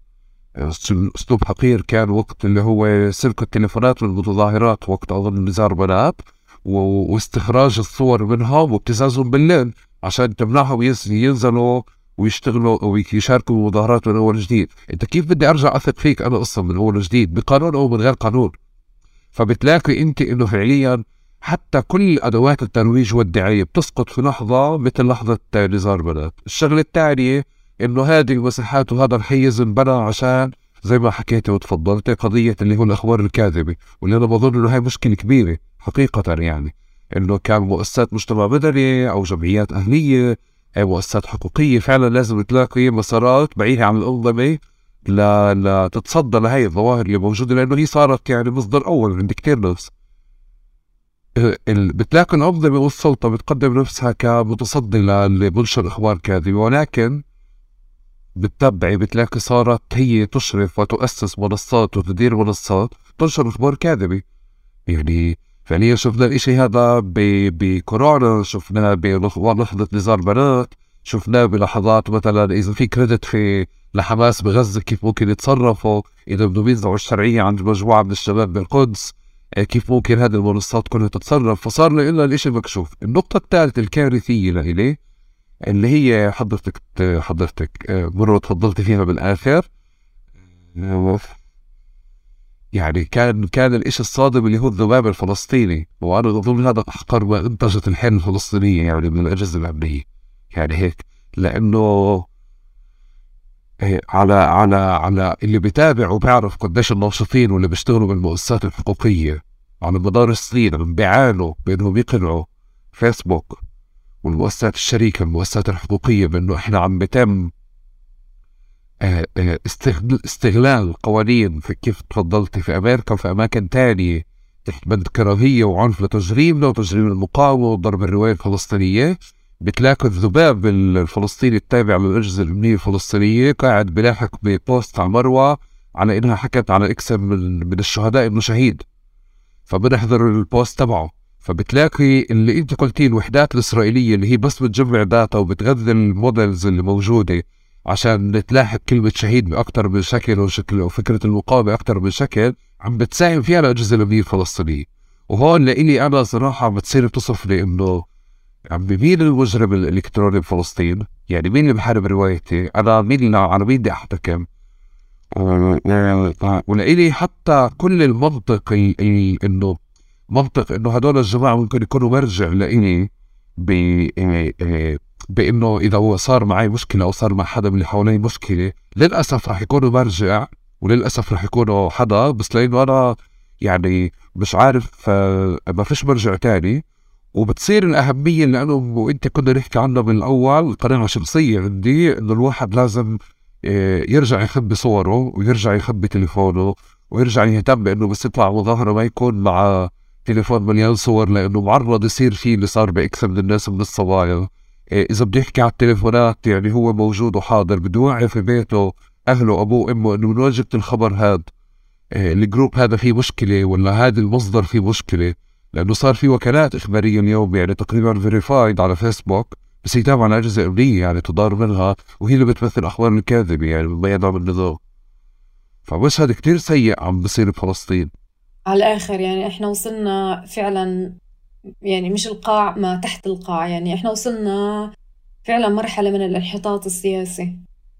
اسلوب حقير كان وقت اللي هو سرقة التليفونات من المتظاهرات وقت اظن نزار بنات واستخراج الصور منهم وابتزازهم بالليل عشان تمنعهم ينزلوا ويشتغلوا ويشاركوا بالمظاهرات من اول جديد. انت كيف بدي ارجع اثق فيك انا اصلا من اول جديد بقانون او من غير قانون؟ فبتلاقي انت انه فعليا حتى كل ادوات الترويج والدعايه بتسقط في لحظه مثل لحظه نزار بنات. الشغله الثانيه انه هذه المساحات وهذا الحيز انبنى عشان زي ما حكيتي وتفضلتي قضيه اللي هو الاخبار الكاذبه، واللي انا بظن انه هاي مشكله كبيره حقيقه، يعني انه كان مؤسسات مجتمع مدني او جمعيات اهليه او مؤسسات حقوقيه فعلا لازم تلاقي مسارات بعيده عن الانظمه لا لا تتصدى لهي الظواهر اللي موجوده، لانه هي صارت يعني مصدر اول عند كثير ناس. بتلاقي الانظمه والسلطه بتقدم نفسها كمتصدي اللي بنشر اخبار كاذبه، ولكن بتتبعي بتلاقي صارت هي تشرف وتؤسس منصات وتدير منصات تنشر اخبار كاذبه. يعني فعليا شفنا الاشي هذا بكورونا، شفناه بلحظة نزار بنات، شفناه بلحظات مثلا اذا في كريدت في لحماس بغزة كيف ممكن يتصرفوا اذا بدهم ينزعوا الشرعية عند مجموعة من الشباب بالقدس، كيف ممكن هذه المنصات كلها تتصرف. فصار لنا الاشي مكشوف. النقطة الثالثة الكارثية لإلي اللي هي حضرتك حضرتك مرة تفضلت فيها بالآخر، يعني كان كان الإشي الصادم اللي هو الذباب الفلسطيني، وأنا أظن هذا أحقر ما أنتجت الحين الفلسطينية يعني من الأجهزة الأمنية، يعني هيك. لأنه على على على اللي بيتابع وبيعرف قديش الناشطين واللي بيشتغلوا بالمؤسسات الحقوقية على مدار السنين عم بيعانوا بأنهم يقنعوا فيسبوك والمؤسسات الشريكة المؤسسات الحقوقية بأنه إحنا عم بتم استغلال قوانين في كيف تفضلتي في أمريكا وفي أماكن تانية تحت بند كراهية وعنف لتجريمنا وتجريم المقاومة وضرب الرواية الفلسطينية. بتلاقي الذباب الفلسطيني التابع للأجهزة الأمنية الفلسطينية قاعد بلاحق ببوست على مروة على إنها حكت على إكس من, من الشهداء إنه شهيد، فبنحضر البوست تبعه. فبتلاقي اللي انت قلتيه الوحدات الإسرائيلية اللي هي بس بتجمع داتا وبتغذي المودلز اللي موجودة عشان تلاحق كلمة شهيد بأكتر من شكل وشكل وفكرة المقاومة أكتر من شكل عم بتساهم فيها الأجهزة الأمنية الفلسطينية. وهون لإلي أنا صراحة بتصير بتصف لي إنه عم مين المجرم الإلكتروني بفلسطين؟ يعني مين اللي بحارب روايتي؟ أنا مين اللي على مين بدي أحتكم؟ ولإلي حتى كل المنطق إنه منطق إنه هدول الجماعة ممكن يكونوا مرجع لإني ب بإنه إذا هو صار معي مشكلة أو صار مع حدا من اللي حوالي مشكلة للأسف رح يكونوا مرجع، وللأسف رح يكونوا حدا بس لأنه أنا يعني مش عارف ما فيش مرجع تاني. وبتصير الأهمية لأنه وإنت كنا نحكي عنه من الأول قناعة شخصية عندي إنه الواحد لازم يرجع يخبي صوره ويرجع يخبي تليفونه ويرجع يهتم بأنه بس يطلع مظاهرة ما يكون مع تليفون مليان صور، لأنه معرض يصير فيه اللي صار بإكس من الناس من الصبايا إذا بدي أحكي على التليفونات يعني هو موجود وحاضر، بده يوعي في بيته أهله أبوه أمه إنه من وجهة الخبر هذا الجروب هذا فيه مشكلة ولا هذا المصدر فيه مشكلة، لأنه صار في وكالات إخبارية اليوم يعني تقريبا فيريفايد على فيسبوك، بس هي تابعة لأجهزة أمنية يعني تدار منها، وهي اللي بتمثل أخبار الكاذبة يعني ما يدعم النظام. فمشهد كتير سيء عم بصير بفلسطين على الآخر. يعني إحنا وصلنا فعلا، يعني مش القاع ما تحت القاع، يعني إحنا وصلنا فعلا مرحلة من الانحطاط السياسي.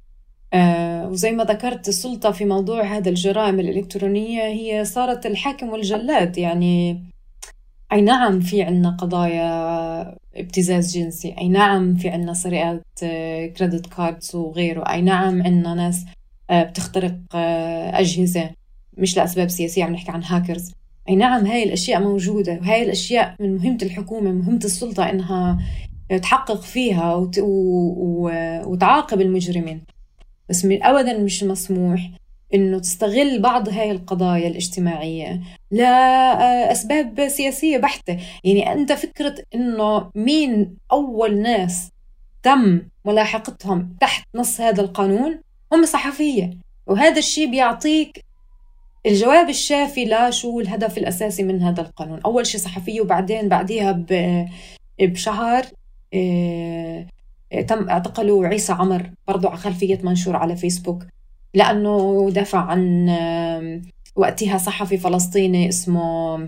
آه وزي ما ذكرت السلطة في موضوع هذا الجرائم الإلكترونية هي صارت الحاكم والجلاد. يعني أي نعم في عنا قضايا ابتزاز جنسي، أي نعم في عنا سرقات كريدت كاردز وغيره، أي نعم عنا ناس بتخترق أجهزة مش لأسباب سياسية، عم نحكي عن هاكرز. أي نعم هاي الأشياء موجودة، وهاي الأشياء من مهمة الحكومة مهمة السلطة إنها تحقق فيها وت... و... وتعاقب المجرمين. بس من أبدا مش مسموح إنه تستغل بعض هاي القضايا الاجتماعية لأسباب سياسية بحتة. يعني أنت فكرة إنه مين أول ناس تم ملاحقتهم تحت نص هذا القانون هم صحفية، وهذا الشيء بيعطيك الجواب الشافي لا شو الهدف الأساسي من هذا القانون. أول شيء صحفية، وبعدين بعديها بشهر اه تم اعتقلوا عيسى عمر برضو على خلفية منشور على فيسبوك، لأنه دافع عن وقتها صحفي فلسطيني اسمه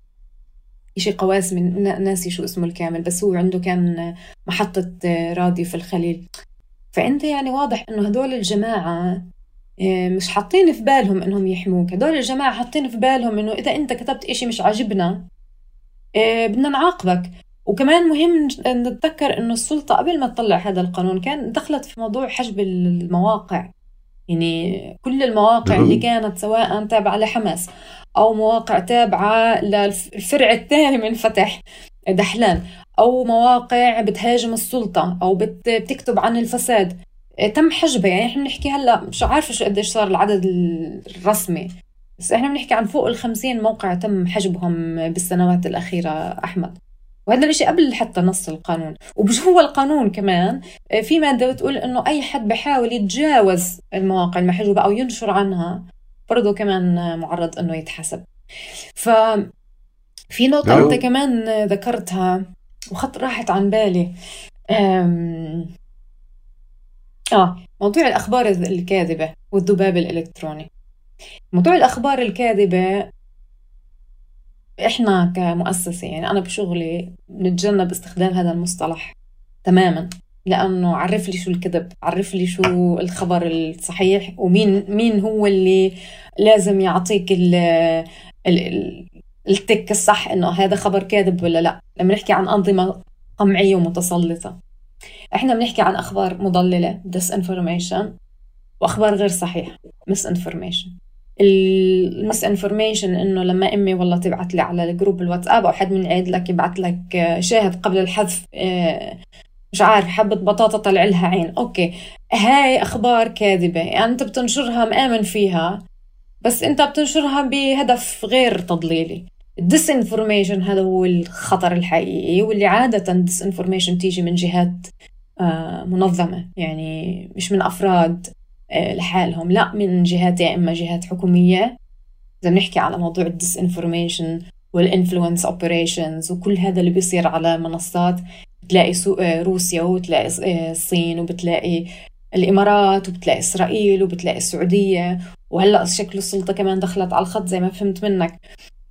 إشي قواسمي، ناسي شو اسمه الكامل، بس هو عنده كان محطة راديو في الخليل. فأنت يعني واضح إنه هدول الجماعة مش حاطين في بالهم إنهم يحموك، هدول الجماعة حاطين في بالهم إنه إذا أنت كتبت إشي مش عاجبنا بدنا نعاقبك. وكمان مهم نتذكر إنه السلطة قبل ما تطلع هذا القانون كان دخلت في موضوع حجب المواقع. يعني كل المواقع اللي كانت سواء تابعة لحماس أو مواقع تابعة للفرع الثاني من فتح دحلان، أو مواقع بتهاجم السلطة أو بتكتب عن الفساد، تم حجبها. يعني إحنا بنحكي هلأ مش عارفة شو قديش صار العدد الرسمي، بس إحنا بنحكي عن فوق الخمسين موقع تم حجبهم بالسنوات الأخيرة أحمد. وهذا الشيء قبل حتى نص القانون. وبجوا القانون كمان في مادة بتقول إنه أي حد بحاول يتجاوز المواقع المحجوبة أو ينشر عنها برضو كمان معرض إنه يتحاسب. ففي نقطة أنت كمان ذكرتها وخط راحت عن بالي، أم... آه موضوع الأخبار الكاذبة والذباب الإلكتروني. موضوع الأخبار الكاذبة إحنا كمؤسسة، يعني أنا بشغلي نتجنب استخدام هذا المصطلح تماماً، لأنه عرف لي شو الكذب، عرف لي شو الخبر الصحيح، ومين مين هو اللي لازم يعطيك ال ال التك الصح إنه هذا خبر كاذب ولا لا. لما نحكي عن أنظمة قمعية ومتسلطة، إحنا بنحكي عن أخبار مضللة disinformation وأخبار غير صحيحة misinformation. المس انفورميشن انه لما امي والله تبعت لي على الجروب الواتساب او حد من عيد لك يبعت لك شاهد قبل الحذف مش عارف حبة بطاطا طلع لها عين، اوكي هاي اخبار كاذبة، يعني انت بتنشرها مآمن فيها بس انت بتنشرها بهدف غير تضليلي. الديس انفورميشن هذا هو الخطر الحقيقي، واللي عادة الديس انفورميشن تيجي من جهات منظمة، يعني مش من افراد لحالهم، لا من جهات يا إما جهات حكومية. إذا بنحكي على موضوع الديس انفورميشن والإنفلونس أوبريشنز وكل هذا اللي بيصير على منصات، بتلاقي روسيا وبتلاقي الصين وبتلاقي الإمارات وبتلاقي إسرائيل وبتلاقي السعودية، وهلأ شكل السلطة كمان دخلت على الخط زي ما فهمت منك.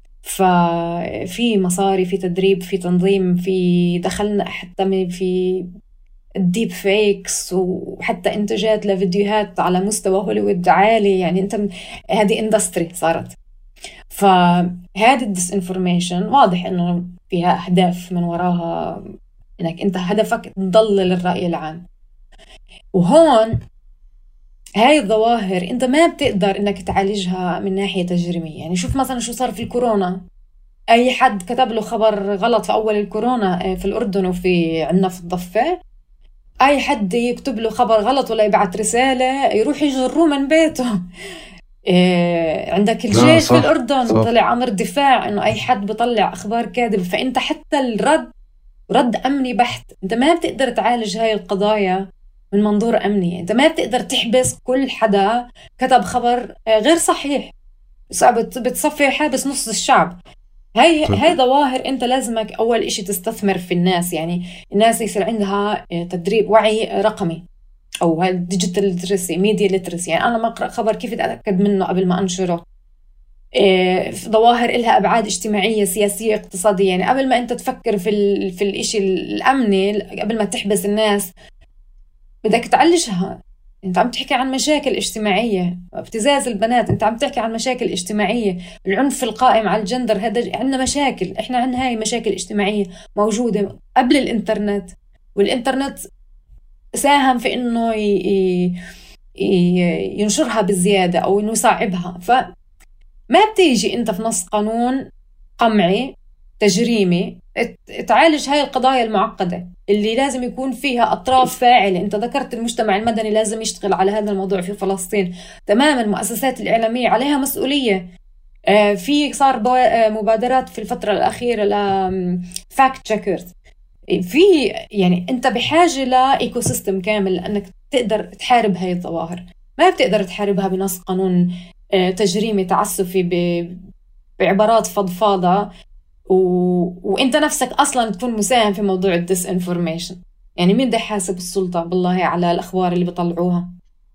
ففي مصاري، في تدريب، في تنظيم، في دخلنا حتى في الديب فيكس وحتى إنتاجات لفيديوهات على مستوى هوليوود عالي. يعني أنت هذه إندستري صارت. فهذه الديس انفورميشن واضح إنه فيها أهداف من وراها، إنك أنت هدفك تضلل الرأي العام. وهون هاي الظواهر أنت ما بتقدر إنك تعالجها من ناحية تجريمية. يعني شوف مثلا شو صار في الكورونا، أي حد كتب له خبر غلط في أول الكورونا في الأردن وفي عنا في الضفة، أي حد يكتب له خبر غلط ولا يبعت رسالة يروح يجروه من بيته. إيه عندك الجيش في الأردن صح. طلع أمر دفاع إنه أي حد بيطلع أخبار كاذبة، فأنت حتى الرد ورد أمني بحت. أنت ما بتقدر تعالج هاي القضايا من منظور أمني. أنت ما بتقدر تحبس كل حدا كتب خبر غير صحيح، بتصفي حابس نص الشعب. هاي هاي ظواهر انت لازمك اول اشي تستثمر في الناس، يعني الناس يصير عندها تدريب وعي رقمي او ديجيتال ليترسي، ميديا ليترسي. يعني انا ما اقرا خبر كيف اتاكد منه قبل ما انشره. ظواهر إلها ابعاد اجتماعيه سياسيه اقتصاديه، يعني قبل ما انت تفكر في ال... في الاشي الامني، قبل ما تحبس الناس بدك تعالجها. انت عم تحكي عن مشاكل اجتماعية، ابتزاز البنات، انت عم تحكي عن مشاكل اجتماعية، العنف القائم على الجندر، هذا عندنا مشاكل، احنا عندنا هاي مشاكل اجتماعية موجودة قبل الانترنت. والانترنت ساهم في انه ي... ي... ينشرها بزيادة او انه يصعبها. فما بتيجي انت في نص قانون قمعي تجريمي تعالج هاي القضايا المعقدة اللي لازم يكون فيها أطراف فاعلة. أنت ذكرت المجتمع المدني لازم يشتغل على هذا الموضوع في فلسطين تماما. المؤسسات الإعلامية عليها مسؤولية. في صار مبادرات في الفترة الأخيرة لفاكت تشيكرز. في يعني أنت بحاجة لإيكو سيستم كامل لأنك تقدر تحارب هاي الظواهر. ما بتقدر تحاربها بنص قانون تجريمي تعسفي بعبارات فضفاضة و... وانت نفسك اصلا تكون مساهم في موضوع الديس انفورميشن. يعني مين ده حاسب السلطة بالله على الاخبار اللي بيطلعوها؟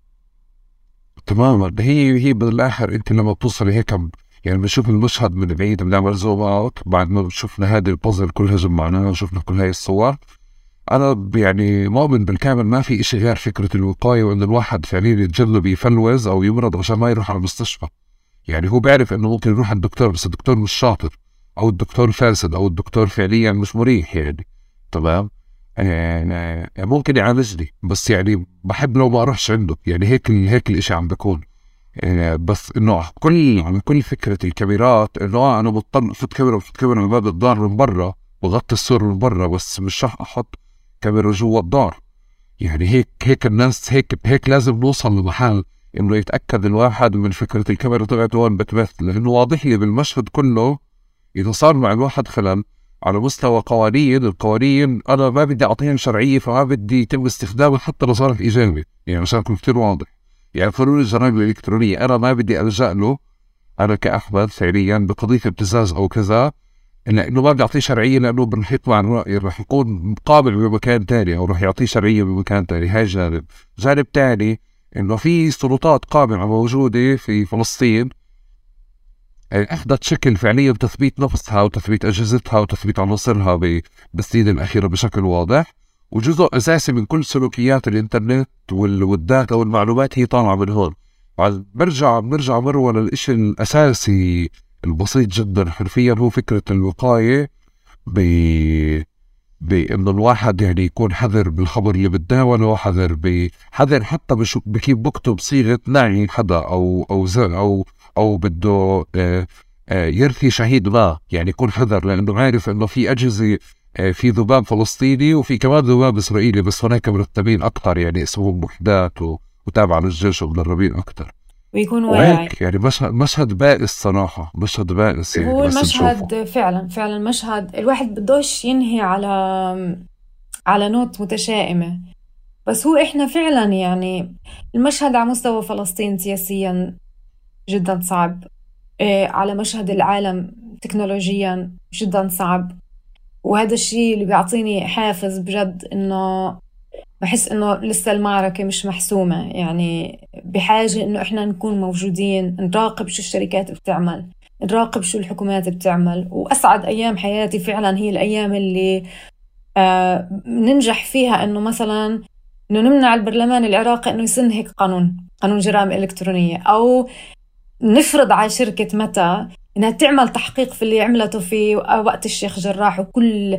تماما. هي هي بالاخر انت لما بتوصلي هيك يعني بنشوف المشهد من بعيد، بنعمل زوم اوت بعد ما شفنا هذه البازل كلها جمعناها وشفنا كل هاي الصور. انا يعني مؤمن بالكامل ما في اشي غير فكرة الوقاية، وان الواحد فعليا يتجنب يفلوز او يمرض عشان ما يروح على المستشفى. يعني هو بيعرف انه ممكن يروح عند الدكتور بس الدكتور مش شاطر، او الدكتور فاسد، او الدكتور فعليا مش مريح يعني. تمام. يعني ممكن يعالجني بس يعني بحب لو ما اروحش عنده. يعني هيك هيك الاشي عم بكون. يعني بس انه كل عم كل فكرة الكاميرات انه انا بضطر احط كاميرا بحط كاميرا من باب الدار من برا بغطي الصورة من برا، بس مش رح احط كاميرا جوا الدار. يعني هيك هيك الناس هيك هيك لازم نوصل لمحل انه يتاكد الواحد من فكره الكاميرا تبعته وين بتمثل، لانه واضح لي بالمشهد كله اذا صار مع الواحد خلل على مستوى قوانين. القوانين انا ما بدي اعطيهم شرعيه، فما بدي يتم استخدامها حتى لو صارت ايجابي. يعني عشان يكون كثير واضح، يعني قانون الجرائم الالكترونيه انا ما بدي الجا له انا كاحمد فعليا بقضيه ابتزاز او كذا، انه ما بيعطيه شرعيه لانه رح يطلع عن راي، رح يكون قابل بمكان تاني او رح يعطيه شرعيه بمكان تاني. هاي جانب. جانب تاني انه في سلطات قامعه موجوده في فلسطين احدث شكل فعليا بتثبيت نفسها وتثبيت اجهزتها وتثبيت عناصرها بالسنين الاخيره بشكل واضح، وجزء اساسي من كل سلوكيات الانترنت والداتا والمعلومات هي طالعه من هون. برجع بنرجع مره للإشي الاساسي البسيط جدا حرفيا، هو فكرة الوقاية ب بأنه الواحد يعني يكون حذر بالخبر اللي بتداوله، حذر بحذر حتى بشو بكيف بكتب صيغة ناعي حدا أو أو زر أو أو بده آآ آآ يرثي شهيد ما، يعني يكون حذر لأنه عارف إنه في أجهزة في ذباب فلسطيني وفي كمان ذباب إسرائيلي بس هناك مرتبين أكتر، يعني اسمهم وحدات وتابع للجيش ومدربين أكتر ويكون واعي. يعني مشهد مشهد بائس صراحة، مشهد بائس يعني. هو المشهد فعلا فعلا مشهد الواحد بدوش ينهي على على نوت متشائمة، بس هو إحنا فعلا يعني المشهد على مستوى فلسطين سياسيا جدا صعب، إيه على مشهد العالم تكنولوجيا جدا صعب. وهذا الشيء اللي بيعطيني حافز بجد إنه بحس إنه لسه المعركة مش محسومة. يعني بحاجة إنه إحنا نكون موجودين، نراقب شو الشركات بتعمل، نراقب شو الحكومات بتعمل. وأسعد أيام حياتي فعلا هي الأيام اللي آه ننجح فيها إنه مثلا إنه نمنع البرلمان العراقي إنه يسن هيك قانون قانون جرائم إلكترونية، أو نفرض على شركة متى إنها تعمل تحقيق في اللي عملته في وقت الشيخ جراح وكل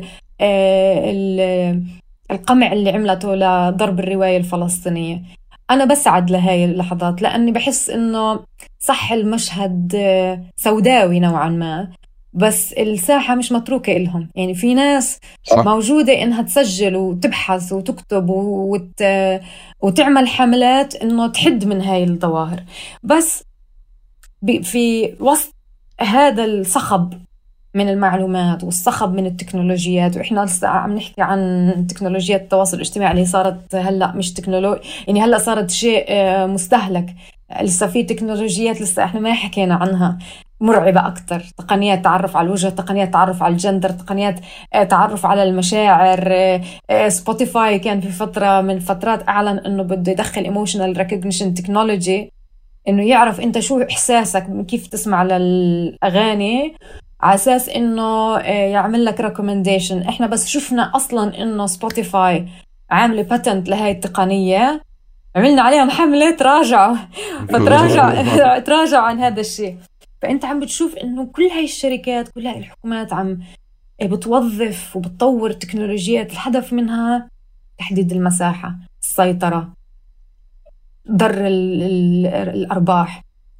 آه القمع اللي عملته لضرب الرواية الفلسطينية. أنا بسعد لهاي اللحظات لأني بحس إنه صح المشهد سوداوي نوعا ما، بس الساحة مش متروكة إلهم. يعني في ناس صح. موجودة إنها تسجل وتبحث وتكتب وت... وتعمل حملات إنه تحد من هاي الظواهر، بس ب... في وسط هذا الصخب من المعلومات والصخب من التكنولوجيات. وإحنا لسه عم نحكي عن تكنولوجيات التواصل الاجتماعي اللي صارت هلأ مش تكنولوجيا، يعني هلأ صارت شيء مستهلك. لسه في تكنولوجيات لسه إحنا ما حكينا عنها مرعبة أكتر، تقنيات تعرف على الوجه، تقنيات تعرف على الجندر، تقنيات تعرف على المشاعر. سبوتيفاي كان في فترة من فترات أعلن أنه بده يدخل emotional recognition technology، إنه يعرف أنت شو إحساسك من كيف تسمع للأغاني، على أساس إنه يعمل لك recommendation. إحنا بس شفنا أصلاً إنه سبوتيفاي عاملة باتنت لهاي التقنية، عملنا عليها محملة تراجعوا فتراجع تراجعوا عن هذا الشيء. فأنت عم بتشوف إنه كل هاي الشركات، كل هاي الحكومات عم بتوظف وبتطور تكنولوجيات، الهدف منها تحديد المساحة، السيطرة، ضر الأرباح.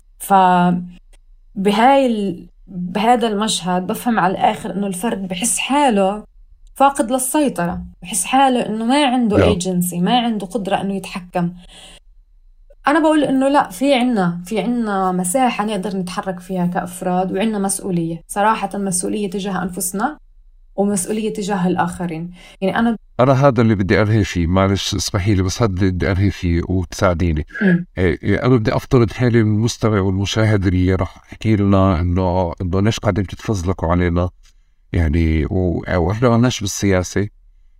فبهاي بهذا المشهد بفهم على الآخر إنه الفرد بحس حاله فاقد للسيطرة، بحس حاله إنه ما عنده ايجنسي، ما عنده قدرة إنه يتحكم. أنا بقول إنه لا، في عنا في عنا مساحة نقدر نتحرك فيها كأفراد، وعنا مسؤولية صراحة، مسؤولية تجاه أنفسنا ومسؤولية تجاه الآخرين. يعني أنا أنا هذا اللي بدي أنهي فيه، معلش اسمحي لي بس هذا اللي بدي أنهي فيه وتساعديني. إيه أنا بدي أفترض حالي المستمع والمشاهد اللي راح أحكي لنا إنه إنه ليش قاعدين تتفزلكوا علينا، يعني وإحنا مالناش بالسياسة،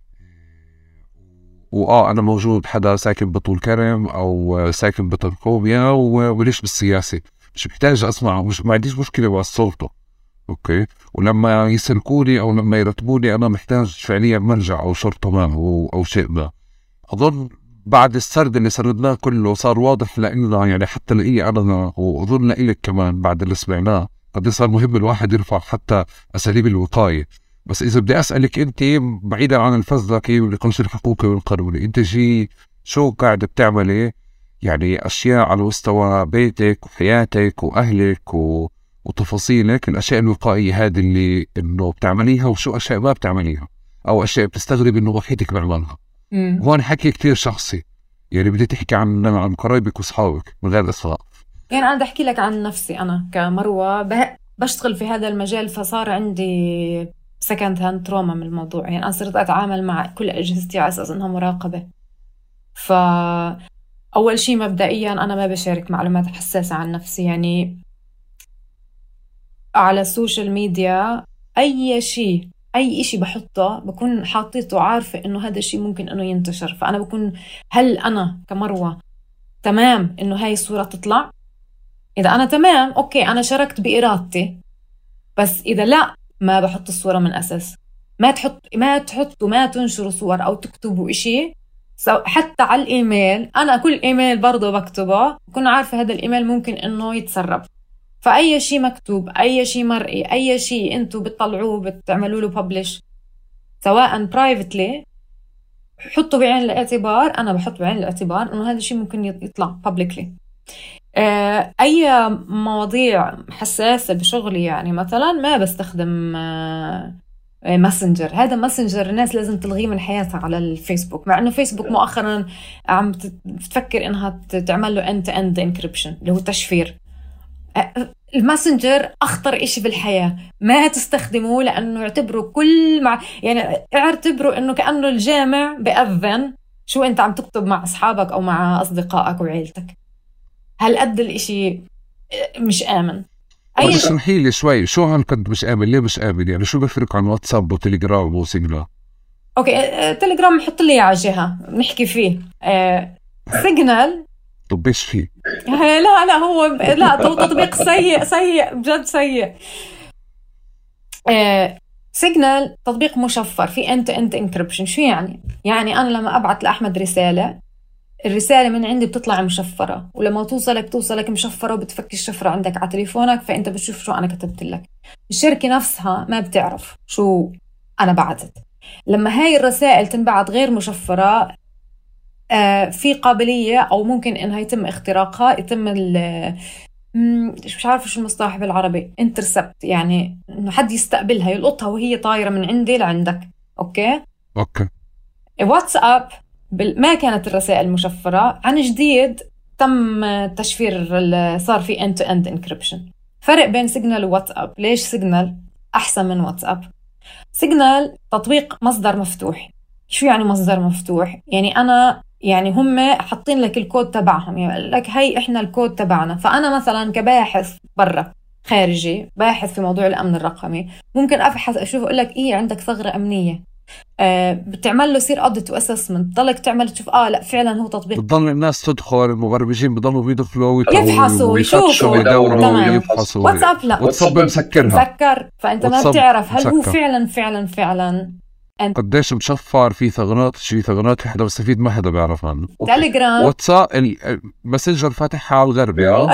وآه أنا موجود حدا ساكن بطول كرم أو ساكن بطنقوبيا وليش بالسياسة، مش محتاج أسمع، مش ما عنديش مشكلة مع السلطة، أوكي. ولما يسلكوني أو لما يرتبوني أنا محتاج فعليا مرجع أو شرطة ما أو, أو شيء ما. أظن بعد السرد اللي سردناه كله صار واضح لإلنا، يعني حتى لإلي أنا وأظن لإلك كمان بعد اللي سمعناه، قد صار مهم الواحد يرفع حتى أساليب الوقاية. بس إذا بدي أسألك أنت بعيدا عن الفزلكة والنقاش الحقوقي والقانوني، أنت جي شو قاعد بتعملي يعني أشياء على مستوى بيتك وحياتك وأهلك و... وتفاصيلك، الأشياء الوقائية هذه اللي إنه بتعمليها، وشو أشياء ما بتعمليها أو أشياء بتستغرب إنه وحيدك بعملها. وهون حكي كتير شخصي، يعني بدي تحكي عن عن قرايبك وأصحابك من غير إسراء. يعني أنا بدي أحكي لك عن نفسي. أنا كمروة به... بشتغل في هذا المجال، فصار عندي سكند هاند تروما من الموضوع. يعني أنا صرت أتعامل مع كل أجهزتي على أساس إنها مراقبة. فأول شيء مبدئيا أنا ما بشارك معلومات حساسة عن نفسي، يعني على السوشيال ميديا أي شيء أي شيء بحطه بكون حاطيته عارفة إنه هذا الشيء ممكن إنه ينتشر. فأنا بكون هل أنا كمروة تمام إنه هاي الصورة تطلع؟ إذا أنا تمام أوكي أنا شاركت بإرادتي، بس إذا لا ما بحط الصورة من أساس. ما تحط ما تحطوا ما تنشروا صور أو تكتبوا إشي حتى على الإيميل. أنا كل إيميل برضو بكتبه بكون عارفة هذا الإيميل ممكن إنه يتسرب. فأي شيء مكتوب، أي شيء مرئي، أي شيء أنتوا بتطلعوه بتعملوا له publish سواء privately، حطوا بعين الاعتبار، أنا بحط بعين الاعتبار إنه هذا الشيء ممكن يطلع publicly. أي مواضيع حساسة بشغلي، يعني مثلا ما بستخدم ماسنجر. هذا ماسنجر الناس لازم تلغيه من حياتها على الفيسبوك، مع إنه فيسبوك مؤخرا عم تفكر إنها تعمل له end to end encryption اللي هو تشفير. الماسنجر أخطر إشي في الحياة، ما تستخدموه لأنه يعتبروا كل مع يعني اعتبروا إنه كأنه الجامع بأذن شو أنت عم تكتب مع أصحابك أو مع أصدقائك وعيلتك. هل قد الإشي مش آمن. أي اسمحي لي شوي، شو عن قد مش آمن؟ ليه مش آمن؟ يعني شو بفرق عن واتساب وتليجرام وسيجنال؟ أوكي تليجرام نحط لي على جهة نحكي فيه. أه سيجنال طب ايش فيه؟ لا لا هو لا تطبيق سيء سيء بجد سيء. أه سيجنال تطبيق مشفر في end to end encryption. شو يعني؟ يعني أنا لما أبعت لأحمد رسالة، الرسالة من عندي بتطلع مشفرة، ولما توصلك توصلك مشفرة وبتفك الشفرة عندك على تليفونك، فأنت بتشوف شو أنا كتبت لك. الشركة نفسها ما بتعرف شو أنا بعتت. لما هاي الرسائل تنبعت غير مشفرة آه في قابلية أو ممكن إنها يتم اختراقها، يتم ال مش عارفة شو المصطلح بالعربي، انترسبت، يعني إنه حد يستقبلها يلقطها وهي طايرة من عندي لعندك. أوكي أوكي. واتساب ما كانت الرسائل مشفرة، عن جديد تم تشفير، صار في end to end encryption. فرق بين سيجنال وواتساب. ليش سيجنال أحسن من واتساب. سيجنال تطبيق مصدر مفتوح. شو يعني مصدر مفتوح؟ يعني أنا يعني هم حاطين لك الكود تبعهم، يعني لك هاي إحنا الكود تبعنا. فأنا مثلا كباحث برا خارجي باحث في موضوع الأمن الرقمي، ممكن أبحث أشوف أقول لك إيه عندك ثغرة أمنية، آه بتعمل له سير أوديت وأسسمنت، ضلك تعمل تشوف آه لا فعلا هو تطبيق. بتضل الناس تدخل، المبرمجين بضلوا بيدخلوا يفحصوا ويشوفوا ويدوروا ويفحصوا. واتسابب لا، واتساب مسكرها مسكر، فأنت ما بتعرف هل هو فعلا فعلا فعلا أنت قديش مشفر في ثغرات، شي ثغرات في حدا بستفيد ما حدا بيعرف عنه. تليجرام واتساب الماسنجر فاتحها على الغربي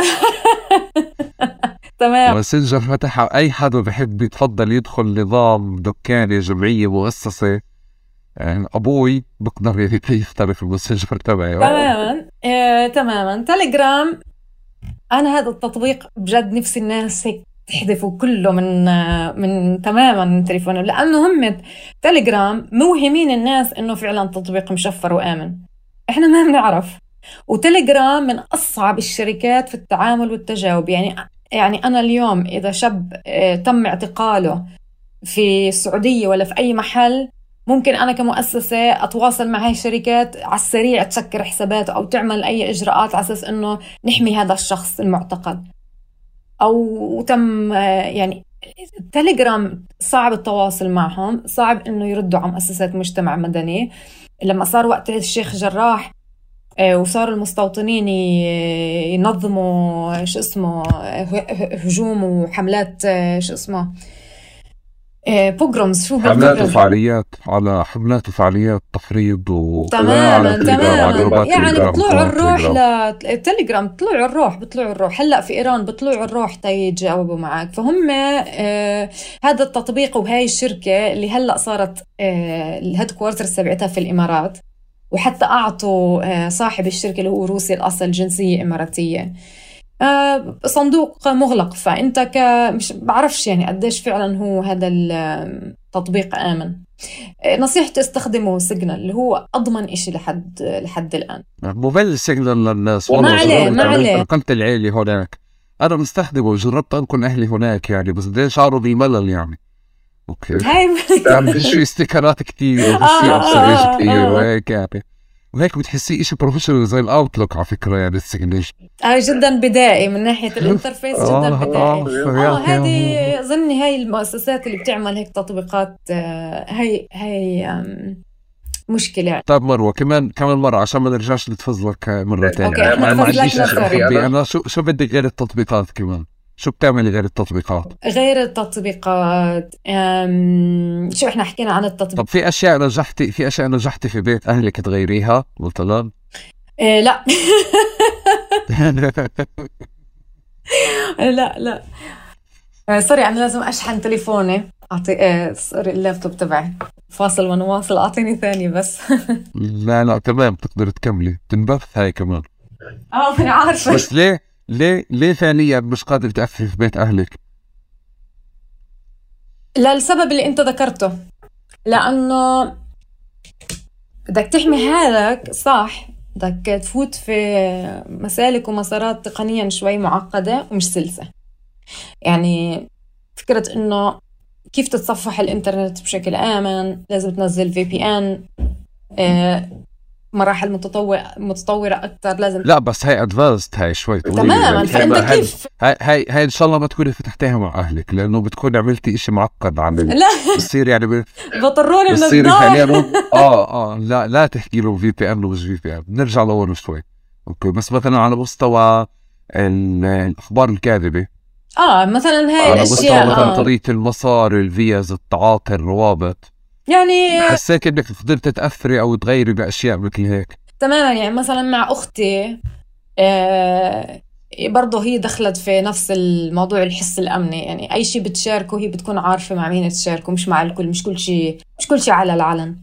تمام. ماسنجر فاتحها أي حدا بحب يتفضل يدخل نظام دكانة جمعية مؤسسة، يعني أبوي بقدر يختلف الماسنجر تبعي تماما. آه، تماما. تليجرام أنا هذا التطبيق بجد نفسي الناس هيك تحذفوا كله من من تماما من تليفونه، لأنه هم تليجرام موهمين الناس إنه فعلا تطبيق مشفر وآمن. إحنا ما بنعرف. وتليجرام من أصعب الشركات في التعامل والتجاوب. يعني يعني أنا اليوم إذا شاب تم اعتقاله في السعودية ولا في أي محل، ممكن أنا كمؤسسة أتواصل مع هاي الشركات على السريع تسكر حساباته أو تعمل أي إجراءات على أساس إنه نحمي هذا الشخص المعتقل. أو تم يعني تليجرام صعب التواصل معهم، صعب إنه يردوا على مؤسسات مجتمع مدني. لما صار وقت الشيخ جراح وصاروا المستوطنين ينظموا شو اسمه هجوم وحملات شو اسمه بوغرومز، شو حملات وفعاليات على حملات وفعاليات تفريض و تماما تماما. يعني بطلعوا الروح للتليجرام، بطلعوا الروح بطلعوا الروح هلا في ايران بطلعوا الروح تيجاوبوا معك. فهم آه هذا التطبيق وهاي الشركه اللي هلا صارت آه الهيد كوارتر تبعتها في الامارات، وحتى اعطوا آه صاحب الشركه اللي هو روسي الاصل جنسيه اماراتيه آه صندوق مغلق. فأنت ك مش بعرفش يعني قديش فعلا هو هذا التطبيق آمن. آه نصيحتي استخدموا سيجنال اللي هو أضمن إشي لحد لحد الآن. موبايل سيجنال للناس ما عليه ما عليه. قلت العيلة هناك أنا مستخدمه وجربت أنكن أهلي هناك يعني، بس ده شعره بملل يعني. أوكي يعني فيش في استيكرات كتير وفيش في أبصريش كتير وهيك يعني، وهيك بتحسيه إشي بروفيشنال زي الأوتلوك على فكرة يعني السيجنال آه جدا بدائي من ناحية الانترفيس جدا بدائي. آه هذه ظني هاي المؤسسات اللي بتعمل هيك تطبيقات آه هاي هاي مشكلة. طيب مروة كمان كمان مرة عشان ما نرجعش نتفزلك مرة تانية. أوكي ما عنديش أنا شو شو بدك غير التطبيقات كمان؟ شو بتعملي غير التطبيقات؟ غير التطبيقات شو احنا حكينا عن التطبيق. طب في اشياء نجحتي في اشياء نجحتي في بيت اهلك تغيريها مثلا؟ إيه لا لا لا آه سوري انا لازم اشحن تليفوني. اعطي آه سوري اللابتوب تبعي فاصل ونواصل، اعطيني ثاني بس. لا لا تمام تقدر تكملي تنبث هاي كمان. اه انا عارفه بس ليه ليه ليه ثانيا مش قادر تأثري في بيت أهلك؟ لا السبب اللي أنت ذكرته، لأنه بدك تحمي حالك صح، بدك تفوت في مسالك ومسارات تقنيا شوي معقدة ومش سلسة. يعني فكرة إنه كيف تتصفح الإنترنت بشكل آمن، لازم تنزل في بي إن آه مراحل متطورة متطورة أكتر لازم. لا بس هاي أدفانسد هاي شوي تماما. فأنت كيف هاي هاي هاي إن شاء الله ما تكوني فتحتيها مع أهلك، لأنه بتكون عملتي إشي معقد عن لا بصير يعني ب... بطروني من بصير فعليا آه آه لا لا تحكي له في بي إن ومش في بي إن. نرجع لورا شوي أوكي. بس مثلا على مستوى الأخبار الكاذبة آه مثلا هاي على الأشياء مستوى مثلا آه. طريقة المصاري الفيز التعاطي الروابط، يعني حسيت إنك قدرت تأثري أو تغيري بأشياء مثل هيك؟ تماما. يعني مثلا مع أختي آه برضه هي دخلت في نفس الموضوع الحس الأمني. يعني أي شيء بتشاركه هي بتكون عارفة مع مين تشاركه، مش مع الكل، مش كل شيء مش كل شيء على العلن.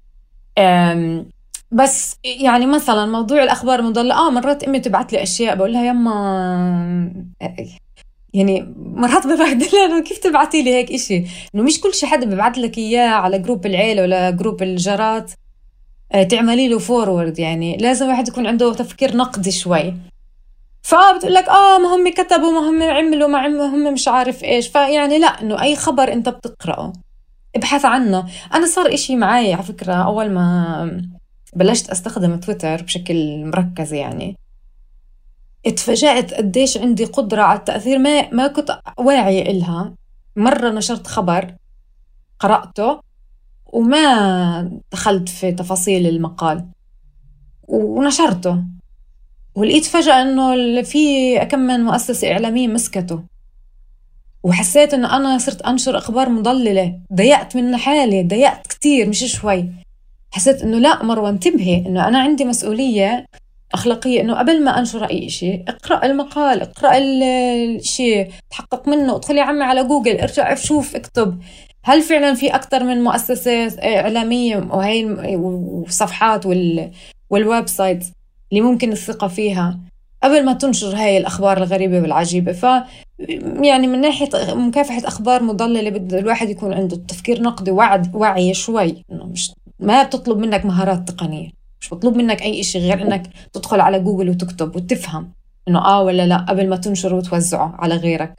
بس يعني مثلا موضوع الأخبار المضللة آه مرات أمي تبعت لي أشياء بقول لها يما يعني مرات ببهدلها انه كيف تبعتي لي هيك إشي، انه مش كل شيء حدا ببعث لك اياه على جروب العيله ولا جروب الجارات تعملي له فورورد. يعني لازم واحد يكون عنده تفكير نقدي شوي. فبتقول لك اه ما هم كتبوا ما هم عملوا ما عملوا هم مش عارف ايش. فيعني لا، انه اي خبر انت بتقرأه ابحث عنه. انا صار اشي معي على فكرة، اول ما بلشت استخدم تويتر بشكل مركز يعني اتفاجأت قديش عندي قدرة على التأثير ما ما كنت واعي إلها. مرة نشرت خبر قرأته وما دخلت في تفاصيل المقال ونشرته، ولقيت فجأة إنه في كم من مؤسسة إعلامية مسكته، وحسيت إنه أنا صرت أنشر أخبار مضللة. ضيقت من حالي، ضيقت كتير مش شوي. حسيت إنه لا مروة انتبهي، إنه أنا عندي مسؤولية أخلاقية، إنه قبل ما أنشر أي شيء اقرأ المقال، اقرأ الشيء، تحقق منه، ادخلي يا عمي على جوجل، ارجع شوف، اكتب هل فعلا في أكتر من مؤسسة إعلامية وهي وصفحات وال والويب سايت اللي ممكن الثقة فيها قبل ما تنشر هاي الأخبار الغريبة والعجيبة. ف يعني من ناحية مكافحة أخبار مضللة بده الواحد يكون عنده تفكير نقدي وعد وعي شوي، إنه مش ما بتطلب منك مهارات تقنية، مش بطلب منك أي إشي غير إنك تدخل على جوجل وتكتب وتفهم إنه آه ولا لا قبل ما تنشر وتوزعه على غيرك.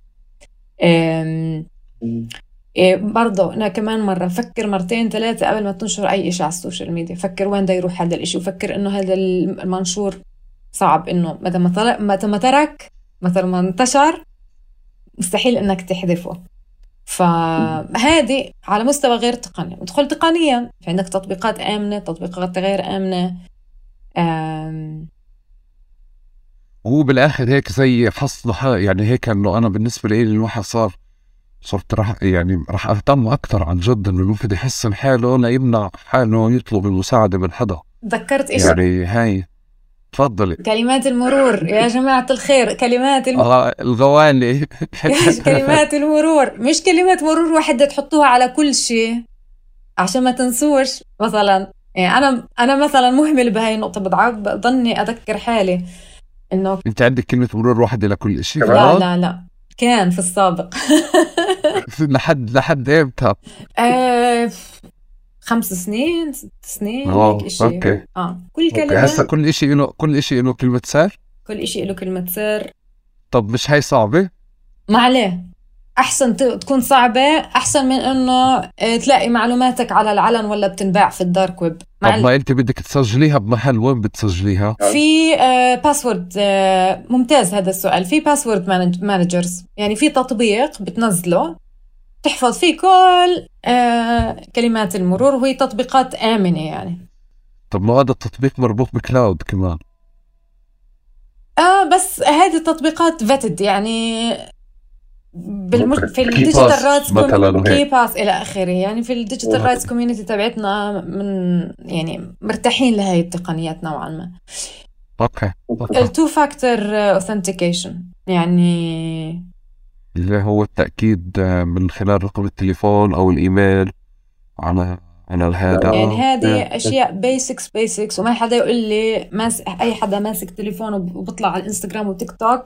إيه برضو أنا كمان مرة فكر مرتين ثلاثة قبل ما تنشر أي إشي على السوشيال ميديا. فكر وين دا يروح هذا الإشي، وفكر إنه هذا المنشور صعب، إنه متى ما طلع متى ما ترك مثلا ما انتشر مستحيل إنك تحذفه. فهذه على مستوى غير تقني. ودخل تقنيا في عندك تطبيقات آمنة، تطبيقات غير آمنة. أم... هو بالآخر هيك زي فصل يعني هيك، إنه أنا بالنسبة لي الواحد صار صرت رح يعني رح أهتم أكثر عن جد إنه الواحد يحسن حاله لا يمنع حاله يطلب المساعدة من حدا. ذكرت إيش يعني هاي تفضلي. كلمات المرور يا جماعة الخير، كلمات الم... آه الغواني كلمات المرور مش كلمات مرور واحدة تحطوها على كل شيء عشان ما تنسوش. مثلا يعني أنا أنا مثلا مهمل بهاي النقطة، بضعب ضني أذكر حالي إنه أنت عندك كلمة مرور واحدة لكل شيء. لا لا لا كان في السابق لحد لحد إمتى؟ آه خمس سنين ست سنين هيك إشي. أوكي. آه كل كلمة هسا كل إشي إنه كل إشي إنه كلمة سر. كل إشي له كلمة سر. طب مش هاي صعبة؟ ما عليه، أحسن تكون صعبة أحسن من إنه تلاقي معلوماتك على العلن ولا بتنباع في الدارك ويب. طب ما أنت بدك تسجليها بمحل، وين بتسجليها؟ في باسورد. ممتاز هذا السؤال. في باسورد مانجرز، يعني في تطبيق بتنزله تحفظ فيه كل كلمات المرور، وهي تطبيقات آمنة يعني. طب ما هذا التطبيق مربوط بكلاود كمان. آه بس هذه التطبيقات vetted يعني بالمج... في الديجيتال رايتس كي باس الى اخره، يعني في الديجيتال رايتس كوميونتي تبعتنا من يعني مرتاحين لهي التقنيات نوعا ما. اوكي. التو فاكتور اوثنتيكيشن يعني اللي هو التاكيد من خلال رقم التليفون او الايميل على على هذا. يعني هذه اشياء بيسكس بيسكس وما حدا يقول لي ماس... اي حدا ماسك تليفونه وبطلع على الانستغرام وتيك توك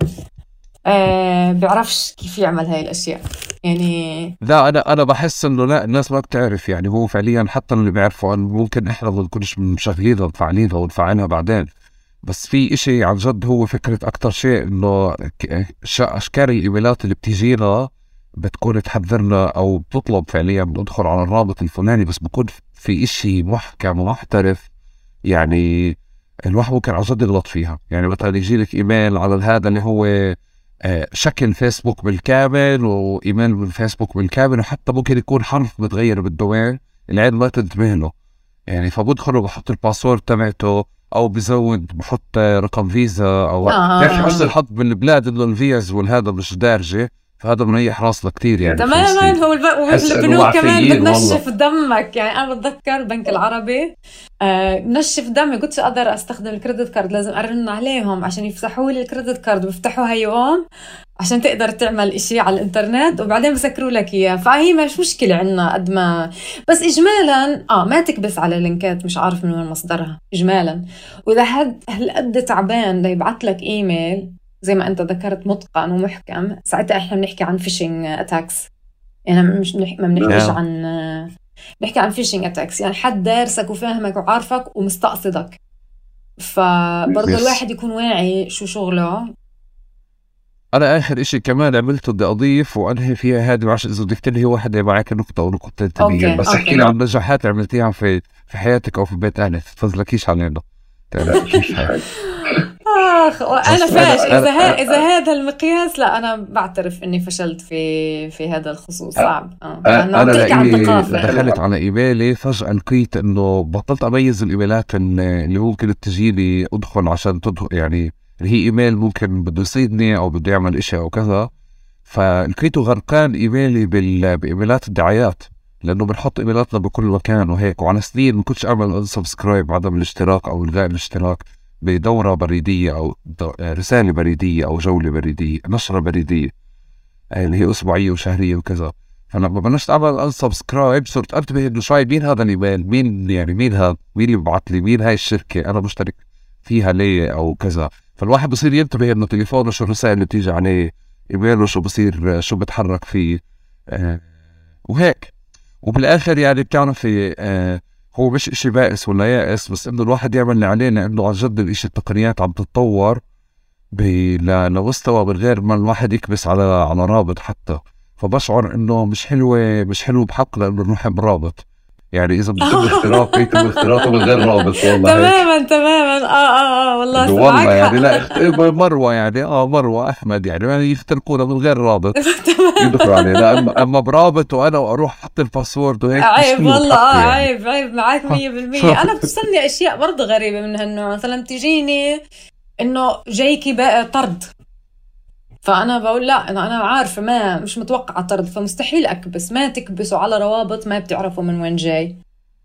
أه بيعرفش كيف يعمل هاي الأشياء يعني. لا أنا أنا بحس إنه لا الناس ما بتعرف، يعني هو فعليا حتى اللي بيعرفوا ممكن إحنا ما نكونش مشغلينها ومفعلينها ونفعلها بعدين، بس في إشي عن جد هو فكرة أكتر شيء إنه أشكال الإيميلات اللي بتيجينا بتكون تحذرنا أو بتطلب فعليا بندخل على الرابط الفلاني، بس بكون في إشي محكم ومحترف يعني الواحد ممكن عن جد يغلط فيها. يعني مثلا يجيلك إيميل على هذا اللي هو شكل فيسبوك بالكامل وإيميل من فيسبوك بالكامل، وحتى ممكن يكون حرف متغير بالدومين العين ما تنتبه له يعني، فبدخل وبحط الباسورد تبعته أو بزود بحط رقم فيزا أو تعرف حسن الحظ بالبلاد إنه الفيز والهذا مش دارجة، فهذا منيح راسنا كتير يعني. تماما. هو البنوك كمان بتنشف دمك يعني. أنا بتذكر البنك العربي آه نشف دمي، قلت أقدر أستخدم الكريدت كارد لازم أرن عليهم عشان يفتحوا لي الكريدت كارد، ويفتحوها يوم عشان تقدر تعمل إشي على الإنترنت وبعدين بسكروا لك إياه. فهي مش مشكلة عنا قد ما بس إجمالا آه ما تكبس على لينكات مش عارف من وين مصدرها إجمالا. وإذا حد هالقد تعبان دا يبعت لك إيميل زي ما أنت ذكرت متقن ومحكم، ساعتها إحنا بنحكي عن فيشينج أتاكس يعني. مش بنح... ما بنحكيش عن بنحكي عن فيشينج أتاكس، يعني حد دارسك وفاهمك وعارفك ومستقصدك. فبرضه الواحد يكون واعي شو شغله انا اخر اشي كمان عملته بدي اضيف وانهي فيها هذه، عشان اذا ضفت لي واحدة معك نقطة او نقطتين تانيين، بس احكي لي عن نجاحات عملتيها في في حياتك او في بيت اهلك، تفضلكيش علينا. اخ انا فاش اذا ها اذا هذا المقياس، لا انا بعترف اني فشلت في في هذا الخصوص. صعب. اه انا انا دخلت على ايميلي فجأة لقيت انه بطلت اميز الايميلات اللي ممكن تجيلي ادخل عشان تدخل، يعني اللي هي ايميل ممكن بده يصيدني او بده يعمل اشي او كذا، فلقيته غرقان ايميلي بايميلات الدعايات، لانه بنحط ايميلاتنا بكل مكان وهيك. وعلى سنين ما كنتش اعمل انسبسكرايب، عدم الاشتراك او الغاء الاشتراك بدورة بريدية او رسالة بريدية او جولة بريدية، نشرة بريدية اللي هي اسبوعية وشهرية وكذا. فلما بلشت اعمل انسبسكرايب صرت انتبه انه شوي مين هذا الايميل، مين يعني مين هذا، مين اللي ببعث لي، مين هاي الشركة انا مشترك فيها ليه او كذا. فالواحد بصير ينتبه انه تليفونه شو الرسائل اللي بتيجي عليه، ايميله شو بصير، شو بتحرك فيه آه وهيك. وبالاخر يعني بتعرفي آه هو مش اشي بائس ولا يائس، بس انه الواحد يعمل اللي عليه، لانه عن جد الاشي التقنيات عم تتطور لمستوى من غير ما الواحد يكبس على على رابط حتى. فبشعر انه مش حلوة مش حلو بحق لانه نروح برابط، يعني اذا بتكتب اختراق يكتب اختراقه من غير رابط. والله تماما تماما اه اه اه والله والله يعني لا مروه يعني اه مروه احمد يعني يعني يخترقونا من غير رابط يدخلوا علينا، اما اما برابط وانا واروح احط الباسورد وهيك عيب والله. اه يعني. عيب عيب معك مية بالمية. انا بتوصلني اشياء برضه غريبه من هالنوع، مثلا تجيني انه جايكي بقى طرد، فانا بقول لا انا انا عارفه ما مش متوقعه طرد، فمستحيل اكبس. ما تكبسوا على روابط ما بتعرفوا من وين جاي.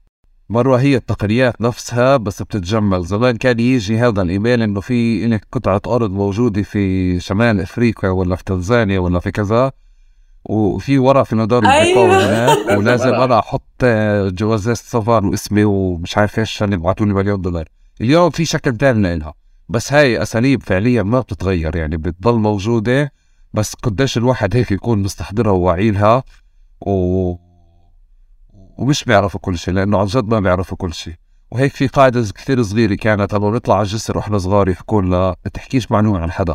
مرة هي التقنيات نفسها بس بتتجمل. زمان كان يجي هذا الإيميل إنه في إنك قطعة أرض موجودة في شمال أفريقيا ولا في تنزانيا ولا في كذا، وفي ورق في مدار البقاء هناك، ولازم أنا أحط جوازات سفر واسمي ومش عارف إيش عشان يبعتوا لي مليون دولار. اليوم في شكل تاني لها، بس هاي أساليب فعليا ما بتتغير، يعني بتضل موجودة، بس قديش الواحد هيك يكون مستحضرها وواعي لها و ومش بيعرفوا كل شيء، لأنه عن جد ما بيعرفوا كل شيء. وهيك في قاعدة كثير صغيرة كانت لما نطلع على الجسر وإحنا صغار يحكوا لنا ما تحكيش معلومة عن حدا،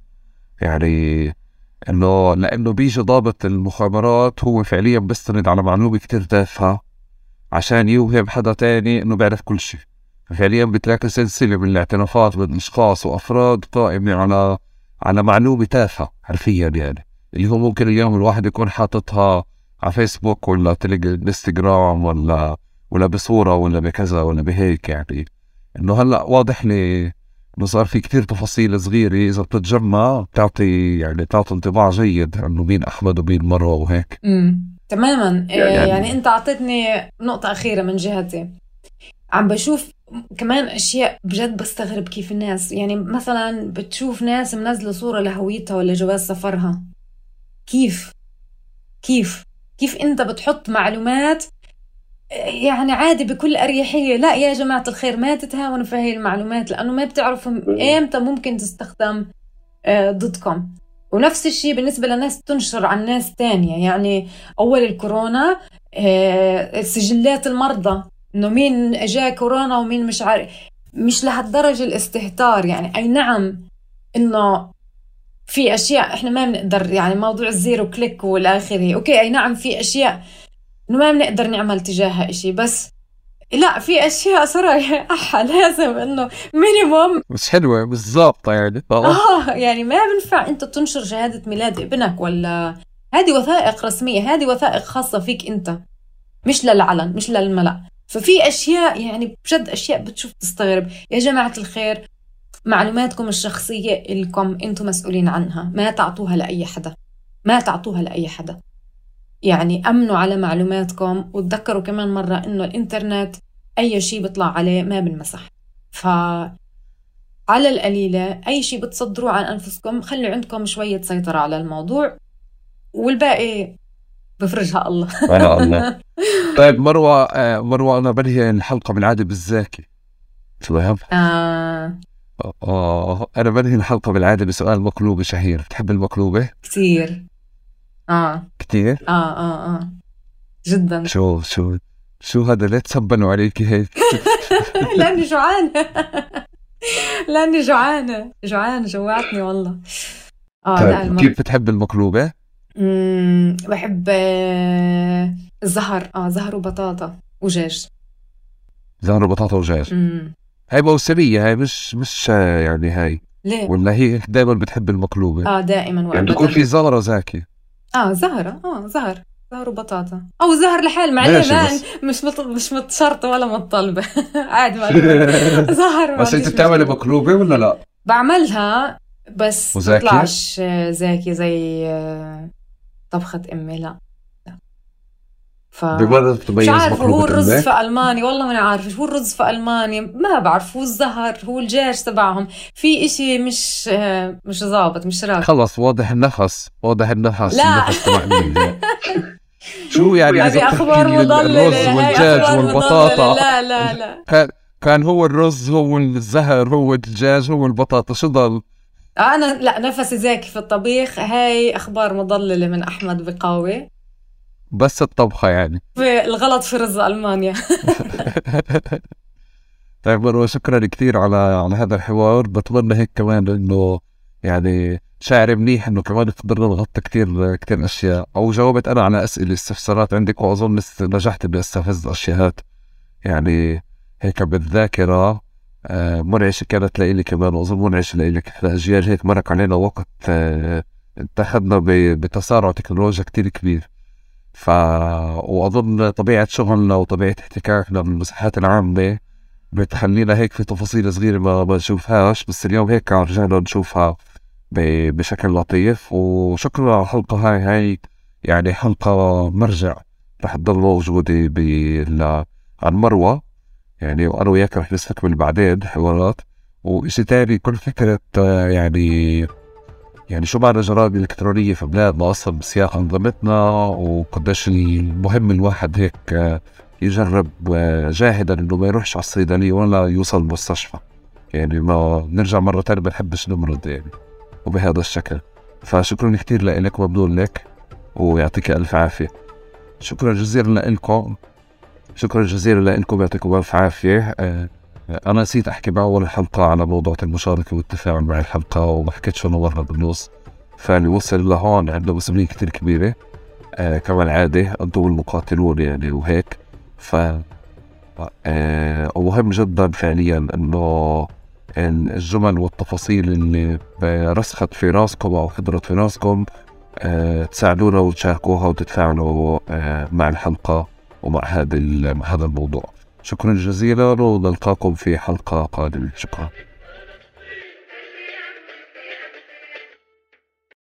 يعني إنه لأنه بيجي ضابط المخابرات هو فعليا بيستند على معلومة كتير تافهة عشان يوهم حدا تاني إنه بيعرف كل شيء. فعليا بتلاقي سلسلة من الاعترافات من أشخاص وأفراد قائمة على على معلومة تافهة حرفيا، يعني اللي هو ممكن اليوم الواحد يكون حاططها على فيسبوك ولا تلقى انستغرام ولا ولا بصورة ولا بكذا ولا بهيك. يعني انه هلا واضح لي انه صار في كتير تفاصيل صغيرة اذا بتتجمع بتعطي يعني بتعطي انطباع جيد انه مين احمد ومين مروة وهيك. امم تماما. يعني, يعني انت اعطيتني نقطة اخيرة من جهتي. عم بشوف كمان اشياء بجد بستغرب كيف الناس، يعني مثلا بتشوف ناس منزلة صورة لهويتها ولا جواز سفرها. كيف كيف كيف انت بتحط معلومات يعني عادي بكل اريحيه؟ لا يا جماعه الخير ما تتهاونوا في هاي المعلومات، لانه ما بتعرفوا امتى ممكن تستخدم ضدكم. ونفس الشيء بالنسبه لناس تنشر عن ناس تانية. يعني اول الكورونا سجلات المرضى انه مين اجا كورونا ومين مش عارف، مش لهالدرجه الاستهتار. يعني اي نعم انه في أشياء إحنا ما بنقدر، يعني موضوع الزيرو كليك والآخره، أوكي أي نعم في أشياء إنه ما بنقدر نعمل تجاهها إشي، بس لا في أشياء صراحة أحا لازم إنه مينيموم مش حلوة بالضبط يعني. آه يعني ما بنفع أنت تنشر شهادة ميلاد ابنك، ولا هذه وثائق رسمية، هذه وثائق خاصة فيك أنت، مش للعلن مش للملأ. ففي أشياء يعني بجد أشياء بتشوف تستغرب. يا جماعة الخير معلوماتكم الشخصية إلكم أنتم مسؤولين عنها، ما تعطوها لأي حدا، ما تعطوها لأي حدا. يعني أمنوا على معلوماتكم، وتذكروا كمان مرة إنه الإنترنت أي شيء بيطلع عليه ما بنمسح. فعلى القليلة أي شيء بتصدروا عن أنفسكم خلوا عندكم شوية سيطرة على الموضوع، والباقي بفرجها الله. أنا الله. طيب مروة مروة أنا بنهي الحلقة بالعادة بالزاكي تمام؟ آه آه أنا بنهي الحلقة بالعادة بسؤال مقلوبة شهير. بتحب المقلوبة؟ كتير. آه كتير؟ آه آه آه جدا. شو شو شو هذا ليه تسبنوا عليكي هيك؟ لأني جوعانة. لأني جوعانة جوعانة جوعتني والله. اه طيب لا المر... كيف بتحب المقلوبة؟ مم... بحب آه، الزهر، اه زهر وبطاطا وجاج. زهر وبطاطا وجاج. امم هاي موسمية، هاي مش مش آه، يعني هاي ليه؟ ولا هي دائما بتحب المقلوبة؟ اه دائما يعني وابدا. بتكون في زهرة زاكي. اه زهرة، اه زهر، زهر وبطاطا او زهر لحال ما عليه، ماشي ما بس مش مط... مش متشرطة ولا متطلبة. عادي ما زهر ما بس انت عنديش بتعملي مشكلة. مقلوبة ولا لا؟ بعملها بس وزاكية؟ بطلعش آه، زاكي زي آه، طبخة امي، لا لا. ف بماذا مش تتميز عارفة، هو مقلوبة الرز امك؟ في ألمانيا والله ما عارفة شو الرز في ألمانيا، ما بعرف، هو الزهر هو الجاج تبعهم، في إشي مش آه، مش ظابط، مش راكب. خلص واضح النفس، واضح النفس لا. النفس تبع امك. شو يعني إذا هذه بتحكي أخبار لي الرز مضللة، هاي والدجاج أخبار مضللة، والبطاطا؟ لا لا لا. كان كان هو الرز هو الزهر هو الدجاج هو البطاطا، شو ضل؟ أنا لا، نفسي زاكي في الطبيخ، هاي أخبار مضللة من أحمد بقاوي. بس الطبخة يعني. في الغلط في رز ألمانيا. طيب مروة، شكرا كثير على على هذا الحوار. بتمنى هيك كمان انه يعني شاعر منيح انه كمان قدرنا نغطي كثير كثير اشياء، او جاوبت انا على اسئله استفسارات عندك، واظن است- نجحت باستفز اشياء يعني هيك بالذاكره. آه منعشه كانت لإلي كمان، واظن منعشه لإلك. احنا اجيال هيك مرق علينا وقت آه اتخذنا ب- بتسارع تكنولوجيا كثير كبير. ف واظن طبيعه شغلنا وطبيعه احتكاكنا بالمساحات العامه بتخلينا هيك في تفاصيل صغيرة ما بنشوفهاش، بس اليوم هيك رجعنا نشوفها ب- بشكل لطيف. وشكرا على الحلقة هاي هاي يعني حلقة مرجع رح تضل موجودة ب- عن مروة يعني، وأنا وياك رح نستكمل بعدين حوارات. وإشي تاني، كل فكرة آه، يعني يعني شو معنى جرائم إلكترونية في بلادنا أصلا بسياق أنظمتنا، وقديش المهم الواحد هيك آه، يجرب آه، جاهدا إنه ما يروحش على الصيدلية ولا يوصل المستشفى. يعني ما نرجع مرة تانية بنحبش نمرض يعني، وبهذا الشكل. فشكرا كتير لك ومبذول لك، ويعطيك ألف عافية. شكرا جزيلا لكم، شكرا جزيلا لكم، يعطيكم ألف عافية. آه، أنا نسيت أحكي بأول الحلقة على موضوع المشاركة والتفاعل مع الحلقة، وما حكيت شو نورنا بالنص. فاللي وصل لهون عنده مسؤولية كتير كبيرة آه كما العادة، أنتم المقاتلون يعني وهيك. ف آه ومهم جدا فعليا إنه الجمل والتفاصيل اللي رسخت في راسكم أو حضرت في راسكم آه تساعدونا وتشاركوها وتتفاعلوا آه مع الحلقة ومع هذا مع هذا الموضوع. شكرا جزيلا، ونلقاكم في حلقة قادمة. شكرا.